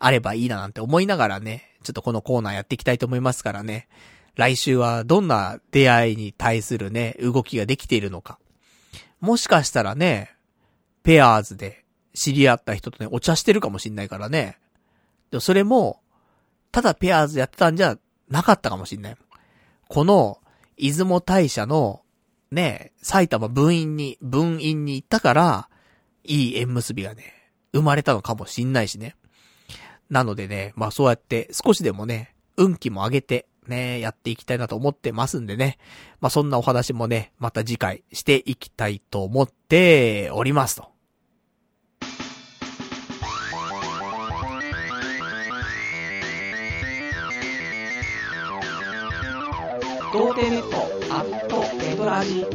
あればいいななんて思いながらね、ちょっとこのコーナーやっていきたいと思いますからね。来週はどんな出会いに対するね、動きができているのか。もしかしたらね、ペアーズで知り合った人とね、お茶してるかもしんないからね。でもそれも、ただペアーズやってたんじゃなかったかもしんない。この、出雲大社の、ね、埼玉分院に、分院に行ったから、いい縁結びがね、生まれたのかもしんないしね。なのでね、まあそうやって少しでもね、運気も上げて、ね、やっていきたいなと思ってますんでね。まあそんなお話もね、また次回していきたいと思っておりますと。 童貞ネットアットネトラジ。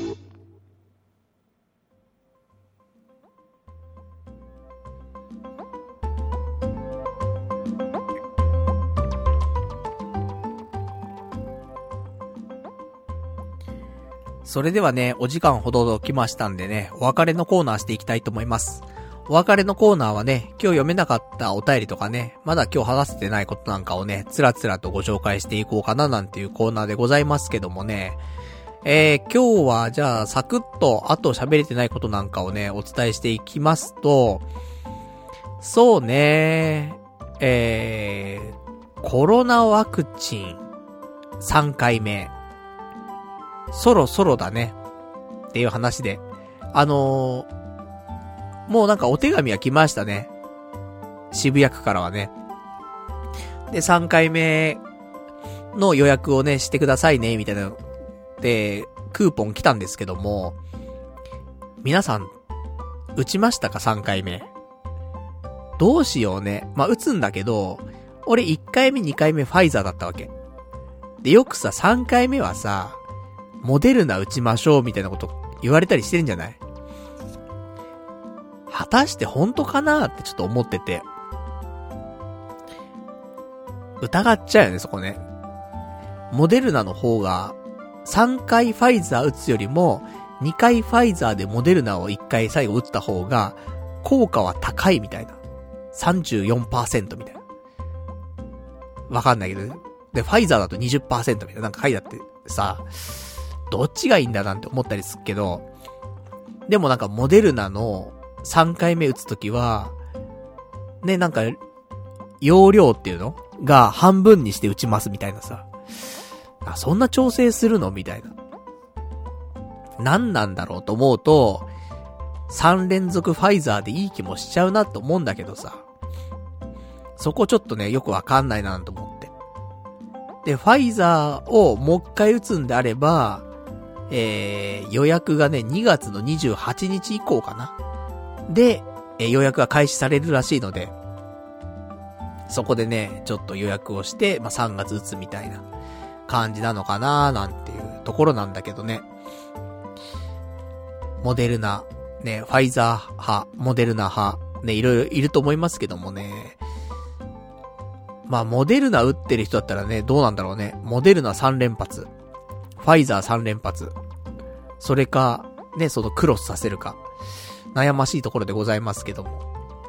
それではね、お時間ほど来ましたんでね、お別れのコーナーしていきたいと思います。お別れのコーナーはね、今日読めなかったお便りとかね、まだ今日話せてないことなんかをね、つらつらとご紹介していこうかななんていうコーナーでございますけどもね、えー、今日はじゃあサクッとあと喋れてないことなんかをね、お伝えしていきますと、そうね、えー、コロナワクチンさんかいめ、そろそろだねっていう話で、あのー、もうなんかお手紙は来ましたね。渋谷区からはね。で、さんかいめの予約をね、してくださいね、みたいな。で、クーポン来たんですけども、皆さん、打ちましたか ?さん 回目。どうしようね。まあ、打つんだけど、俺いっかいめにかいめファイザーだったわけ。で、よくさ、さんかいめはさ、モデルナ打ちましょうみたいなこと言われたりしてるんじゃない？果たして本当かなってちょっと思ってて。疑っちゃうよね、そこね。モデルナの方が、さんかいファイザー打つよりも、にかいファイザーでモデルナをいっかい最後打った方が、効果は高いみたいな。さんじゅうよんパーセント みたいな。わかんないけど、で、ファイザーだと にじゅっパーセント みたいな、なんか書いてあってさ、どっちがいいんだなんて思ったりするけど、でもなんかモデルナのさんかいめ打つときは、ね、なんか、容量っていうのが半分にして打ちますみたいなさ。あ、そんな調整するのみたいな。何なんだろうと思うと、さんれんぞくファイザーでいい気もしちゃうなと思うんだけどさ。そこちょっとね、よくわかんないなと思って。で、ファイザーをもう一回打つんであれば、えー、予約がね、にがつのにじゅうはちにち以降かな。で、えー、予約が開始されるらしいので、そこでね、ちょっと予約をして、まあ、さんがつ打つみたいな感じなのかななんていうところなんだけどね。モデルナ、ね、ファイザー派、モデルナ派、ね、いろいろいると思いますけどもね。まあ、モデルナ打ってる人だったらね、どうなんだろうね。モデルナさんれんぱつ。ファイザーさんれんぱつ。それか、ね、そのクロスさせるか。悩ましいところでございますけども。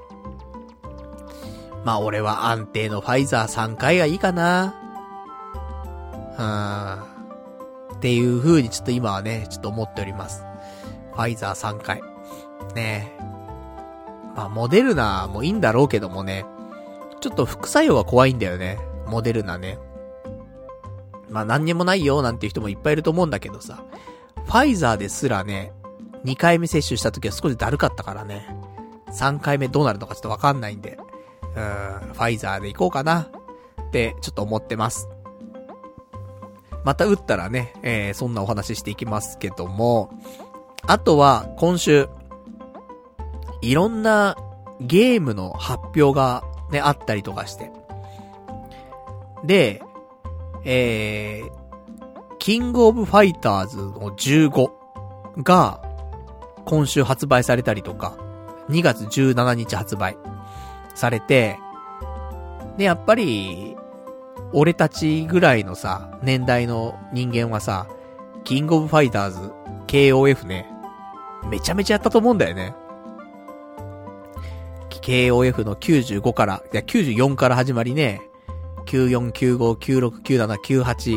まあ、俺は安定のファイザーさんかいがいいかな。うーん。っていう風にちょっと今はね、ちょっと思っております。ファイザーさんかい。ねえ。まあ、モデルナもいいんだろうけどもね。ちょっと副作用が怖いんだよね。モデルナね。まあ、何にもないよなんていう人もいっぱいいると思うんだけどさ。ファイザーですらね、にかいめ接種した時は少しだるかったからね。さんかいめどうなるのかちょっとわかんないんで。うーん、ファイザーで行こうかな。ってちょっと思ってます。また打ったらね、えー、そんなお話ししていきますけども。あとは、今週、いろんなゲームの発表がね、あったりとかして。で、えー、キングオブファイターズのじゅうごが、今週発売されたりとか、にがつじゅうしちにち発売されて、で、やっぱり、俺たちぐらいのさ、年代の人間はさ、キングオブファイターズ、ケーオーエフ ね、めちゃめちゃやったと思うんだよね。 ケーオーエフ のきゅうじゅうごから、いやきゅうじゅうよんから始まりね、きゅうよん、きゅうご、きゅうろく、きゅうなな、きゅうはち、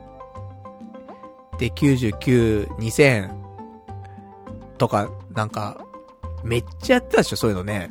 で、きゅうじゅうきゅう、にせんとか、なんか、めっちゃやってたでしょ、そういうのね。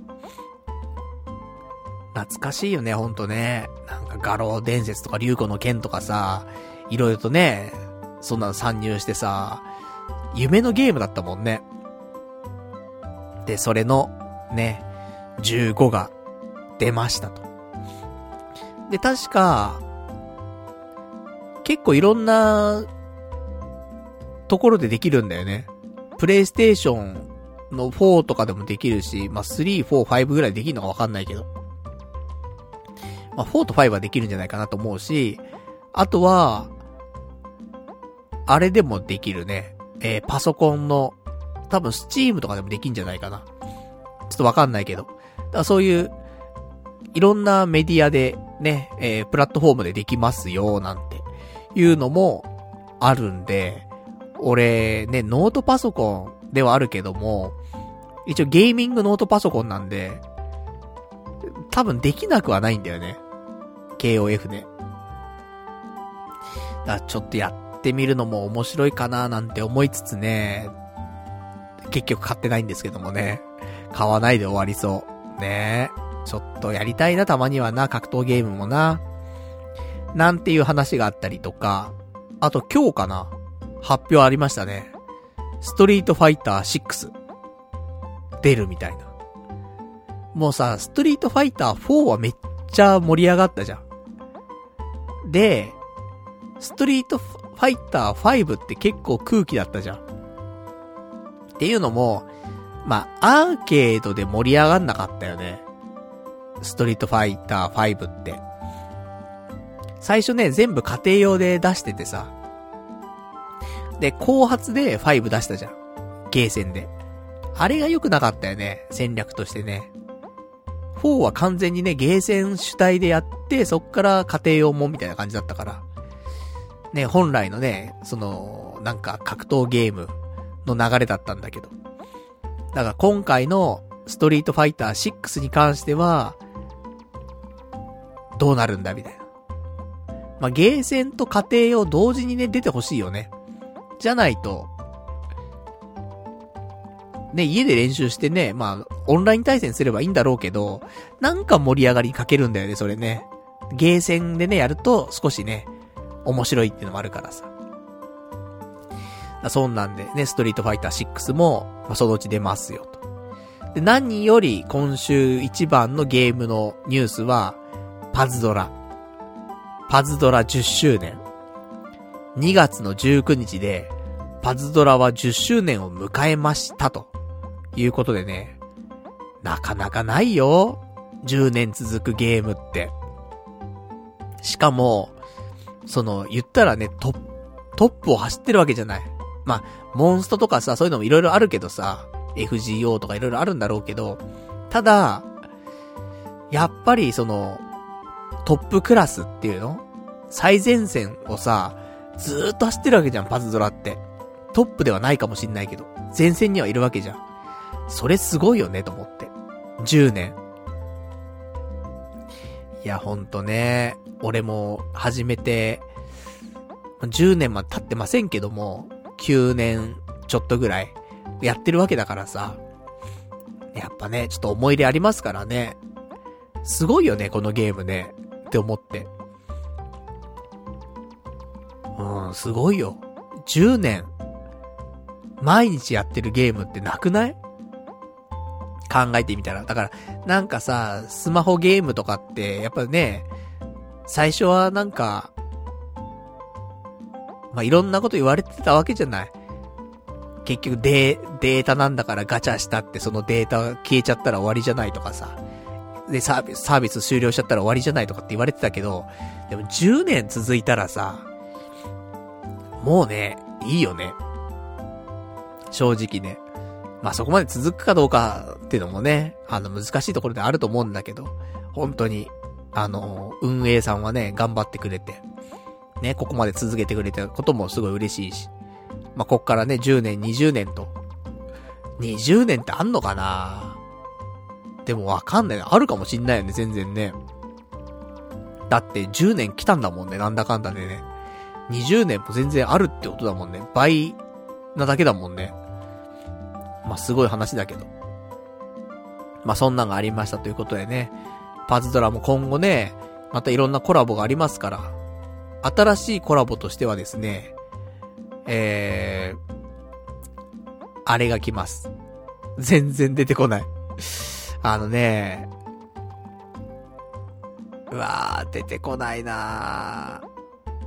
懐かしいよね、ほんとね。なんか、画廊伝説とか、竜子の剣とかさ、いろいろとね、そんなの参入してさ、夢のゲームだったもんね。で、それの、ね、じゅうごが出ましたと。で、確か、結構いろんな、ところでできるんだよね。プレイステーションのフォーとかでもできるし、まあ、スリー、フォー、ファイブぐらいできるのかわかんないけど。まあ、フォーとファイブはできるんじゃないかなと思うし、あとは、あれでもできるね。えー、パソコンの、多分スチームとかでもできるんじゃないかな。ちょっとわかんないけど。だからそういう、いろんなメディアでね、えー、プラットフォームでできますよ、なんていうのもあるんで、俺ね、ノートパソコンではあるけども、一応ゲーミングノートパソコンなんで、多分できなくはないんだよね。ケーオーエフ で。だからちょっとやってみるのも面白いかななんて思いつつね、結局買ってないんですけどもね。買わないで終わりそう。ねえ。ちょっとやりたいな、たまにはな、格闘ゲームもな。なんていう話があったりとか、あと今日かな、発表ありましたね。ストリートファイターシックス出るみたいな。もうさ、ストリートファイターフォーはめっちゃ盛り上がったじゃん。で、ストリートファイターファイブって結構空気だったじゃん。っていうのも、まあ、アーケードで盛り上がんなかったよね。ストリートファイターファイブって。最初ね、全部家庭用で出しててさ。で、後発でファイブ出したじゃん。ゲーセンで。あれが良くなかったよね。戦略としてね。フォーは完全にね、ゲーセン主体でやって、そっから家庭用もみたいな感じだったから。ね、本来のね、その、なんか格闘ゲームの流れだったんだけど。だから今回のストリートファイターシックスに関しては、どうなるんだみたいな。まあ、ゲーセンと家庭用同時にね、出てほしいよね。じゃないと、ね、家で練習してね、まあ、オンライン対戦すればいいんだろうけど、なんか盛り上がりかけるんだよね、それね。ゲーセンでね、やると少しね、面白いっていうのもあるからさ。そんなんでね、ストリートファイターシックスも、まあ、そのうち出ますよと。で、何より今週一番のゲームのニュースは、パズドラ。パズドラじゅっしゅうねん。にがつのじゅうくにちで、パズドラはじゅっしゅうねんを迎えましたということでね、なかなかないよ。じゅうねん続くゲームって。しかも、その、言ったらね、トップ、トップを走ってるわけじゃない。まあ、モンストとかさ、そういうのもいろいろあるけどさ、エフジーオー とかいろいろあるんだろうけど、ただ、やっぱりその、トップクラスっていうの？最前線をさ、ずーっと走ってるわけじゃん、パズドラって。トップではないかもしんないけど、前線にはいるわけじゃん。それすごいよね、と思って。じゅうねん。いや、ほんとね、俺も始めて、じゅうねんまで経ってませんけども、きゅうねんちょっとぐらいやってるわけだからさ、やっぱね、ちょっと思い入れありますからね。すごいよね、このゲームね。って思って。うん、すごいよ。じゅうねん。毎日やってるゲームってなくない？考えてみたら。だから、なんかさ、スマホゲームとかって、やっぱね、最初はなんか、まあ、いろんなこと言われてたわけじゃない。結局デー、データなんだからガチャしたってそのデータ消えちゃったら終わりじゃないとかさ。で、サービス、サービス終了しちゃったら終わりじゃないとかって言われてたけど、でもじゅうねん続いたらさ、もうね、いいよね。正直ね。まあ、そこまで続くかどうかっていうのもね、あの難しいところであると思うんだけど、本当に、あの、運営さんはね、頑張ってくれて、ね、ここまで続けてくれたこともすごい嬉しいし、まあ、こっからね、じゅうねん、にじゅうねんと、にじゅうねんってあんのかな？ でもわかんない。あるかもしんないよね、全然ね。だってじゅうねん来たんだもんね、なんだかんだでね。にじゅうねんも全然あるってことだもんね。倍なだけだもんね。まあ、すごい話だけど。まあ、そんなのがありましたということでね。パズドラも今後ね、またいろんなコラボがありますから、新しいコラボとしてはですね、えー、あれが来ます。全然出てこない。あのね、うわー、出てこないなー。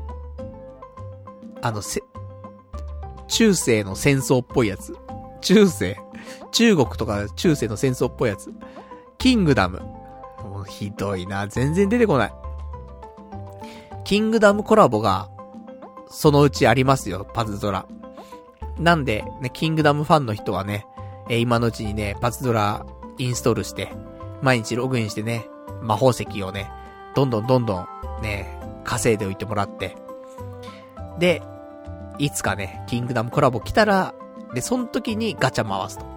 あの、せ、中世の戦争っぽいやつ。中世中国とか中世の戦争っぽいやつ。キングダム。もうひどいな。全然出てこない。キングダムコラボが、そのうちありますよ、パズドラ。なんで、ね、キングダムファンの人はね、えー、今のうちにね、パズドラインストールして、毎日ログインしてね、魔法石をね、どんどんどんどんね、稼いでおいてもらって、で、いつかね、キングダムコラボ来たら、で、その時にガチャ回すと。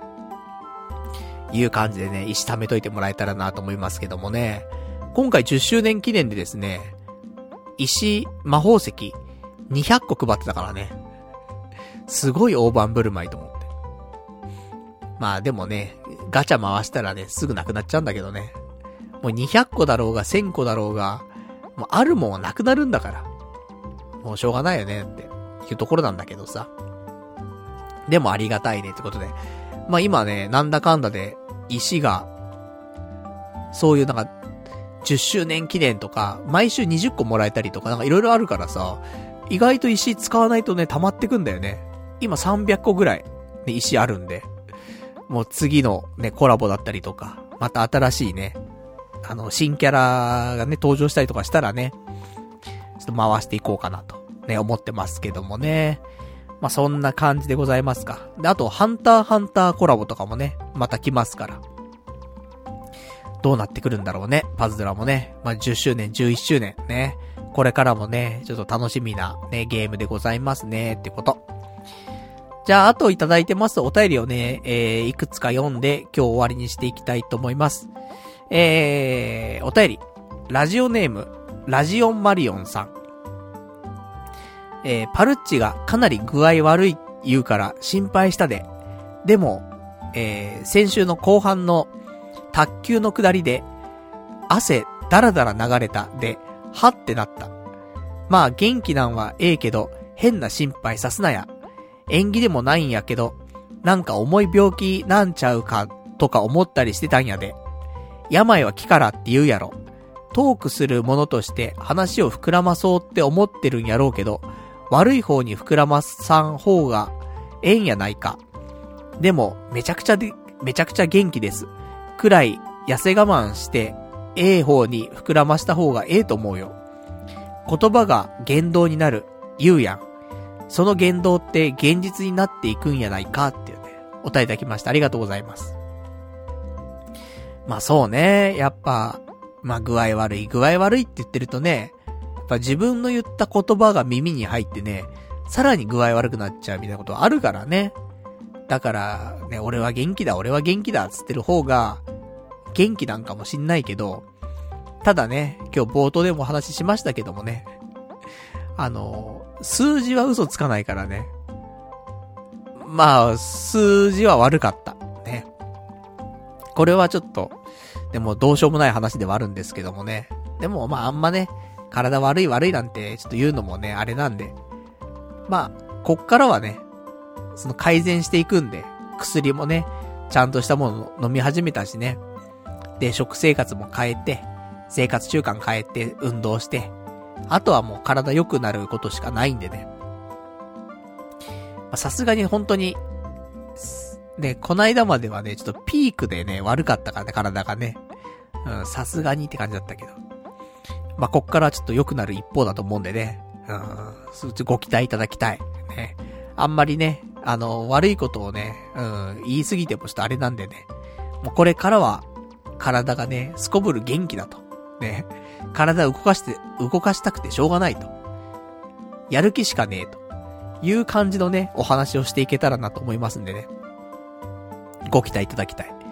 いう感じでね、石貯めといてもらえたらなと思いますけどもね。今回じゅっしゅうねん記念でですね、石、魔法石、にひゃっこ配ってたからね。すごい大盤振る舞いと思って。まあでもね、ガチャ回したらね、すぐなくなっちゃうんだけどね。もうにひゃっこだろうがせんこだろうが、もうあるもんはなくなるんだから。もうしょうがないよねっていうところなんだけどさ。でもありがたいねってことで。まあ今ね、なんだかんだで石が、そういうなんか、じゅっしゅうねん記念とか、毎週にじゅっこもらえたりとか、なんかいろいろあるからさ、意外と石使わないとね、溜まってくんだよね。今さんびゃっこぐらい、ね、石あるんで。もう次のね、コラボだったりとか、また新しいね、あの、新キャラがね、登場したりとかしたらね、ちょっと回していこうかなと、ね、思ってますけどもね。まあ、そんな感じでございますか。で、あと、ハンターハンターコラボとかもね、また来ますから。どうなってくるんだろうね、パズドラもね。まあ、じゅっしゅうねん、じゅういっしゅうねんね。これからもね、ちょっと楽しみなね、ゲームでございますね、ってこと。じゃあ、あといただいてますお便りをね、えー、いくつか読んで、今日終わりにしていきたいと思います。えー、お便り。ラジオネーム、ラジオンマリオンさん。えー、パルッチがかなり具合悪い言うから心配したで。でも、えー、先週の後半の卓球の下りで、汗だらだら流れたで、はってなった。まあ元気なんはええけど、変な心配さすなや。縁起でもないんやけど、なんか重い病気なんちゃうかとか思ったりしてたんやで。病は気からって言うやろ。トークするものとして話を膨らまそうって思ってるんやろうけど、悪い方に膨らまさん方がええんやないか。でも、めちゃくちゃで、めちゃくちゃ元気です。くらい、痩せ我慢して、ええ方に膨らました方がええと思うよ。言葉が言動になる、言うやん。その言動って現実になっていくんやないかっていうね、お答えいただきました。ありがとうございます。まあそうね、やっぱ、まあ具合悪い、具合悪いって言ってるとね、やっぱ自分の言った言葉が耳に入ってね、さらに具合悪くなっちゃうみたいなことあるからね。だから、ね、俺は元気だ、俺は元気だっつってる方が、元気なんかもしんないけど、ただね、今日冒頭でもお話ししましたけどもね、あの、数字は嘘つかないからね。まあ、数字は悪かった。ね。これはちょっと、でもどうしようもない話ではあるんですけどもね。でもまああんまね、体悪い悪いなんてちょっと言うのもね、あれなんで。まあ、こっからはね、その改善していくんで、薬もね、ちゃんとしたもの飲み始めたしね。で、食生活も変えて、生活習慣変えて、運動して、あとはもう体良くなることしかないんでね。さすがに本当に、ね、こないだまではね、ちょっとピークでね、悪かったからね、体がね。うん、さすがにって感じだったけど。まあ、こっからちょっと良くなる一方だと思うんでね。うん、ご期待いただきたい。ね。あんまりね、あの、悪いことをね、うん、言い過ぎてもちょっとあれなんでね。もうこれからは、体がね、すこぶる元気だと。ね。体を動かして、動かしたくてしょうがないと。やる気しかねえと。いう感じのね、お話をしていけたらなと思いますんでね。ご期待いただきたい。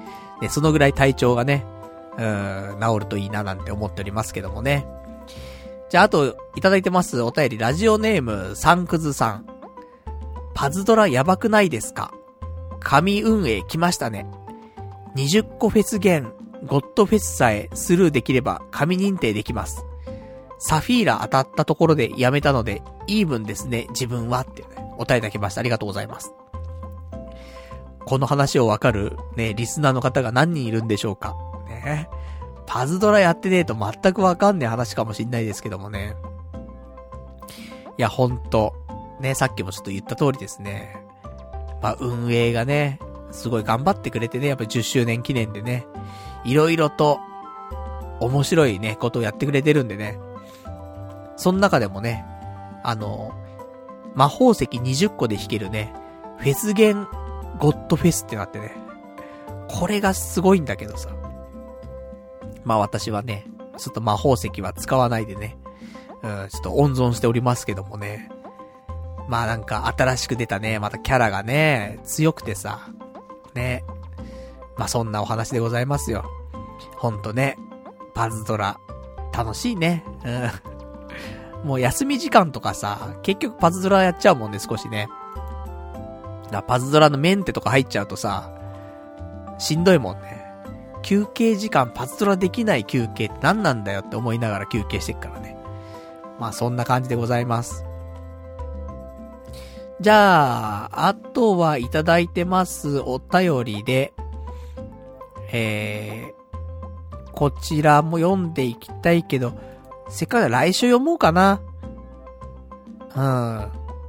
で、そのぐらい体調がね、うーん、治るといいななんて思っておりますけどもね。じゃあ、あと、いただいてますお便り、ラジオネーム、サンクズさん。パズドラやばくないですか？神運営来ましたね。にじゅっこフェス限、ゴッドフェスさえスルーできれば神認定できます。サフィーラ当たったところでやめたので、イーブンですね、自分はっていうね、お便りいただきました。ありがとうございます。この話をわかるね、リスナーの方が何人いるんでしょうか。ね。パズドラやってねえと全くわかんねえ話かもしんないですけどもね。いや、ほんと。ね、さっきもちょっと言った通りですね。まあ、運営がね、すごい頑張ってくれてね、やっぱじゅっしゅうねん記念でね、いろいろと、面白いね、ことをやってくれてるんでね。その中でもね、あの、魔法石にじゅっこで弾けるね、フェス弦ゴッドフェスってなってね。これがすごいんだけどさ。まあ私はね、ちょっと魔法石は使わないでね、うん、ちょっと温存しておりますけどもね。まあなんか新しく出たね、またキャラがね、強くてさ、ね。まあそんなお話でございますよ。ほんとね、パズドラ、楽しいね。うん。もう休み時間とかさ、結局パズドラやっちゃうもんね、少しね。だパズドラのメンテとか入っちゃうとさ、しんどいもんね。休憩時間パズドラできない休憩って何なんだよって思いながら休憩してっからね。まあそんな感じでございます。じゃあ、あとはいただいてますお便りで、えー、こちらも読んでいきたいけど、せっかく来週読もうかな。うん。あ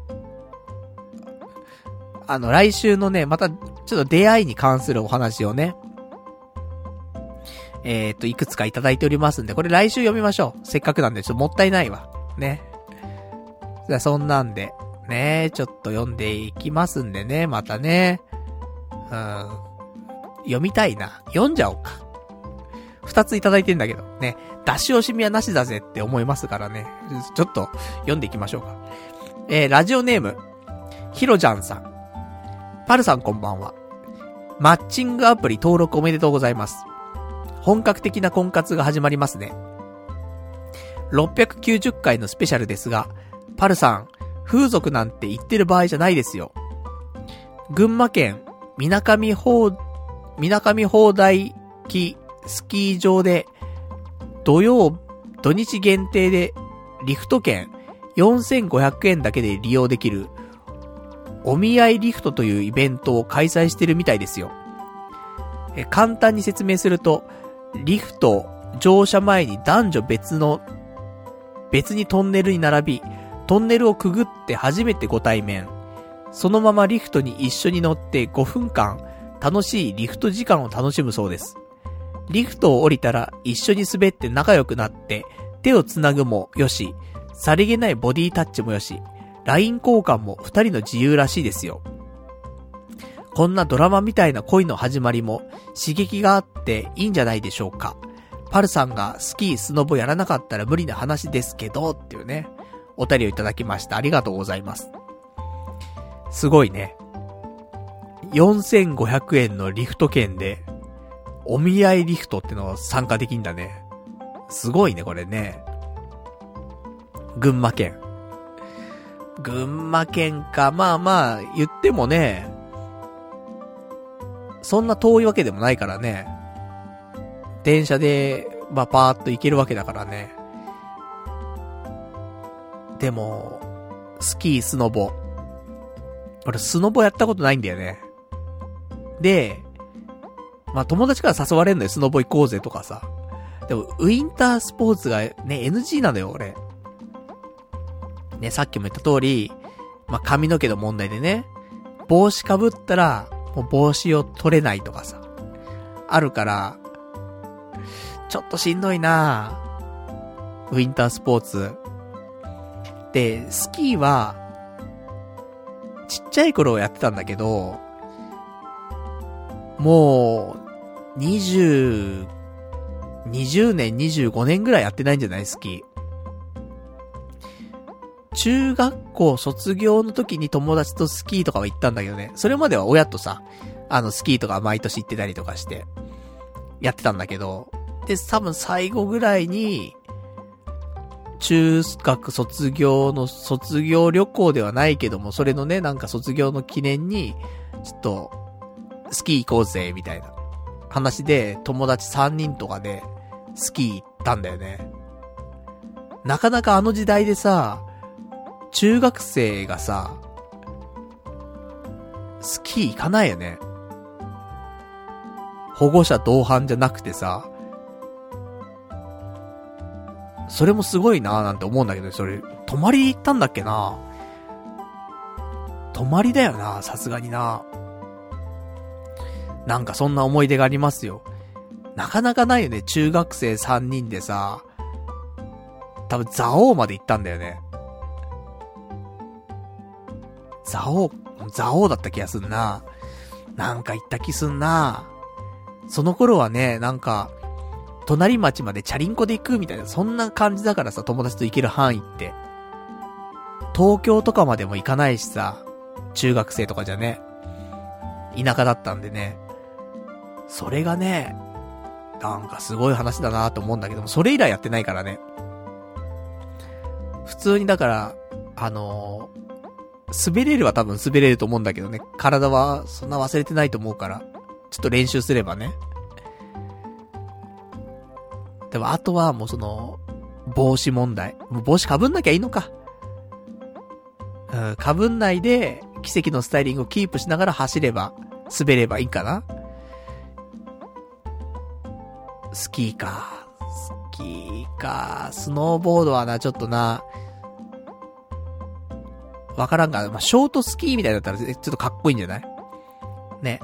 の、来週のね、また、ちょっと出会いに関するお話をね、えーと、いくつかいただいておりますんで、これ来週読みましょう。せっかくなんで、ちょっともったいないわ。ね。じゃあ、そんなんで、ね、ちょっと読んでいきますんでね、またね。うん。読みたいな。読んじゃおうか。二ついただいてんだけど、ね。出し惜しみはなしだぜって思いますからね。ちょっと、読んでいきましょうか。えー、ラジオネーム、ひろちゃんさん。パルさんこんばんは。マッチングアプリ登録おめでとうございます。本格的な婚活が始まりますね。ろっぴゃくきゅうじゅっかいのスペシャルですが、パルさん、風俗なんて言ってる場合じゃないですよ。群馬県、みなかみほう、みなかみ砲台木スキー場で、土曜、土日限定で、リフト券よんせんごひゃくえんだけで利用できる、お見合いリフトというイベントを開催してるみたいですよ。え、簡単に説明すると、リフト乗車前に男女別の、別にトンネルに並び、トンネルをくぐって初めてご対面。そのままリフトに一緒に乗ってごふんかん、楽しいリフト時間を楽しむそうです。リフトを降りたら一緒に滑って仲良くなって、手をつなぐもよし、さりげないボディタッチもよし、ライン 交換も二人の自由らしいですよ。こんなドラマみたいな恋の始まりも刺激があっていいんじゃないでしょうか。パルさんがスキースノボやらなかったら無理な話ですけどっていうね、お便りをいただきました。ありがとうございます。すごいね。よんせんごひゃくえんのリフト券でお見合いリフトってのを参加できんだね。すごいねこれね。群馬県。群馬県か。まあまあ言ってもね、そんな遠いわけでもないからね。電車でまあパーッと行けるわけだからね。でもスキースノボ、俺スノボやったことないんだよね。で、まあ友達から誘われるのよ、スノボ行こうぜとかさ。でもウィンタースポーツがね エヌジー なのよ俺。ね、さっきも言った通り、まあ髪の毛の問題でね、帽子かぶったらもう帽子を取れないとかさ、あるからちょっとしんどいなウィンタースポーツで。スキーはちっちゃい頃やってたんだけど、もうにじゅう、にじゅうねんにじゅうごねんぐらいやってないんじゃないスキー。中学校卒業の時に友達とスキーとかは行ったんだけどね。それまでは親とさ、あのスキーとか毎年行ってたりとかして。 やってたんだけど、で、多分最後ぐらいに、中学卒業の卒業旅行ではないけども、それのね、なんか卒業の記念に、ちょっと、スキー行こうぜ、みたいな話で、友達さんにんとかで、スキー行ったんだよね。なかなかあの時代でさ、中学生がさ、スキー行かないよね。保護者同伴じゃなくてさ、それもすごいなーなんて思うんだけど、それ、泊まり行ったんだっけな。泊まりだよな、さすがにな。なんかそんな思い出がありますよ。なかなかないよね、中学生さんにんでさ、多分蔵王まで行ったんだよね。蔵王、蔵王だった気がすんな。なんか行った気すんな。その頃はね、なんか、隣町までチャリンコで行くみたいな、そんな感じだからさ、友達と行ける範囲って。東京とかまでも行かないしさ、中学生とかじゃね、田舎だったんでね。それがね、なんかすごい話だなと思うんだけども、それ以来やってないからね。普通にだから、あのー、滑れるは多分滑れると思うんだけどね、体はそんな忘れてないと思うから、ちょっと練習すればね。でもあとはもうその、帽子問題。もう帽子被んなきゃいいのか。うん、被んないで、奇跡のスタイリングをキープしながら走れば、滑ればいいかな。スキーか。スキーか。スノーボードはな、ちょっとな、わからんが、まあ、ショートスキーみたいだったら、ちょっとかっこいいんじゃないね。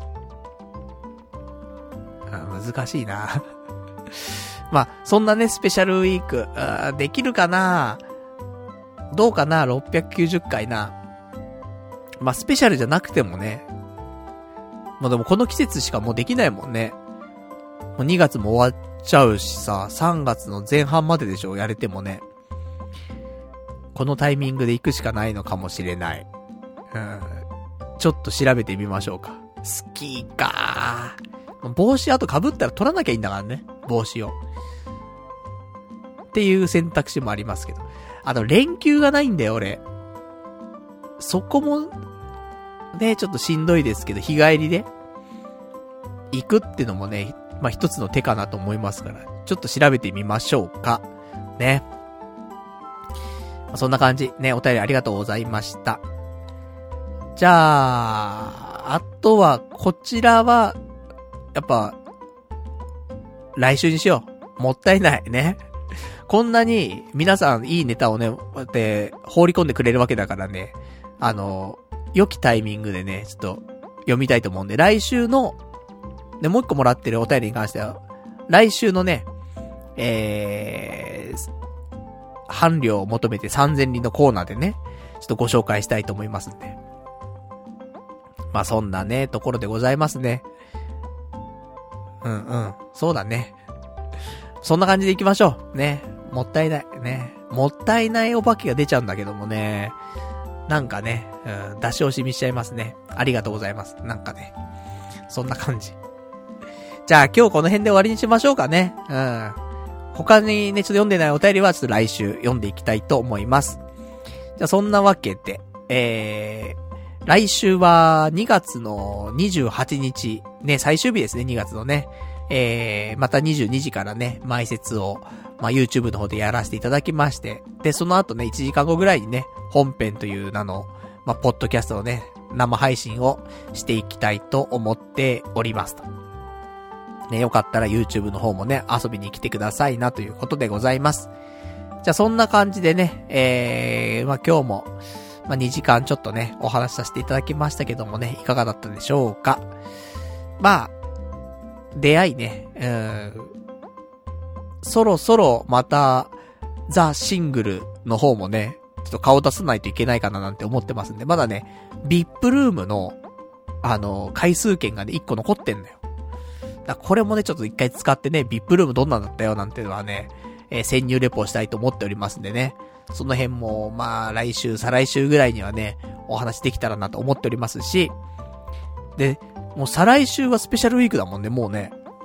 難しいな。まあ、そんなね、スペシャルウィーク、あーできるかな？どうかな？ ろっぴゃくきゅうじゅっ 回な。まあ、スペシャルじゃなくてもね。まあでもこの季節しかもうできないもんね。もうにがつも終わっちゃうしさ、さんがつの前半まででしょ、やれてもね。このタイミングで行くしかないのかもしれない。うん。ちょっと調べてみましょうか。スキーかー。帽子あと被ったら取らなきゃいいんだからね。帽子を。っていう選択肢もありますけど。あと連休がないんだよ、俺。そこも、ね、ちょっとしんどいですけど、日帰りで行くってのもね、まあ、一つの手かなと思いますから、ちょっと調べてみましょうか。ね。そんな感じ。ね、お便りありがとうございました。じゃあ、あとは、こちらは、やっぱ、来週にしよう。もったいないね。こんなに皆さんいいネタをね、こうやって放り込んでくれるわけだからね、あの、良きタイミングでね、ちょっと読みたいと思うんで、来週の、で、もう一個もらってるお便りに関しては、来週のね、えー、伴侶を求めてさんぜんりんのコーナーでね、ちょっとご紹介したいと思いますんで。まあそんなね、ところでございますね。うんうん。そうだね。そんな感じでいきましょう。ね。もったいない。ね。もったいないお化けが出ちゃうんだけどもね。なんかね、うん、出し惜しみしちゃいますね。ありがとうございます。なんかね。そんな感じ。じゃあ今日この辺で終わりにしましょうかね。うん。他にね、ちょっと読んでないお便りはちょっと来週読んでいきたいと思います。じゃあそんなわけで、えー、来週はにがつのにじゅうはちにち、ね、最終日ですね、にがつのね。えー、またにじゅうにじからね、前説を、まあ、YouTube の方でやらせていただきまして、で、その後ね、いちじかんごぐらいにね、本編という名の、まあ、ポッドキャストのね、生配信をしていきたいと思っておりますと。ね、よかったら YouTube の方もね、遊びに来てくださいなということでございます。じゃあそんな感じでね、えー、まあ、今日も、まあ、にじかんちょっとね、お話しさせていただきましたけどもね、いかがだったでしょうか。まあ、出会いね、うーん、そろそろまた、ザ・シングルの方もね、ちょっと顔出さないといけないかななんて思ってますんで、まだね、ビップ ルームの、あの、回数券がね、いっこ残ってんだよ。だこれもね、ちょっと一回使ってね、ビップ ルームどんなんだったよなんていうのはね、えー、潜入レポをしたいと思っておりますんでね、その辺も、まあ、来週、再来週ぐらいにはね、お話できたらなと思っておりますし、で、もう再来週はスペシャルウィークだもんね、もうね。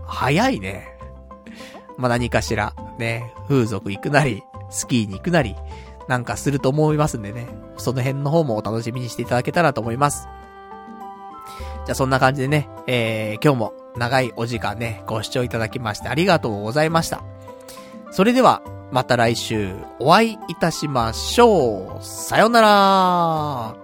早いね。まあ、何かしら、ね、風俗行くなり、スキーに行くなり、なんかすると思いますんでね。その辺の方もお楽しみにしていただけたらと思います。じゃあそんな感じでね、えー、今日も長いお時間ね、ご視聴いただきましてありがとうございました。それでは、また来週お会いいたしましょう。さよなら。